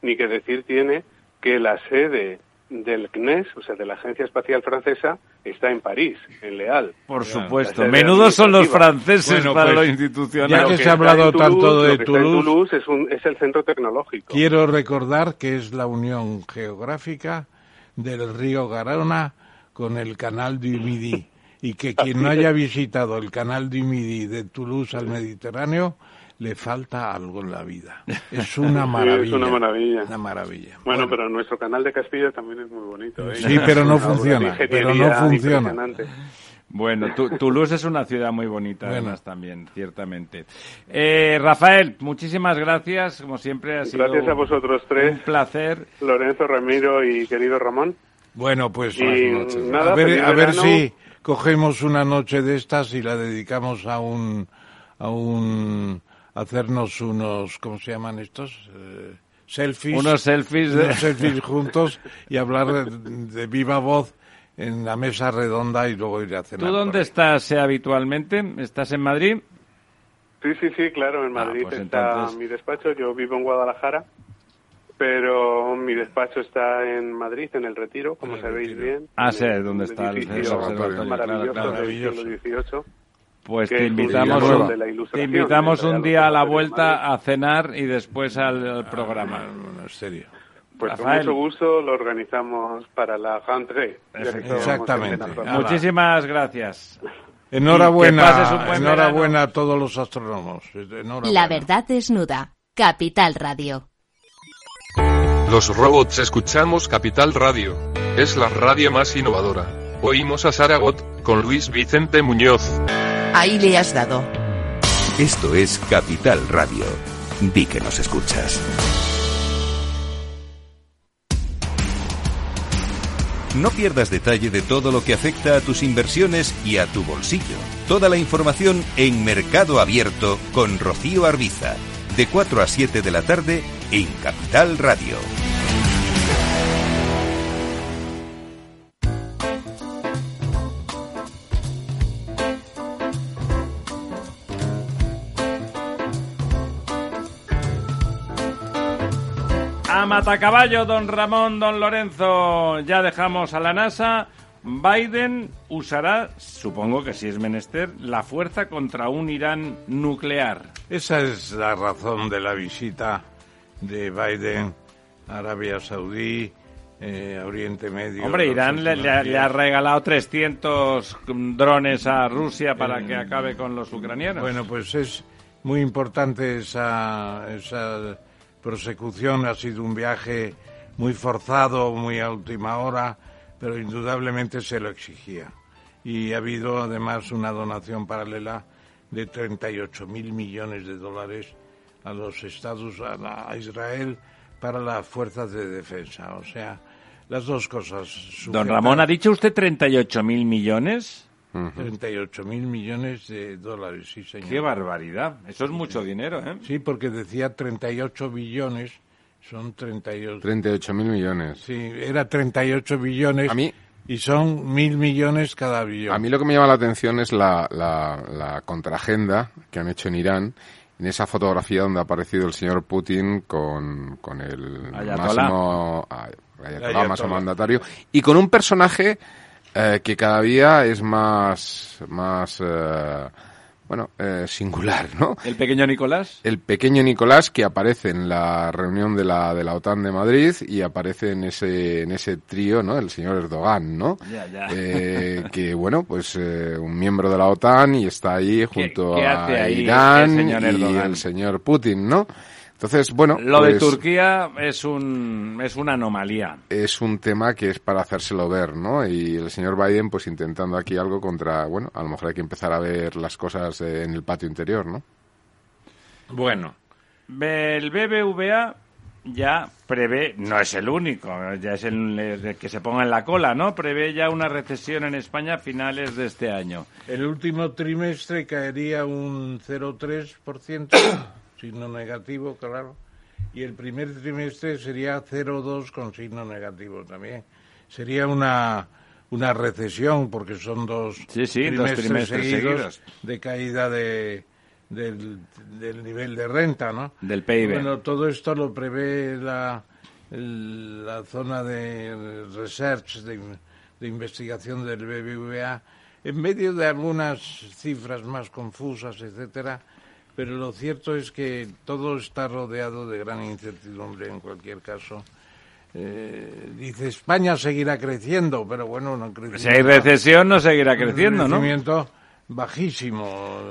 ni que decir tiene que la sede del C N E S, o sea, de la Agencia Espacial Francesa, está en París, en Le Havre. Por supuesto. Menudos son los franceses bueno, para pues, lo institucional. Ya que, que se ha hablado Toulouse, tanto de Toulouse, Toulouse es, un, es el centro tecnológico. Quiero recordar que es la unión geográfica del río Garona con el canal du Midi, y que quien no haya visitado el canal du Midi de Toulouse al Mediterráneo le falta algo en la vida. Es una maravilla. Sí, es una maravilla. Una maravilla. Bueno, bueno, pero nuestro canal de Castilla también es muy bonito, ¿eh? Sí, pero no funciona. Pero no funciona. Bueno, Toulouse es una ciudad muy bonita, bueno. además, también, ciertamente. Eh, Rafael, muchísimas gracias, como siempre. Ha sido gracias a vosotros tres. Un placer. Lorenzo, Ramiro y querido Ramón. Bueno, pues y nada, a ver, a ver si cogemos una noche de estas y la dedicamos a un... a un hacernos unos, ¿cómo se llaman estos? Eh, selfies. Unos selfies. De... Unos selfies juntos y hablar de, de viva voz en la mesa redonda y luego ir a cenar. ¿Tú dónde estás eh, habitualmente? ¿Estás en Madrid? Sí, sí, sí, claro, en Madrid ah, pues está entonces... mi despacho. Yo vivo en Guadalajara, pero mi despacho está en Madrid, en El Retiro, como sabéis bien. Ah, sé, ¿dónde está el observatorio? Maravilloso, claro, claro, del siglo dieciocho. Pues te invitamos, un, te invitamos un día a la vuelta a cenar y después al, al programa. No, no, en serio. Pues Rafael. Con mucho gusto lo organizamos para la rentrée. Exactamente. Muchísimas gracias. Enhorabuena, enhorabuena a todos los astrónomos. Enhorabuena. La verdad desnuda. Capital Radio. Los robots escuchamos Capital Radio. Es la radio más innovadora. Oímos a Saragot con Luis Vicente Muñoz. Ahí le has dado. Esto es Capital Radio. Di que nos escuchas. No pierdas detalle de todo lo que afecta a tus inversiones y a tu bolsillo. Toda la información en Mercado Abierto con Rocío Arbiza. De cuatro a siete de la tarde en Capital Radio. A matacaballo, don Ramón, don Lorenzo. Ya dejamos a la NASA. Biden usará, supongo que si es menester, la fuerza contra un Irán nuclear. Esa es la razón de la visita de Biden a Arabia Saudí, eh, a Oriente Medio. Hombre, Irán le, le, le ha regalado trescientos drones a Rusia para eh, que acabe con los ucranianos. Bueno, pues es muy importante esa... esa prosecución. Ha sido un viaje muy forzado, muy a última hora, pero indudablemente se lo exigía. Y ha habido además una donación paralela de treinta y ocho mil millones de dólares a los Estados, a, la, a Israel, para las fuerzas de defensa. O sea, las dos cosas. Sujetas. Don Ramón, ¿ha dicho usted treinta y ocho mil millones? treinta y ocho mil millones de dólares, sí, señor. ¡Qué barbaridad! Eso es mucho dinero, ¿eh? Sí, porque decía treinta y ocho billones, son treinta y ocho... treinta y ocho mil millones. Sí, era treinta y ocho billones a mí, y son mil millones cada billón. A mí lo que me llama la atención es la, la, la contraagenda que han hecho en Irán, en esa fotografía donde ha aparecido el señor Putin con, con el Ayatollah. máximo, Ayatollah, máximo mandatario, y con un personaje... Eh, que cada día es más, más eh, bueno, eh, singular, ¿no? ¿El pequeño Nicolás? El pequeño Nicolás, que aparece en la reunión de la de la OTAN de Madrid y aparece en ese en ese trío, ¿no? El señor Erdogan, ¿no? Ya, ya. Eh, que, bueno, pues eh, un miembro de la OTAN y está ahí junto ¿Qué, qué a hace ahí Irán el señor y el señor Putin, ¿no? Entonces, bueno, lo pues, de Turquía es un es una anomalía. Es un tema que es para hacérselo ver, ¿no? Y el señor Biden, pues intentando aquí algo contra, bueno, a lo mejor hay que empezar a ver las cosas en el patio interior, ¿no? Bueno, el B B V A ya prevé, no es el único, ya es el, el que se ponga en la cola, ¿no? Prevé ya una recesión en España a finales de este año. El último trimestre caería un cero coma tres por ciento. Signo negativo, claro, y el primer trimestre sería cero coma dos con signo negativo también. Sería una una recesión porque son dos, sí, sí, trimestres, dos trimestres seguidos, seguidos de caída de, del, del nivel de renta, ¿no? Del P I B. Bueno, todo esto lo prevé la, el, la zona de research, de, de investigación del B B V A, en medio de algunas cifras más confusas, etcétera, pero lo cierto es que todo está rodeado de gran incertidumbre en cualquier caso. Eh, dice, España seguirá creciendo, pero bueno, no crece. Si hay recesión, no seguirá creciendo, ¿no? Crecimiento bajísimo.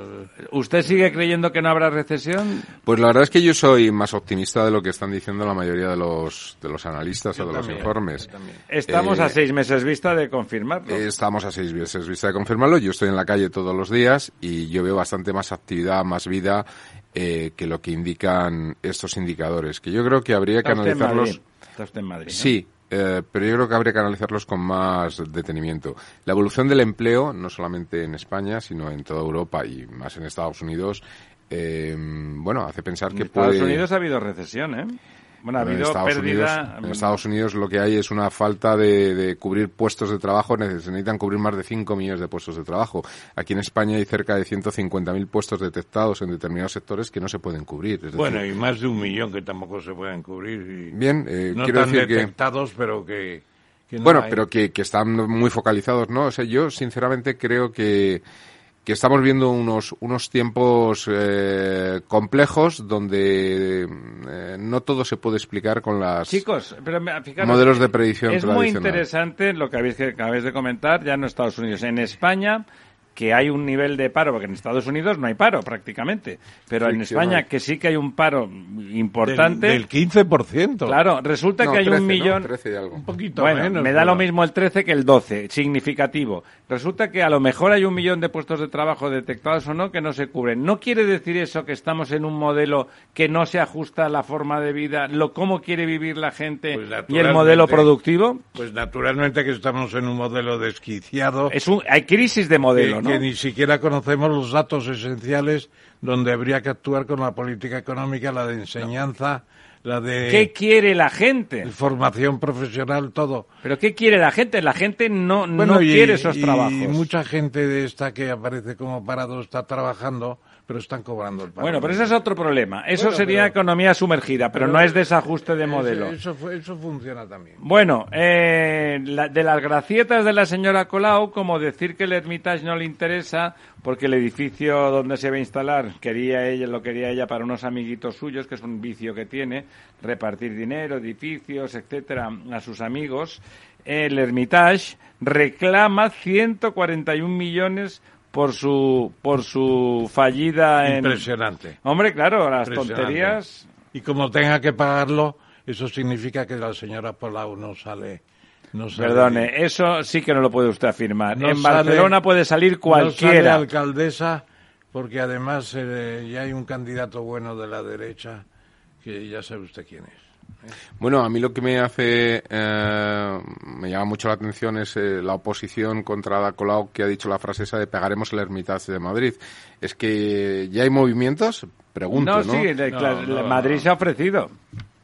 ¿Usted sigue creyendo que no habrá recesión? Pues la verdad es que yo soy más optimista de lo que están diciendo la mayoría de los de los analistas yo o de también, los informes. Estamos eh, a seis meses vista de confirmarlo. Estamos a seis meses vista de confirmarlo. Yo estoy en la calle todos los días y yo veo bastante más actividad, más vida eh, que lo que indican estos indicadores, que yo creo que habría que analizarlos. Está usted en Madrid, ¿no? Sí. Eh, pero yo creo que habría que analizarlos con más detenimiento. La evolución del empleo, no solamente en España, sino en toda Europa y más en Estados Unidos, eh, bueno, hace pensar que en puede... Estados Unidos ha habido recesión, ¿eh? Bueno, ha Bueno, habido en Estados pérdida... Unidos, en Estados Unidos lo que hay es una falta de, de cubrir puestos de trabajo. Se necesitan cubrir más de cinco millones de puestos de trabajo. Aquí en España hay cerca de ciento cincuenta mil puestos detectados en determinados sectores que no se pueden cubrir. Es bueno, decir, y más de un millón que tampoco se pueden cubrir. Y bien, eh, no quiero tan decir detectados, que, pero que... que no bueno, hay. pero que, que están muy focalizados, ¿no? O sea, yo sinceramente creo que... que estamos viendo unos unos tiempos eh, complejos donde eh, no todo se puede explicar con las Chicos, pero fijaros, modelos de predicción es tradicional. muy interesante lo que habéis, que acabáis de comentar ya en Estados Unidos. En España, que hay un nivel de paro, porque en Estados Unidos no hay paro prácticamente, pero en España que sí que hay un paro importante. Del, del quince por ciento. Claro, resulta no, que hay trece, un millón... ¿no? trece y algo. Un poquito bueno, menos. me da pero... lo mismo el trece que el doce, significativo. Resulta que a lo mejor hay un millón de puestos de trabajo detectados o no que no se cubren. ¿No quiere decir eso que estamos en un modelo que no se ajusta a la forma de vida, lo cómo quiere vivir la gente pues y el modelo productivo? Pues naturalmente que estamos en un modelo desquiciado. Es un, hay crisis de modelo, que, ¿no? que ni siquiera conocemos los datos esenciales donde habría que actuar con la política económica, la de enseñanza, la de... ¿Qué quiere la gente? Formación profesional, todo. ¿Pero qué quiere la gente? La gente no, bueno, no y, quiere esos y trabajos. Y mucha gente de esta que aparece como parado está trabajando, pero están cobrando el paro. Bueno, pero ese es otro problema. Eso bueno, sería pero, economía sumergida, pero, pero no es desajuste de modelo. Eso, eso, eso funciona también. Bueno, eh, la, de las gracietas de la señora Colau, como decir que el Hermitage no le interesa porque el edificio donde se va a instalar quería ella, lo quería ella para unos amiguitos suyos, que es un vicio que tiene, repartir dinero, edificios, etcétera, a sus amigos. El Hermitage reclama ciento cuarenta y un millones por su por su fallida en... Impresionante. Hombre, claro, las tonterías... Y como tenga que pagarlo, eso significa que la señora Colau no sale... No sale Perdone, de... eso sí que no lo puede usted afirmar. No en sale, Barcelona puede salir cualquiera. No sale alcaldesa, porque además eh, ya hay un candidato bueno de la derecha, que ya sabe usted quién es. Bueno, a mí lo que me hace, eh, me llama mucho la atención es eh, la oposición contra Ada Colau, que ha dicho la frase esa de pegaremos el Hermitage de Madrid. Es que ya hay movimientos, pregunto, ¿no? No, sí, no, claro, no, Madrid no. se ha ofrecido.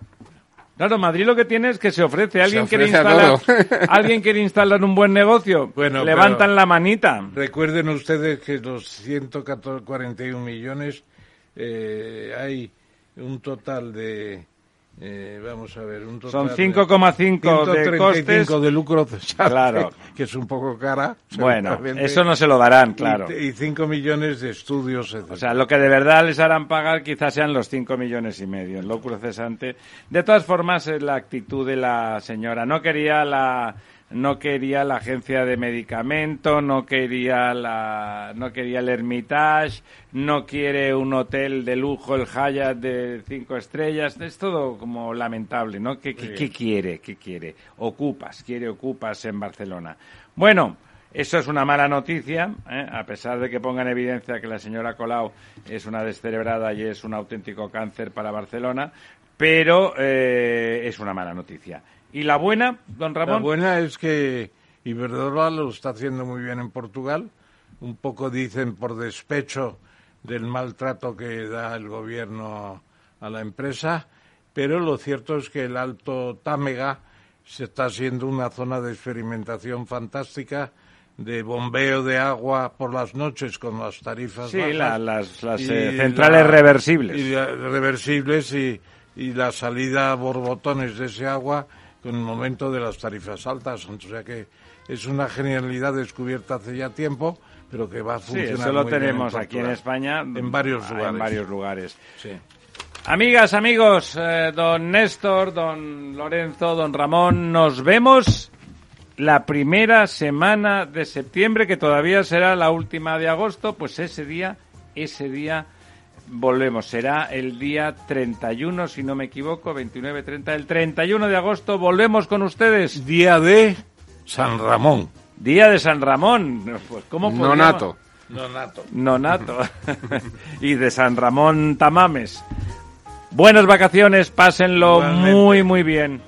Claro, Madrid lo que tiene es que se ofrece. ¿Alguien, se quiere, ofrece instalar, ¿alguien quiere instalar un buen negocio? Bueno, levantan la manita. Recuerden ustedes que los ciento cuarenta y un millones eh, hay un total de... Eh, vamos a ver, un total son cinco coma cinco de costes de lucro cesante, claro, que es un poco cara. Bueno, eso no se lo darán, claro. Y cinco millones de estudios, etcétera. O sea, lo que de verdad les harán pagar quizás sean los cinco millones y medio, el lucro cesante. De todas formas, es la actitud de la señora. No quería la no quería la agencia de medicamento, no quería la no quería el Hermitage, no quiere un hotel de lujo, el Hyatt de cinco estrellas. Es todo como lamentable, ¿no? ¿Qué, qué, qué quiere? ¿Qué quiere? Ocupas, quiere Ocupas en Barcelona. Bueno, eso es una mala noticia, ¿eh? A pesar de que ponga en evidencia que la señora Colau es una descerebrada y es un auténtico cáncer para Barcelona, pero eh, es una mala noticia. ¿Y la buena, don Ramón? La buena es que Iberdrola lo está haciendo muy bien en Portugal. Un poco dicen por despecho del maltrato que da el gobierno a la empresa, pero lo cierto es que el Alto Támega se está haciendo una zona de experimentación fantástica de bombeo de agua por las noches con las tarifas sí, bajas. La, las, las eh, centrales la, reversibles. Y la, reversibles y, y la salida a borbotones de ese agua con el momento de las tarifas altas. O sea que es una genialidad descubierta hace ya tiempo, pero que va a funcionar. Sí, eso lo muy tenemos bien en aquí en España. En varios lugares. En varios lugares. Sí. Amigas, amigos, eh, don Néstor, don Lorenzo, don Ramón, nos vemos la primera semana de septiembre, que todavía será la última de agosto. Pues ese día, ese día volvemos. Será el día treinta y uno, si no me equivoco, veintinueve, treinta, el treinta y uno de agosto volvemos con ustedes. Día de San Ramón. Día de San Ramón. Pues, ¿cómo podríamos? Nonato. Nonato. Nonato. Y de San Ramón Tamames. Buenas vacaciones, pásenlo Igualmente. muy, muy bien.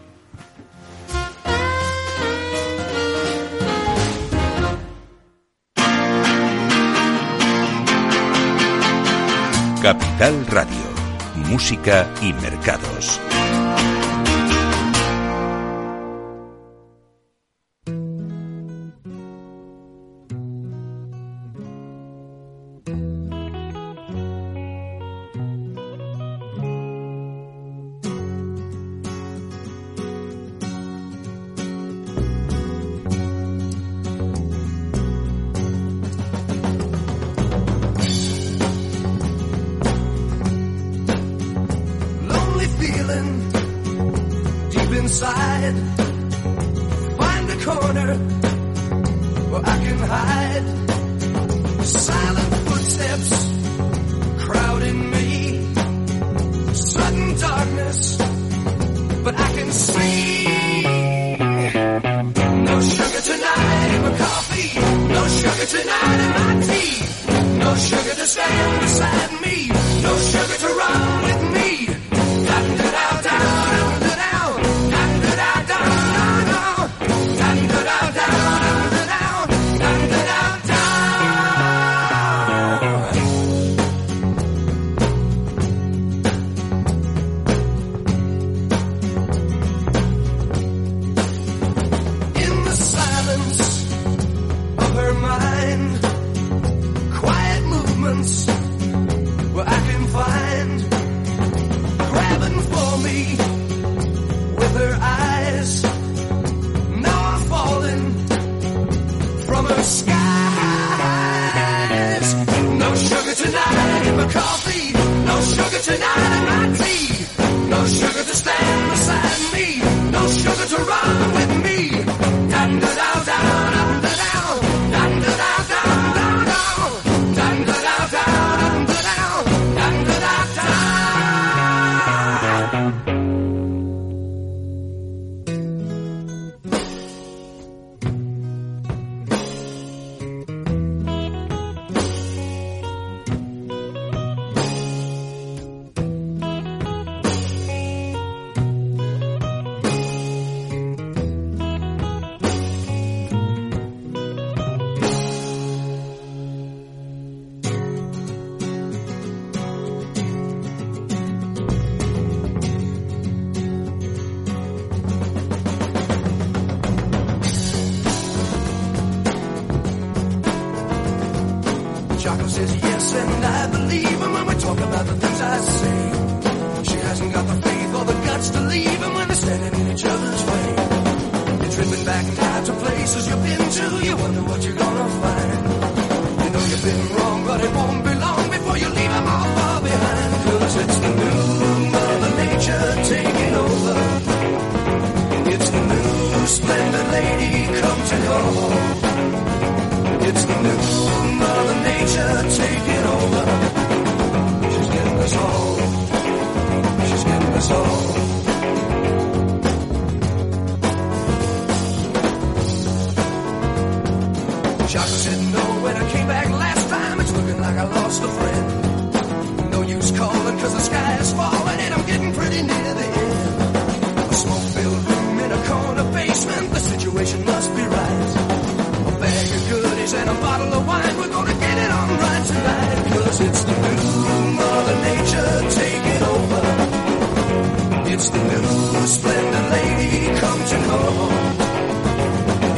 Capital Radio. Música y mercados.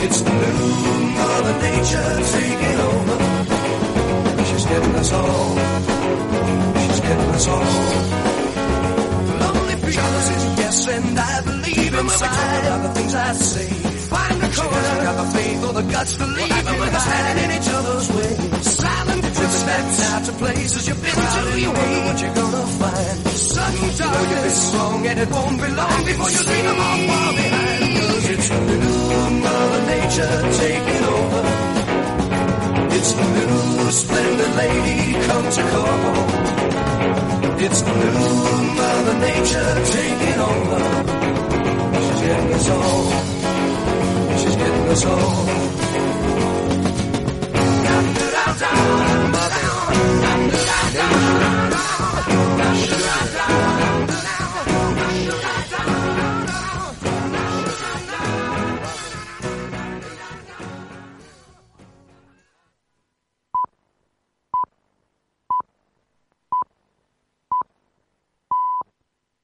It's the new Mother Nature taking over. She's getting us all. She's getting us all. Lonely feelings is yes, and I believe inside of the things I say. Find the courage, got the faith or the guts to leave them with us standing in each other's way. Silent footsteps out to places you've been to. You wonder what you're gonna find. Sudden darkness, you've been wrong and it won't be long before you leave them all far behind. Cause it's the new Mother Nature taking over. It's the new splendid lady come to call. It's the new Mother Nature taking over. She's getting us all. She's getting us all. Mother Nature.